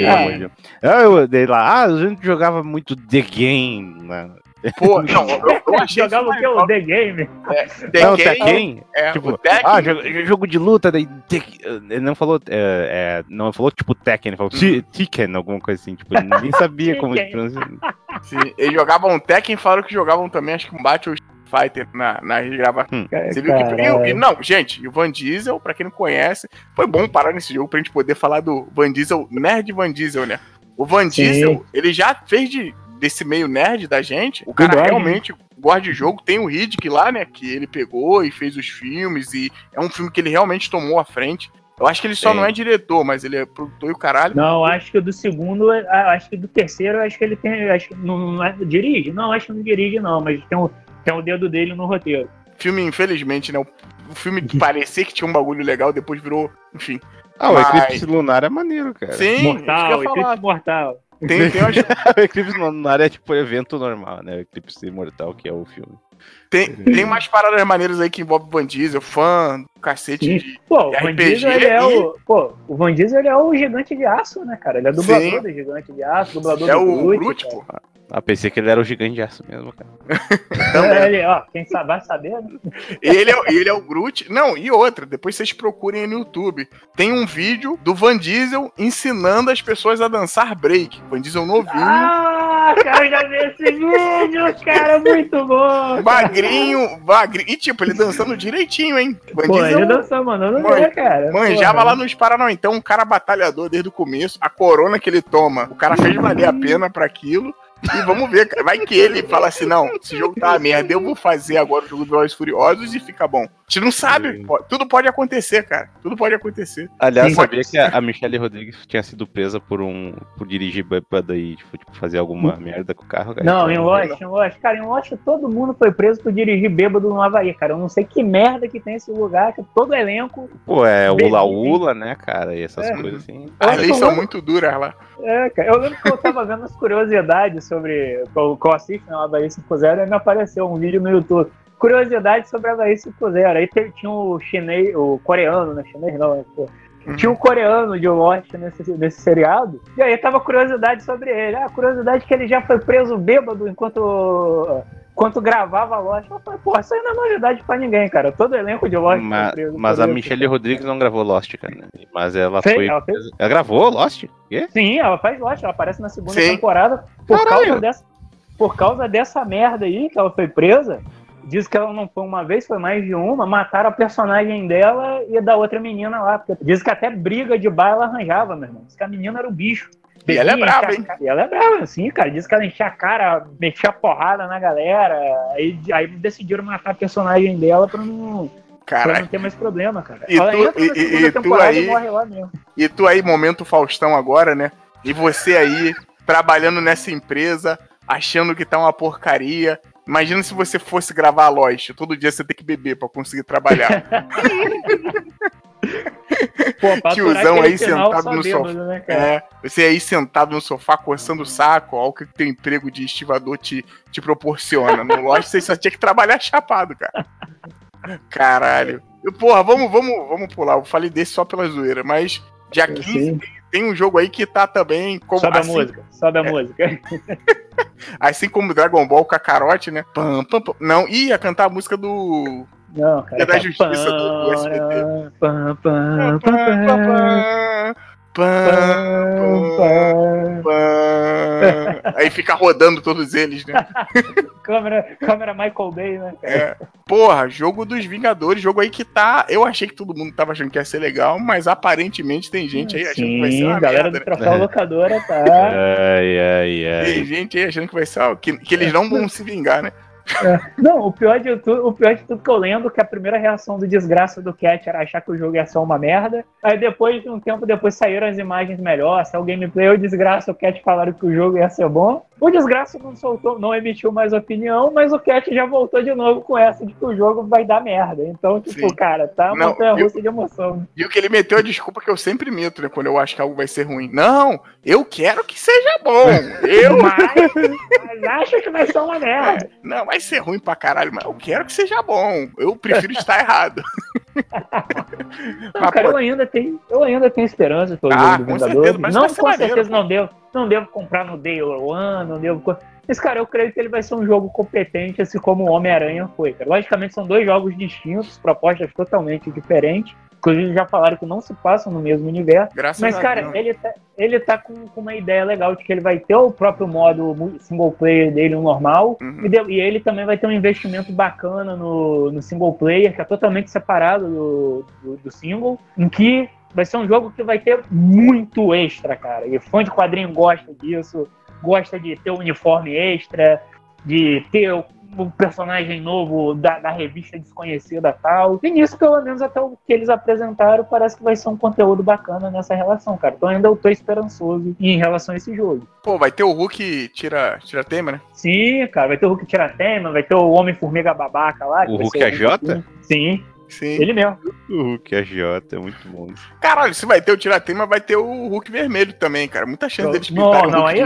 Eu dei lá, a gente jogava muito The Game, né? Pô, não, eu achei jogava o que? O The Game? The Game? Tipo, jogo de luta, daí ele não falou, não falou tipo Tekken, ele falou Tekken, alguma coisa assim, tipo, ninguém sabia como pronunciar. Sim, eles jogavam Tekken e falaram que jogavam também, acho que combate ou Fighter na regravação. Você viu que... Não, gente, o Van Diesel, pra quem não conhece, foi bom parar nesse jogo pra gente poder falar do Van Diesel, Nerd Van Diesel, né? O Van Diesel, ele já fez desse meio nerd da gente, o cara realmente gosta de jogo, tem o Riddick lá, né, que ele pegou e fez os filmes, e é um filme que ele realmente tomou à frente. Eu acho que ele só não é diretor, mas ele é produtor e o caralho. Não, acho que do segundo, acho que do terceiro, acho que ele tem. Acho que não dirige? Não, acho que não dirige, não, mas tem o dedo dele no roteiro. Filme, infelizmente, né? O filme parecia que tinha um bagulho legal, depois virou, enfim. O Eclipse Lunar é maneiro, cara. Sim, Mortal, Eclipse Mortal. O Eclipse Lunar é tipo evento normal, né? O Eclipse Mortal, que é o filme. Tem umas paradas maneiras aí que envolvem o Van Diesel, fã do cacete de o Van Diesel, o Van Diesel ele é o Gigante de Aço, né, cara? Ele é dublador do Gigante de Aço, dublador do Groot, pô. Pensei que ele era o Gigante de Aço mesmo, cara. Quem sabe vai saber, né? Ele é o Groot. Não, e outra, depois vocês procurem no YouTube. Tem um vídeo do Van Diesel ensinando as pessoas a dançar break. Van Diesel novinho. Cara, eu já vi esse vídeo, cara, muito bom. Magrinho. E tipo, ele dançando direitinho, hein? Van Diesel, ele dançou, mano, cara. Manjava lá nos Paraná. Então, um cara batalhador desde o começo. A corona que ele toma, o cara fez valer a pena pra aquilo. E vamos ver, cara. Vai que ele fala assim, não, esse jogo tá uma merda, eu vou fazer agora o jogo dos Velozes e Furiosos e fica bom. A gente não sabe, tudo pode acontecer, cara. Tudo pode acontecer. Aliás, sabia que a Michelle Rodrigues tinha sido presa por dirigir bêbada e tipo, fazer alguma merda com o carro, cara? Não, em Lost, cara, em Lost todo mundo foi preso por dirigir bêbado no Havaí, cara. Eu não sei que merda que tem esse lugar, que todo elenco... Pô, é ula-ula, né, cara, e essas coisas assim. As leis são muito duras lá. Cara, eu lembro que eu tava vendo as curiosidades sobre o que eu assisto no Havaí 5.0 e me apareceu um vídeo no YouTube. Curiosidades sobre a Havaí 5.0. Aí tinha o chinês, o coreano, né? Chinês não, pô. Tinha um coreano de Lost nesse seriado. E aí tava curiosidade sobre ele. A curiosidade que ele já foi preso bêbado enquanto gravava Lost. Eu falei, pô, isso aí não é novidade pra ninguém, cara. Todo elenco de Lost foi preso. Mas a Michelle Rodrigues não gravou Lost, cara. Mas ela foi... Ela gravou Lost? Quê? Sim, ela faz Lost. Ela aparece na segunda temporada por causa dessa merda aí que ela foi presa. Diz que ela não foi uma vez, foi mais de uma. Mataram a personagem dela e da outra menina lá. Diz que até briga de bar ela arranjava, meu irmão. Diz que a menina era o bicho. E ela é brava, hein? E ela é brava, sim, cara. Diz que ela enchia a cara, metia porrada na galera. Aí decidiram matar a personagem dela pra não ter mais problema, cara. E tu aí, momento Faustão agora, né? E você aí, trabalhando nessa empresa, achando que tá uma porcaria. Imagina se você fosse gravar a Lost. Todo dia você tem que beber pra conseguir trabalhar. Tiozão aí sentado no sofá. Né, você aí sentado no sofá, coçando o saco. Olha o que teu emprego de estivador te proporciona. No Lost você só tinha que trabalhar chapado, cara. Caralho. Porra, vamos pular. Eu falei desse só pela zoeira, mas dia 15 tem um jogo aí que tá também... Sobe a música. Assim como Dragon Ball Kakarote, né? Não, ia cantar a música do... Não, cara. Da Justiça do SBT. Aí fica rodando todos eles, né? câmera Michael Bay, né? Porra, jogo dos Vingadores, jogo aí que tá... Eu achei que todo mundo tava achando que ia ser legal, mas aparentemente tem gente aí achando que vai ser uma galera merda. Do Troféu Locadora tá... Tem gente aí achando que vai ser... Que eles não vão se vingar, né? Não, o pior de tudo que eu lembro que a primeira reação do desgraça do Cat era achar que o jogo ia ser uma merda. Aí depois de um tempo depois saíram as imagens melhores, saiu o gameplay, o desgraça o Cat falaram que o jogo ia ser bom. O desgraça não emitiu mais opinião, mas o Cat já voltou de novo com essa de que o jogo vai dar merda. Então, tipo, cara, tá uma montanha-russa de emoção. E o que ele meteu a desculpa que eu sempre meto, né, quando eu acho que algo vai ser ruim. Não, eu quero que seja bom. Mas acho que vai ser uma merda. Não, vai ser ruim pra caralho, mas eu quero que seja bom. Eu prefiro estar errado. Não, cara, eu ainda tenho esperança pelo jogo do Vingadores. Não, com certeza não devo comprar no Day One, não devo... Mas, cara, eu creio que ele vai ser um jogo competente, assim como o Homem-Aranha foi, cara. Logicamente, são dois jogos distintos, propostas totalmente diferentes. Inclusive, já falaram que não se passam no mesmo universo. Mas, cara, ele tá com uma ideia legal de que ele vai ter o próprio modo single player dele, o normal. E ele também vai ter um investimento bacana no single player, que é totalmente separado do single, em que vai ser um jogo que vai ter muito extra, cara. E fã de quadrinho gosta disso, gosta de ter um uniforme extra, de ter um personagem novo da revista desconhecida e tal. E nisso, pelo menos até o que eles apresentaram, parece que vai ser um conteúdo bacana nessa relação, cara. Então ainda eu tô esperançoso em relação a esse jogo. Pô, vai ter o Hulk tira-tema, né? Sim, cara, vai ter o Hulk tira-tema, vai ter o Homem-Formiga babaca lá. O Hulk AJ? Sim. Sim. Ele mesmo. O Hulk AJ é muito bom. Caralho, se vai ter o tira-tema, vai ter o Hulk vermelho também, cara. Muita chance deles pintarem o Hulk aí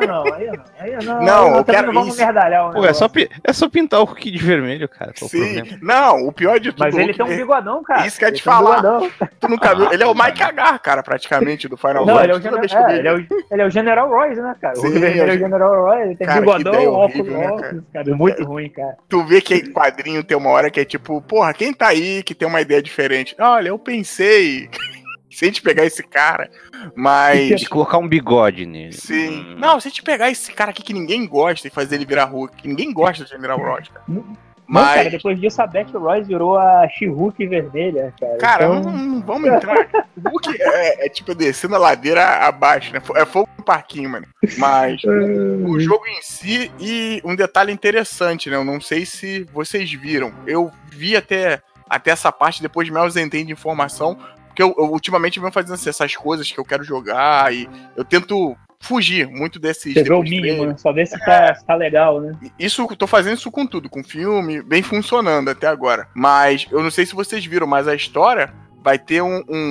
não. Não, eu quero vamos merdalhar. Pô, é só pintar o Hulk de vermelho, cara. Sim. Não, o pior de tudo... Mas ele tem um bigodão, cara. Isso que eu ia te falar. Tu nunca viu? Ele é o Mike Agar, cara, praticamente, do Final Fantasy. Ele é o General Royce, né, cara? Sim, o vermelho é o General Royce. Ele tem bigodão, óculos, né, cara. É muito ruim, cara. Tu vê que quadrinho tem uma hora que é tipo, porra, quem tá aí que tem uma ideia diferente? Olha, eu pensei... Se a gente pegar esse cara, mas... E colocar um bigode nele. Sim. Não, se a gente pegar esse cara aqui que ninguém gosta e fazer ele virar Hulk, ninguém gosta de General Ross, cara. Mas, cara, depois disso a Betty Ross virou a She-Hulk vermelha, cara. Cara, então... não vamos entrar. O Hulk é tipo descendo a ladeira abaixo, né? É fogo no parquinho, mano. Mas o jogo em si, e um detalhe interessante, né? Eu não sei se vocês viram. Eu vi até essa parte, depois me ausentei de informação, porque eu ultimamente venho fazendo essas coisas que eu quero jogar e eu tento fugir muito desses... Você vê o mínimo, né? Só ver se tá legal, né? Tô fazendo isso com tudo, com filme, bem funcionando até agora. Mas eu não sei se vocês viram, mas a história vai ter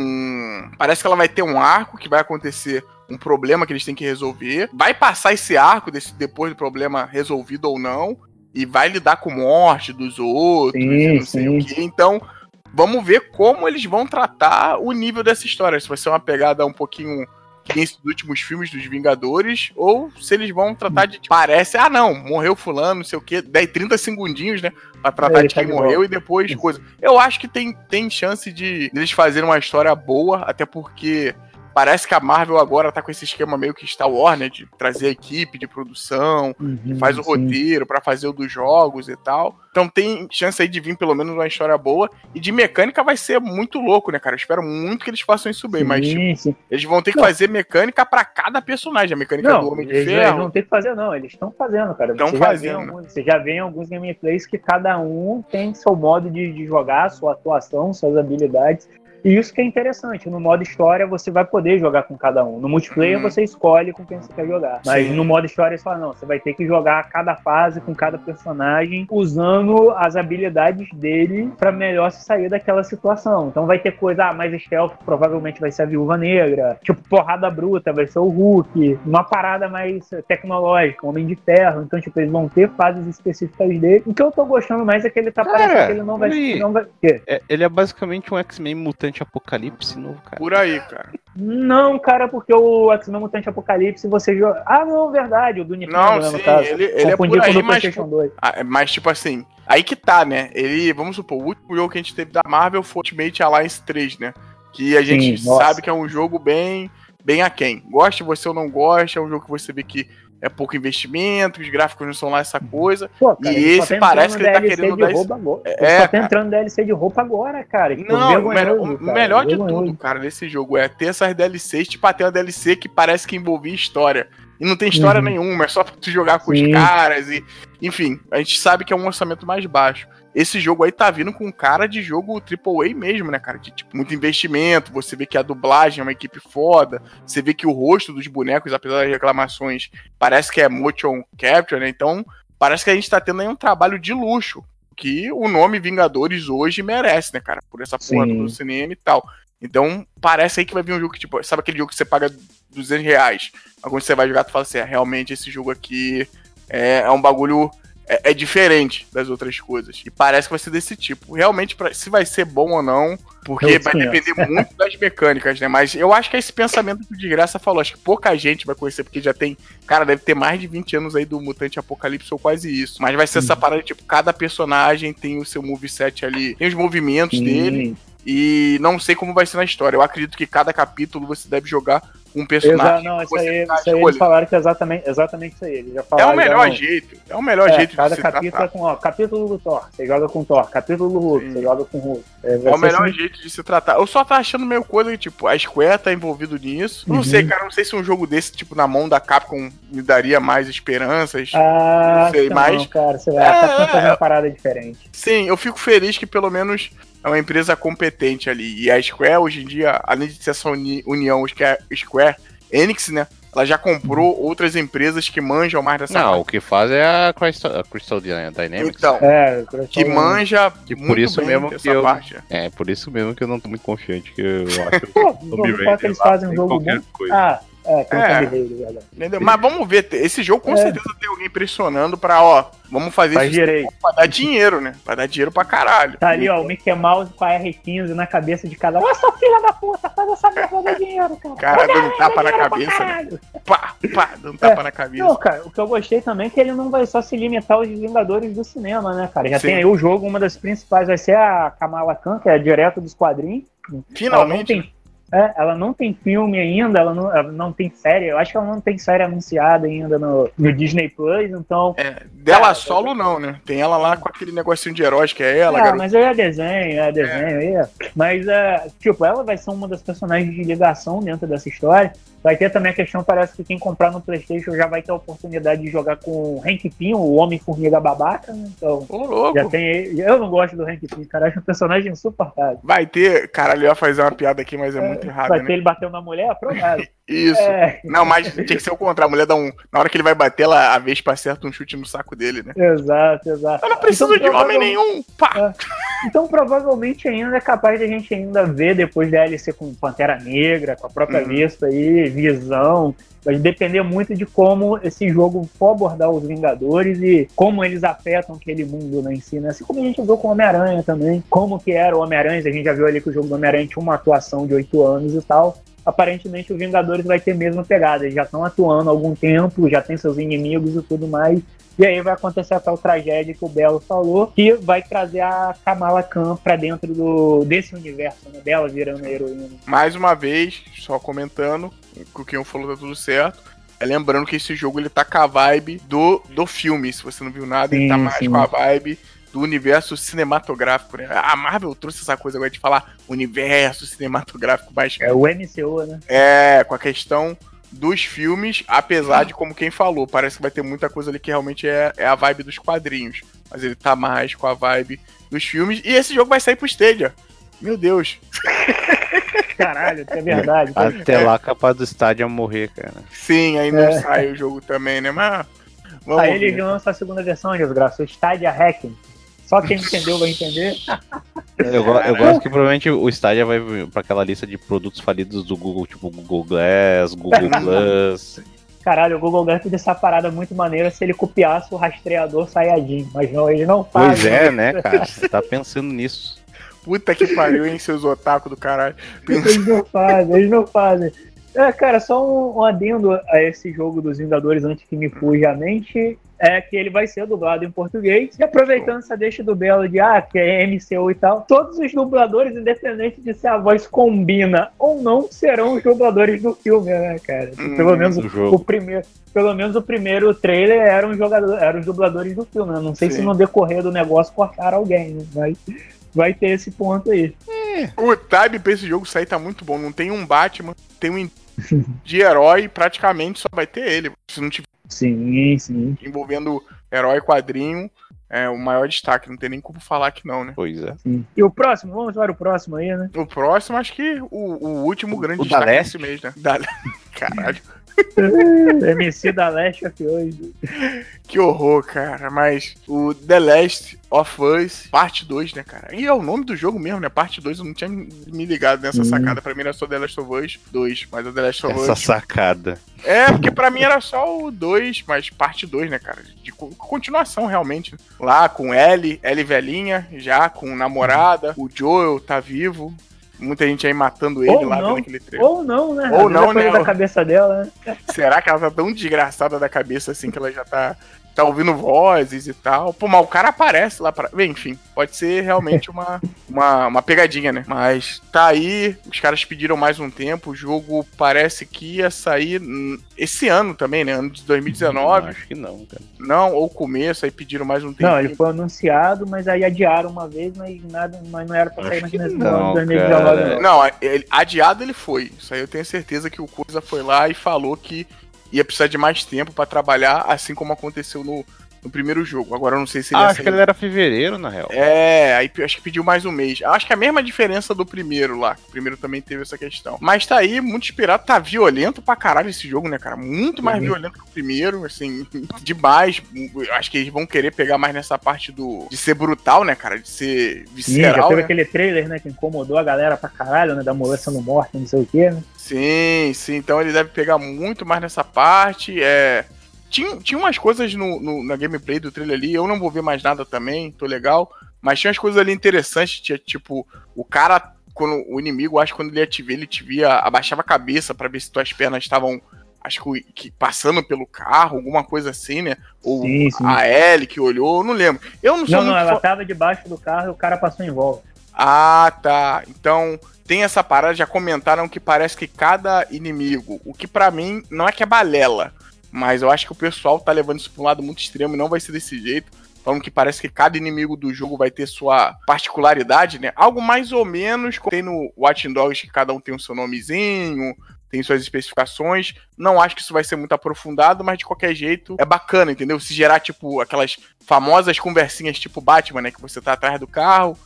parece que ela vai ter um arco que vai acontecer um problema que eles têm que resolver. Vai passar esse arco depois do problema resolvido ou não. E vai lidar com morte dos outros, não sei o quê. Então, vamos ver como eles vão tratar o nível dessa história. Se vai ser uma pegada um pouquinho que dos últimos filmes dos Vingadores, ou se eles vão tratar de... Parece, não, morreu fulano, não sei o quê, 30 segundinhos, né? Pra tratar de quem morreu e depois coisa. Eu acho que tem chance de eles fazerem uma história boa, até porque... Parece que a Marvel agora tá com esse esquema meio que Star Wars, né? De trazer a equipe de produção, que faz o roteiro pra fazer o dos jogos e tal. Então tem chance aí de vir pelo menos uma história boa. E de mecânica vai ser muito louco, né, cara? Eu espero muito que eles façam isso bem. Mas, tipo, eles vão ter que fazer mecânica pra cada personagem. A mecânica do Homem de Ferro. Eles não tem que fazer, não. Eles estão fazendo, cara. Você já vê em alguns gameplays que cada um tem seu modo de jogar, sua atuação, suas habilidades. E isso que é interessante, no modo história você vai poder jogar com cada um. No multiplayer você escolhe com quem você quer jogar. Mas no modo história você fala, não, você vai ter que jogar cada fase com cada personagem, usando as habilidades dele pra melhor se sair daquela situação. Então vai ter coisa, mais stealth provavelmente vai ser a Viúva Negra, tipo porrada bruta vai ser o Hulk, uma parada mais tecnológica, o Homem de Ferro. Então tipo, eles vão ter fases específicas dele. O que eu tô gostando mais é que ele tá parecendo que ele não vai... Ele é basicamente um X-Men mutante Apocalipse novo, cara. Por aí, cara. Não, cara, porque o X-Men Mutante Apocalipse você joga... não, verdade, o do Nintendo, não, né, sim, no caso. ele é por aí, mas tipo assim, aí que tá, né, vamos supor, o último jogo que a gente teve da Marvel foi Ultimate Alliance 3, né, que a gente sabe que é um jogo bem aquém. Goste você ou não goste, é um jogo que você vê que é pouco investimento, os gráficos não são lá essa coisa. Pô, cara, e esse parece que ele tá querendo dar isso. Só tá entrando DLC de roupa agora, cara. Não, o melhor de tudo, cara, nesse jogo é ter essas DLCs, tipo, ter uma DLC que parece que envolvia história. E não tem história nenhuma, é só pra tu jogar com os caras e... Enfim, a gente sabe que é um orçamento mais baixo. Esse jogo aí tá vindo com cara de jogo AAA mesmo, né, cara? De, tipo, muito investimento, você vê que a dublagem é uma equipe foda, você vê que o rosto dos bonecos, apesar das reclamações, parece que é motion capture, né? Então, parece que a gente tá tendo aí um trabalho de luxo, que o nome Vingadores hoje merece, né, cara? Por essa porra do cinema e tal. Então, parece aí que vai vir um jogo que, tipo, sabe aquele jogo que você paga R$200? Mas quando você vai jogar, tu fala assim, realmente esse jogo aqui é um bagulho... É diferente das outras coisas. E parece que vai ser desse tipo. Realmente, se vai ser bom ou não, porque vai depender muito das mecânicas, né? Mas eu acho que é esse pensamento que o Desgraça falou. Acho que pouca gente vai conhecer, porque já tem... Cara, deve ter mais de 20 anos aí do Mutante Apocalipse ou quase isso. Mas vai ser essa parada, tipo, cada personagem tem o seu moveset ali, tem os movimentos dele. E não sei como vai ser na história. Eu acredito que cada capítulo você deve jogar um personagem. Não, isso aí eles falaram que é exatamente isso aí. Eles já falaram, é o melhor jeito. É o melhor jeito de cada capítulo é com, capítulo do Thor, você joga com Thor. Capítulo do Hulk, você joga com Hulk. É o melhor jeito de se tratar. Eu só tô achando meio coisa que, tipo, a Square tá envolvido nisso. Não sei, cara, não sei se um jogo desse, tipo, na mão da Capcom me daria mais esperanças. Não sei, mas... Não, cara, você vai fazer uma parada diferente. Sim, eu fico feliz que pelo menos é uma empresa competente ali. E a Square, hoje em dia, além de ser essa união, que é a Square Enix, né? Ela já comprou outras empresas que manjam mais dessa parte. O que faz é a Crystal Dynamics. Então, que manja que por isso bem mesmo que parte. É, por isso mesmo que eu não tô muito confiante, que eu acho que que eles fazem um jogo bom. Entendeu? Mas vamos ver, esse jogo com certeza tem alguém pressionando pra, vamos fazer isso pra dar dinheiro, né? Pra dar dinheiro pra caralho. Tá ali, o Mickey Mouse com a R15 na cabeça de cada um. Nossa, filha da puta, faz essa merda dar dinheiro, cara. Cara, dando tapa na cabeça, né? Pá, dando tapa na cabeça. Não, cara, o que eu gostei também é que ele não vai só se limitar aos Vingadores do cinema, né, cara? Já tem aí o jogo, uma das principais vai ser a Kamala Khan, que é direto dos quadrinhos. Finalmente. Ela não tem filme ainda, ela não tem série, eu acho que ela não tem série anunciada ainda no Disney Plus, então... Dela solo não, né? Tem ela lá com aquele negocinho de heróis que é ela, mas aí é desenho. Mas, tipo, ela vai ser uma das personagens de ligação dentro dessa história. Vai ter também a questão, parece que quem comprar no PlayStation já vai ter a oportunidade de jogar com o Hank Pym, o Homem-Formiga babaca, né? Então, já tem... Eu não gosto do Hank Pym, cara, acho um personagem insuportável. Vai ter... Caralho, eu ia fazer uma piada aqui, mas é muito errado, vai ter ele bateu na mulher? Provável. Isso. Não, mas tinha que ser o contrário. A mulher dá na hora que ele vai bater, a Vespa acerta um chute no saco dele, né? Exato. Eu não preciso de homem nenhum. Pá! Então, provavelmente, ainda é capaz de a gente ainda ver depois da DLC com Pantera Negra, com a própria Vespa aí, Visão. Vai depender muito de como esse jogo for abordar os Vingadores e como eles afetam aquele mundo, né, em si, né? Assim como a gente viu com o Homem-Aranha também. Como que era o Homem-Aranha, a gente já viu ali que o jogo do Homem-Aranha tinha uma atuação de 8 anos e tal. Aparentemente o Vingadores vai ter a mesma pegada, eles já estão atuando há algum tempo, já tem seus inimigos e tudo mais, e aí vai acontecer a tal tragédia que o Belo falou, que vai trazer a Kamala Khan pra dentro desse universo, né, dela virando a heroína. Mais uma vez, só comentando, o que eu falou tá tudo certo, lembrando que esse jogo ele tá com a vibe do filme, se você não viu nada, ele tá mais com a vibe do universo cinematográfico, né? A Marvel trouxe essa coisa agora de falar universo cinematográfico, mas... É o MCU, né? Com a questão dos filmes, apesar de, como quem falou, parece que vai ter muita coisa ali que realmente é a vibe dos quadrinhos, mas ele tá mais com a vibe dos filmes, e esse jogo vai sair pro Stadia. Meu Deus. Caralho, é verdade. Até lá, capaz do Stadia morrer, cara. Sim, aí não sai o jogo também, né? Mas... Aí eles lançam a segunda versão, desgraça, o Stadia Hacking. Só quem entendeu vai entender. Eu gosto que provavelmente o Stadia vai pra aquela lista de produtos falidos do Google, tipo Google Glass, Google Plus. Caralho, o Google Glass podia ser uma parada muito maneira se ele copiasse o rastreador Saiyajin, mas não, ele não faz. Pois é, né, cara? Você tá pensando nisso. Puta que pariu, hein, seus otaku do caralho. Eles não fazem. Cara, só um adendo a esse jogo dos Vingadores antes que me fuja a mente, é que ele vai ser dublado em português. E aproveitando essa deixa do Belo de que é MCU e tal, todos os dubladores, independente de se a voz combina ou não, serão os dubladores do filme, né, cara? Pelo menos o primeiro trailer eram os dubladores do filme, né? Não sei se no decorrer do negócio cortaram alguém, né? Mas vai ter esse ponto aí. O time pra esse jogo sair tá muito bom. Não tem um Batman, tem um de herói, praticamente só vai ter ele. Se não tiver envolvendo herói quadrinho, é o maior destaque. Não tem nem como falar que não, né? Pois é. Sim. E o próximo? Vamos para o próximo aí, né? O próximo, acho que o último grande destaque desse mês, né? Caralho. MC da Last of Us. Que horror, cara. Mas o The Last of Us Parte 2, né, cara? E é o nome do jogo mesmo, né? Parte 2, eu não tinha me ligado nessa sacada. Pra mim era só The Last of Us 2, mas o The Last of Us... Essa sacada. Porque pra mim era só o 2, mas parte 2, né, cara? De continuação, realmente. Lá com Ellie velhinha, já com namorada. O Joel tá vivo. Muita gente aí matando ele lá vendo aquele trailer. Ou não, né? Ou não, né? Da cabeça dela, né? Será que ela tá tão desgraçada da cabeça assim que ela já tá tá ouvindo vozes e tal. Pô, mas o cara aparece lá pra... Enfim, pode ser realmente uma pegadinha, né? Mas tá aí, os caras pediram mais um tempo, o jogo parece que ia sair esse ano também, né? Ano de 2019. Acho que não, cara. Não, ou começo, aí pediram mais um tempo. Não, ele foi anunciado, mas aí adiaram uma vez, mas não era pra sair nesse ano de 2019. Não, adiado ele foi. Isso aí eu tenho certeza que o Coisa foi lá e falou que ia precisar de mais tempo pra trabalhar, assim como aconteceu no primeiro jogo. Agora eu não sei se ele acho que ele era fevereiro, na real. Aí acho que pediu mais um mês. Acho que é a mesma diferença do primeiro lá. O primeiro também teve essa questão. Mas tá aí, muito inspirado. Tá violento pra caralho esse jogo, né, cara? Muito mais violento que o primeiro, assim, demais. Acho que eles vão querer pegar mais nessa parte de ser brutal, né, cara? De ser visceral. Sim, já teve né? aquele trailer, né, que incomodou a galera pra caralho, né, da mulher sendo morta, não sei o quê, né? Sim. Então ele deve pegar muito mais nessa parte. Tinha umas coisas na gameplay do trailer ali, eu não vou ver mais nada também, tô legal, mas tinha umas coisas ali interessantes, tinha tipo, o cara, quando o inimigo, acho que quando ele te via, abaixava a cabeça pra ver se tuas pernas estavam, acho que passando pelo carro, alguma coisa assim, né? Ou sim. A Ellie que olhou, eu não lembro. Eu não sou Não, ela tava debaixo do carro e o cara passou em volta. Ah, tá. Então, tem essa parada, já comentaram que parece que cada inimigo, o que pra mim não é que é balela, mas eu acho que o pessoal tá levando isso pra um lado muito extremo e não vai ser desse jeito. Falando que parece que cada inimigo do jogo vai ter sua particularidade, né? Algo mais ou menos como tem no Watch Dogs, que cada um tem o seu nomezinho, tem suas especificações. Não acho que isso vai ser muito aprofundado, mas de qualquer jeito é bacana, entendeu? Se gerar, tipo, aquelas famosas conversinhas tipo Batman, né? Que você tá atrás do carro.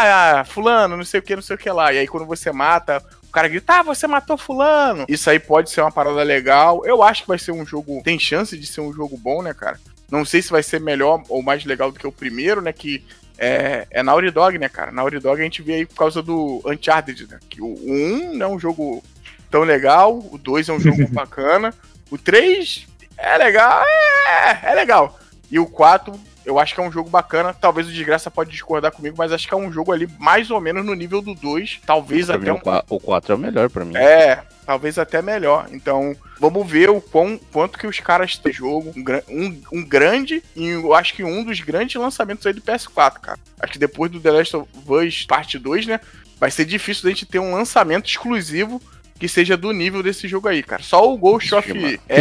Fulano, não sei o que lá. E aí quando você mata... O cara grita, você matou fulano. Isso aí pode ser uma parada legal. Eu acho que vai ser um jogo... Tem chance de ser um jogo bom, né, cara? Não sei se vai ser melhor ou mais legal do que o primeiro, né? Que é Naughty Dog, né, cara? Naughty Dog a gente vê aí por causa do Uncharted, né? Que o 1 não é um jogo tão legal. O 2 é um jogo bacana. O 3 é legal. É legal. E o 4... Eu acho que é um jogo bacana. Talvez o Desgraça pode discordar comigo, mas acho que é um jogo ali mais ou menos no nível do 2. Talvez pra até mim, o 4 é o melhor pra mim. Talvez até melhor. Então, vamos ver quanto que os caras têm jogo. Um grande, e eu acho que um dos grandes lançamentos aí do PS4, cara. Acho que depois do The Last of Us Parte 2, né? Vai ser difícil da gente ter um lançamento exclusivo que seja do nível desse jogo aí, cara. Só o Ghost of...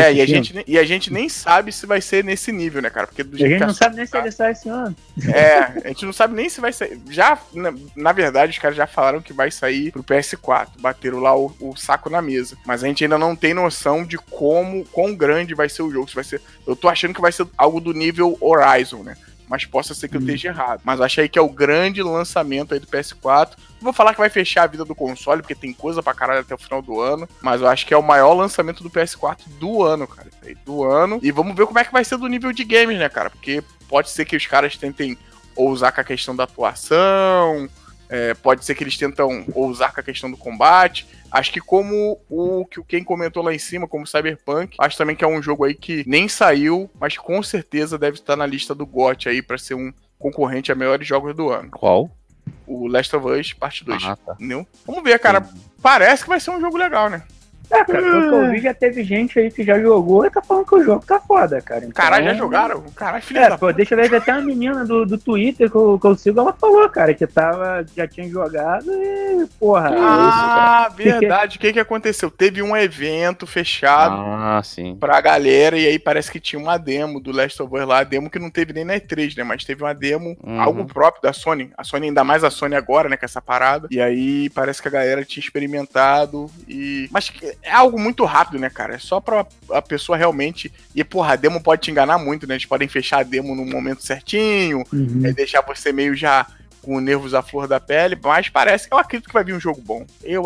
E a gente nem sabe se vai ser nesse nível, né, cara? Porque do jeito a gente não sabe nem se ele sai esse ano. A gente não sabe nem se vai sair. Já, na verdade, os caras já falaram que vai sair pro PS4. Bateram lá o saco na mesa. Mas a gente ainda não tem noção de quão grande vai ser o jogo. Se vai ser... Eu tô achando que vai ser algo do nível Horizon, né? Mas possa ser que eu esteja errado. Mas acho aí que é o grande lançamento aí do PS4. Não vou falar que vai fechar a vida do console, porque tem coisa pra caralho até o final do ano. Mas eu acho que é o maior lançamento do PS4 do ano, cara. Do ano. E vamos ver como é que vai ser do nível de games, né, cara? Porque pode ser que os caras tentem ousar com a questão da atuação. Pode ser que eles tentam ousar com a questão do combate. Acho que como o que quem comentou lá em cima, como Cyberpunk, acho também que é um jogo aí que nem saiu, mas com certeza deve estar na lista do GOT aí pra ser um concorrente a melhores jogos do ano. Qual? O Last of Us Parte 2. Tá. Entendeu? Vamos ver, cara. Parece que vai ser um jogo legal, né? Cara, pelo que eu vi, já teve gente aí que já jogou e tá falando que o jogo tá foda, cara. Então, caralho, já jogaram? Caralho, filho da puta. Deixa eu ver, até uma menina do Twitter que eu sigo, ela falou, cara, que já tinha jogado e, porra. Verdade. O que aconteceu? Teve um evento fechado sim. Pra galera, e aí parece que tinha uma demo do Last of Us lá, a demo que não teve nem na E3, né, mas teve uma demo, algo próprio da Sony, ainda mais a Sony agora, né, com essa parada, e aí parece que a galera tinha experimentado, mas é algo muito rápido, né, cara? É só pra a pessoa realmente... E, porra, a demo pode te enganar muito, né? Eles podem fechar a demo no momento certinho, deixar você meio já com nervos à flor da pele, mas parece que eu acredito que vai vir um jogo bom.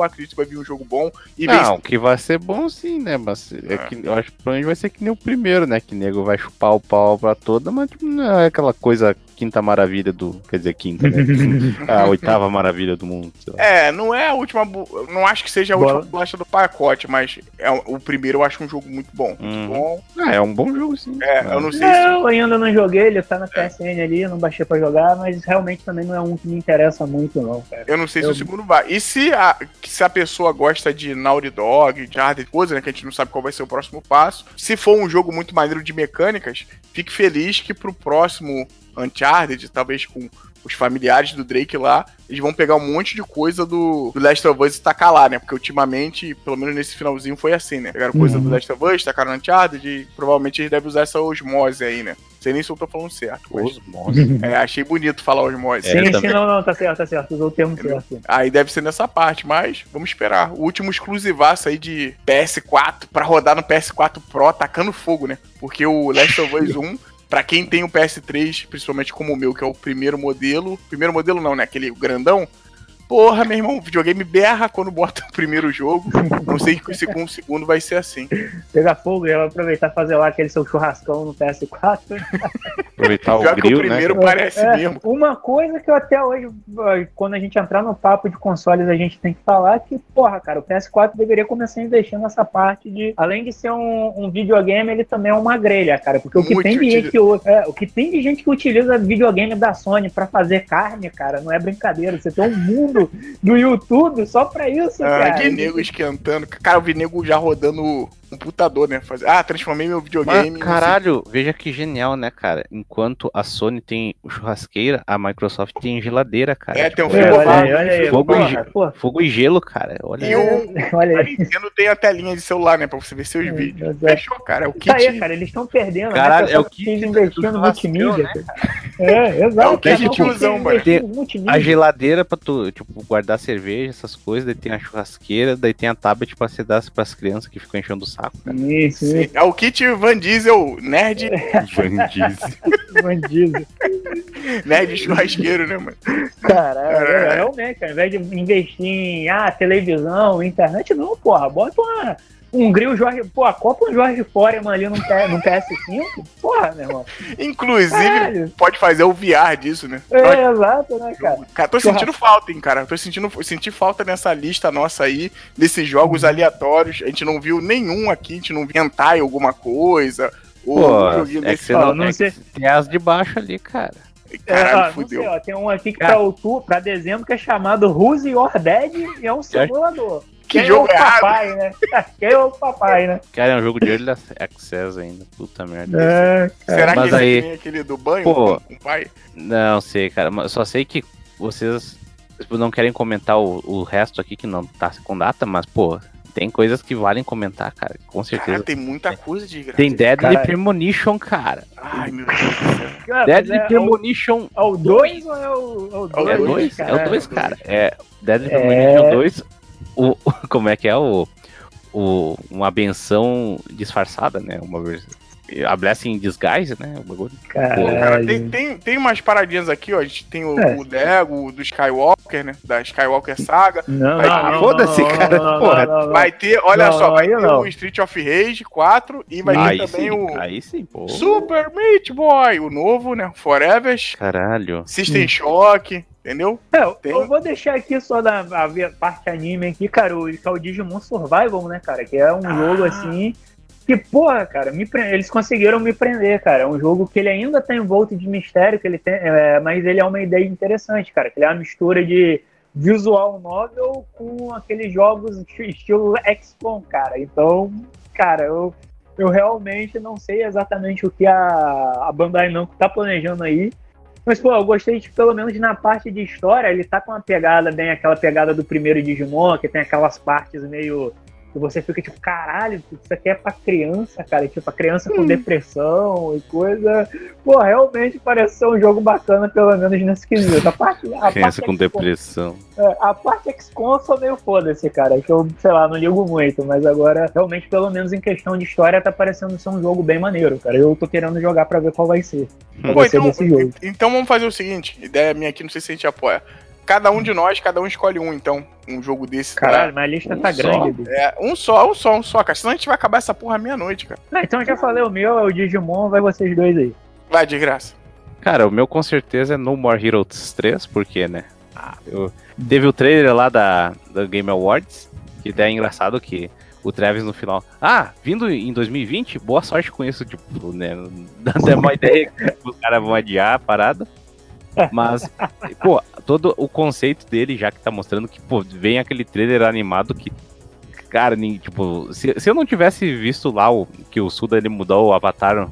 Que vai ser bom sim, né? Mas eu acho que provavelmente vai ser que nem o primeiro, né? Que nego vai chupar o pau pra toda, mas tipo, não é aquela coisa quinta maravilha do... Quer dizer, quinta, né? A oitava maravilha do mundo. Não é a última... Não acho que seja a última bolacha do pacote, mas o primeiro eu acho um jogo muito bom. Muito bom. É um bom jogo, sim. Eu não sei se... Eu ainda não joguei, ele tá na PSN ali, eu não baixei pra jogar, mas realmente também não é um que me interessa muito, não, cara. Eu não sei se o segundo vai. E se a pessoa gosta de Naughty Dog, de Hard coisa, né, que a gente não sabe qual vai ser o próximo passo, se for um jogo muito maneiro de mecânicas, fique feliz que pro próximo Uncharted, talvez com os familiares do Drake lá, eles vão pegar um monte de coisa do Last of Us e tacar lá, né? Porque ultimamente, pelo menos nesse finalzinho, foi assim, né? Pegaram coisa do Last of Us, tacaram no Uncharted e provavelmente eles devem usar essa osmose aí, né? Não sei nem se eu tô falando certo. Osmose? Achei bonito falar osmose. Sim, não, tá certo. Usou o termo certo. Aí deve ser nessa parte, mas vamos esperar. O último exclusivaço aí de PS4 pra rodar no PS4 Pro tacando fogo, né? Porque o Last of Us 1... Pra quem tem o PS3, principalmente como o meu, que é o primeiro modelo... Primeiro modelo não, né? Aquele grandão. Porra, meu irmão, o videogame berra quando bota o primeiro jogo. Não sei se com o segundo vai ser assim. Pegar fogo, já vai aproveitar e fazer lá aquele seu churrascão no PS4. Aproveitar o grill, que o primeiro, né? Parece mesmo. Uma coisa que eu até hoje, quando a gente entrar no papo de consoles, a gente tem que falar que, porra, cara, o PS4 deveria começar a investir nessa parte de, além de ser um videogame, ele também é uma grelha, cara. Porque o que tem de gente que utiliza videogame da Sony pra fazer carne, cara, não é brincadeira. Você tem um mundo do YouTube só pra isso, cara. Que nego esquentando. Cara, eu vi nego já rodando o computador, né? Transformei meu videogame. Mas, caralho, veja que genial, né, cara? Enquanto a Sony tem churrasqueira, a Microsoft tem geladeira, cara. Tem um frigobar. Fogo e gelo, cara. Olha aí. A Nintendo tem a telinha de celular, né? Pra você ver seus vídeos. Fechou, cara. É o kit. Tá aí, cara. Eles estão perdendo. Caralho, é o kit investindo no multimídia. Né, exato. É o kit tiozão, mano. A geladeira pra tu, guardar cerveja, essas coisas. Daí tem a churrasqueira, daí tem a tablet pra você dar pras crianças que ficam enchendo o saco, cara. Isso. É o kit Van Diesel, nerd. Van Diesel. Nerd churrasqueiro, né, mano? Caralho, realmente, ao invés de investir em televisão, internet, não, porra, bota um grill Jorge, compra um Jorge Foreman ali no PS5, porra, meu irmão. Inclusive, pode fazer o VR disso, né? Exato, né, cara? Cara, tô sentindo falta, hein, cara. Senti falta nessa lista nossa aí, desses jogos aleatórios. A gente não viu nenhum aqui, a gente não viu hentai alguma coisa. Ou joguinho desse. Não sei. Tem as de baixo ali, cara. Caralho, fudeu. Sei, tem um aqui que pra dezembro que é chamado Who's Your Dad e é um simulador. Que jogo é o papai, né? Quem é o papai, né? Cara, é um jogo de Early Access ainda. Puta merda. Será que ele tem aquele do banho com o pai? Não sei, cara. Mas só sei que vocês não querem comentar o resto aqui que não tá com data, mas, tem coisas que valem comentar, cara. Com certeza. Cara, tem muita coisa de graça. Tem Deadly Premonition, cara. Ai, meu Deus do céu. Deadly Premonition. É o 2 ou é o 2? É o 2, é o 2, cara. É Deadly Premonition 2. Como é que é uma benção disfarçada, né? A Blessing in Disguise, né? O bagulho. Cara, tem umas paradinhas aqui, ó. A gente tem o Lego do Skywalker, né? Da Skywalker Saga. Foda-se, cara. Não, vai ter, olha só, vai ter o Street of Rage 4 e vai ter também o aí sim, pô. Super Meat Boy, o novo, né? Forever. Caralho. System Shock. Entendeu? Eu vou deixar aqui só da parte anime aqui, cara, que é o Digimon Survival, né, cara? Que é um jogo assim que, porra, cara, eles conseguiram me prender, cara. É um jogo que ele ainda tá envolto de mistério, que ele tem, mas ele é uma ideia interessante, cara. Que ele é uma mistura de visual novel com aqueles jogos estilo XCOM, cara. Então, cara, eu realmente não sei exatamente o que a Bandai Namco tá planejando aí. Mas, eu gostei de, pelo menos na parte de história, ele tá com uma pegada, bem aquela pegada do primeiro Digimon, que tem aquelas partes meio... que você fica tipo, caralho, isso aqui é pra criança, cara, tipo, a criança com depressão e coisa. Realmente parece ser um jogo bacana, pelo menos nesse quesito. A criança com depressão. A parte XCOM eu sou meio foda-se, cara, que eu, sei lá, não ligo muito, mas agora, realmente, pelo menos em questão de história, tá parecendo ser um jogo bem maneiro, cara. Eu tô querendo jogar pra ver qual vai ser. Então vamos fazer o seguinte, ideia minha aqui, não sei se a gente apoia. Cada um de nós, cada um escolhe um, então. Um jogo desse. Caralho, mas a lista tá grande. Um só, cara. Senão a gente vai acabar essa porra meia-noite, cara. Então eu já falei o meu, é o Digimon, vai vocês dois aí. Vai, de graça. Cara, o meu com certeza é No More Heroes 3, porque, né? Teve o trailer lá da Game Awards, que daí é engraçado que o Travis no final. Vindo em 2020, boa sorte com isso, tipo, né? Dá até uma ideia que os caras vão adiar a parada. Mas, pô, todo o conceito dele, já que tá mostrando que, pô, vem aquele trailer animado que, cara, tipo, se eu não tivesse visto lá que o Suda ele mudou o avatar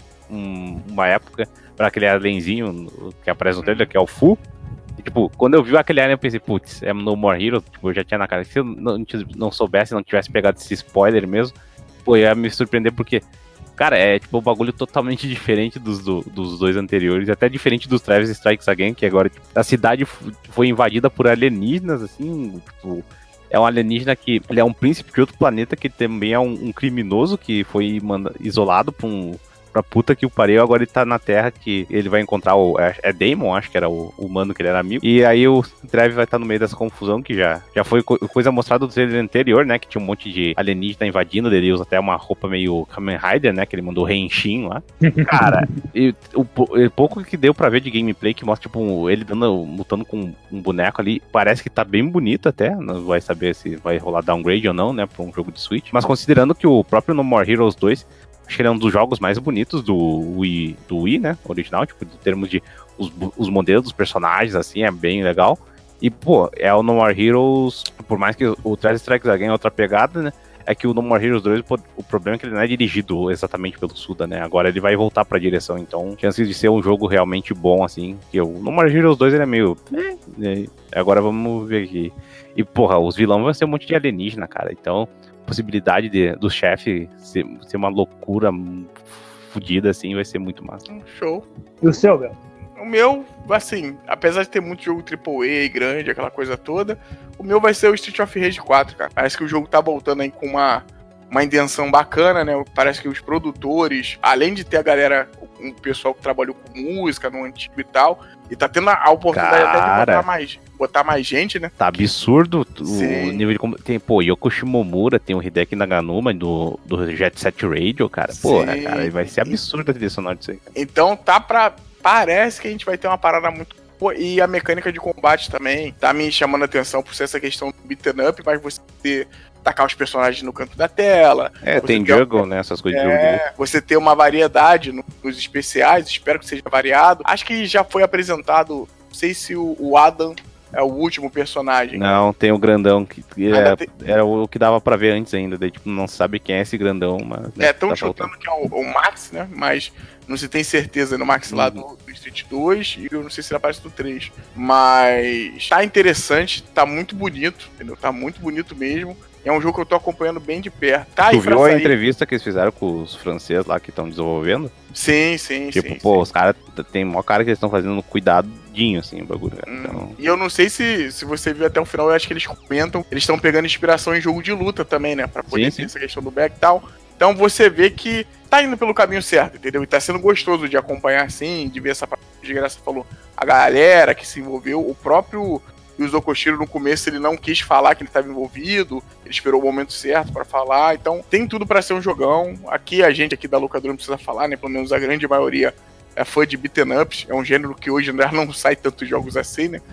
uma época pra aquele alienzinho que aparece no trailer, que é o Fu. E, tipo, quando eu vi aquele alien, eu pensei, putz, é No More Heroes, tipo, eu já tinha na cara. Se eu não soubesse, não tivesse pegado esse spoiler mesmo, pô, ia me surpreender porque, cara, é tipo um bagulho totalmente diferente dos dois anteriores, até diferente dos Travis Strikes Again, que agora tipo, a cidade foi invadida por alienígenas, assim, tipo, é um alienígena que ele é um príncipe de outro planeta que também é um criminoso que foi isolado pra puta que o pariu, agora ele tá na Terra que ele vai encontrar é Damon, acho que era o humano que ele era amigo, e aí o Travis vai estar no meio dessa confusão que já foi coisa mostrada do trailer anterior, né, que tinha um monte de alienígena invadindo, ele usa até uma roupa meio Kamen Rider, né, que ele mandou Henshin lá. Cara, e o pouco que deu pra ver de gameplay que mostra, tipo, ele lutando com um boneco ali, parece que tá bem bonito até, não vai saber se vai rolar downgrade ou não, né, pra um jogo de Switch, mas considerando que o próprio No More Heroes 2 acho que ele é um dos jogos mais bonitos do Wii, né, original, tipo, em termos de os modelos dos personagens, assim, é bem legal. E, pô, é o No More Heroes, por mais que o Travis Strikes Again é outra pegada, né, é que o No More Heroes 2, o problema é que ele não é dirigido exatamente pelo Suda, né, agora ele vai voltar pra direção, então, chances de ser um jogo realmente bom, assim, que o No More Heroes 2, ele é meio... agora vamos ver aqui. E, porra, os vilões vão ser um monte de alienígena, cara, então... possibilidade do chefe ser uma loucura fodida, assim, vai ser muito massa. Show. E o seu, Bel? O meu, assim, apesar de ter muito jogo AAA grande, aquela coisa toda, o meu vai ser o Street of Rage 4, cara. Parece que o jogo tá voltando aí com uma intenção bacana, né? Parece que os produtores, além de ter a galera, o pessoal que trabalhou com música no antigo e tal, e tá tendo a oportunidade até de botar mais gente, né? Tá absurdo o nível de... Tem, pô, Yoko Shimomura, tem o Hideki Naganuma do Jet Set Radio, cara. Porra, cara, vai ser absurdo a trilha sonora disso aí, cara. Então parece que a gente vai ter uma parada muito... Pô, e a mecânica de combate também tá me chamando a atenção por ser essa questão do beat'em up, mas você tacar os personagens no canto da tela. Tem juggle, né? Essas coisas de jogo. Você ter uma variedade nos especiais, espero que seja variado. Acho que já foi apresentado, não sei se o Adam é o último personagem. Não, tem o grandão que era o que dava pra ver antes ainda. Daí, tipo, não sabe quem é esse grandão, mas... Estão chutando que é o Max, né? Mas não se tem certeza no Max lá do Street 2 e eu não sei se ele aparece no 3. Mas tá interessante, tá muito bonito, entendeu? Tá muito bonito mesmo. É um jogo que eu tô acompanhando bem de perto. Tu viu a entrevista que eles fizeram com os franceses lá que estão desenvolvendo? Sim. Tipo, pô, os caras tem maior cara que eles estão fazendo cuidadinho, assim, o bagulho. Então... E eu não sei se você viu até o final, eu acho que eles comentam, eles estão pegando inspiração em jogo de luta também, né? Pra poder ter essa questão do back e tal. Então você vê que tá indo pelo caminho certo, entendeu? E tá sendo gostoso de acompanhar assim, de ver essa parte de graça, falou. A galera que se envolveu, o próprio Yuzo Koshiro no começo ele não quis falar que ele estava envolvido, ele esperou o momento certo pra falar, então tem tudo pra ser um jogão. Aqui a gente aqui da locadora não precisa falar, né? Pelo menos a grande maioria é fã de beat'em ups, é um gênero que hoje não sai tantos jogos assim, né?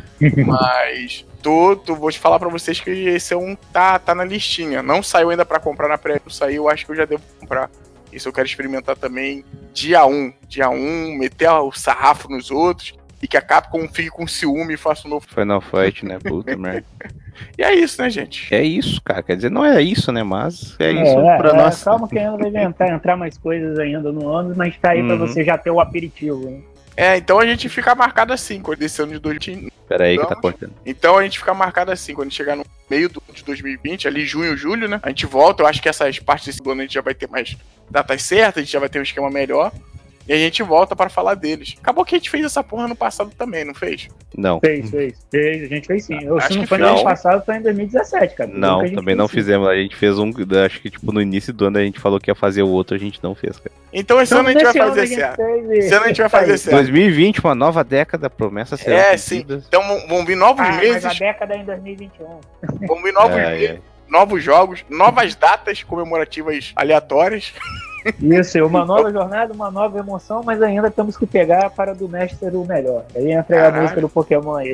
Mas vou te falar pra vocês que esse é um tá na listinha. Não saiu ainda pra comprar na pré, saiu, acho que eu já devo comprar. Isso eu quero experimentar também dia 1, meter o sarrafo nos outros e que a Capcom fique com ciúme e faça um novo Final Fight, né? Puta merda. E é isso, né, gente? É isso, cara. Quer dizer, não é isso, né? Mas é isso pra nós. Calma que ainda vai entrar mais coisas ainda no ano, mas tá aí pra você já ter o aperitivo, né? Então a gente fica marcado assim, quando esse ano de 2020. Peraí que tá cortando. Então a gente fica marcado assim, quando chegar no meio de 2020, ali junho, julho, né? A gente volta, eu acho que essas partes desse ano a gente já vai ter mais datas certas, a gente já vai ter um esquema melhor. E a gente volta para falar deles. Acabou que a gente fez essa porra no passado também, não fez? Não. Fez. A gente fez sim. Se não foi no ano passado, foi em 2017, cara. Não, também não fizemos. A gente fez acho que tipo no início do ano a gente falou que ia fazer o outro, a gente não fez, cara. Então esse ano a gente vai fazer certo. Esse ano a gente vai fazer certo. 2020, uma nova década, promessa será sim. Então vão vir novos meses. Mas a década é em 2021. Vão vir novos meses, novos jogos, novas datas comemorativas aleatórias. Isso, uma nova jornada, uma nova emoção, mas ainda temos que pegar para do mestre o melhor. Aí entra a música do Pokémon aí.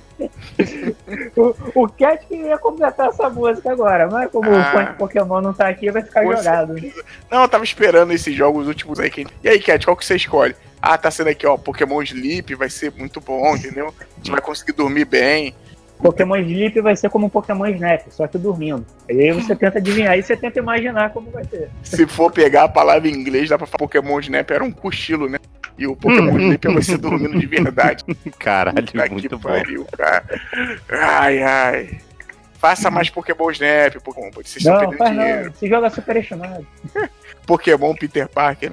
o Cat queria completar essa música agora, mas como o fã de Pokémon não tá aqui, vai ficar jogado. Não, eu tava esperando esses jogos últimos aí. E aí, Cat, qual que você escolhe? Ah, tá sendo aqui, ó, Pokémon Sleep, vai ser muito bom, entendeu? A gente vai conseguir dormir bem. Pokémon Sleep vai ser como um Pokémon Snap, só que dormindo. Aí você tenta adivinhar e você tenta imaginar como vai ser. Se for pegar a palavra em inglês, dá pra falar Pokémon Snap era um cochilo, né? E o Pokémon Sleep vai ser dormindo de verdade. Caralho, Tá muito que bom. pariu, cara. Ai. Faça mais Pokémon Snap, Pokémon. Vocês estão perdendo faz dinheiro. não. Esse jogo é superestimado. Pokémon Peter Parker, né?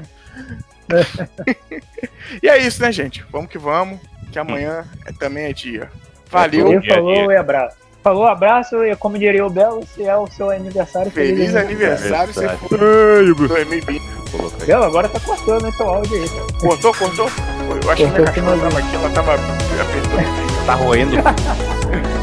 E é isso, né, gente? Vamos que vamos, que amanhã também é dia. Valeu. Ele falou e abraço. Falou, abraço, e como diria o Belo, se é o seu aniversário, Feliz aniversário, se for 2020. Belo, agora tá cortando esse áudio aí, cara. Cortou? Eu acho que minha cachorra tava aqui, ela tava apertando. Tá roendo.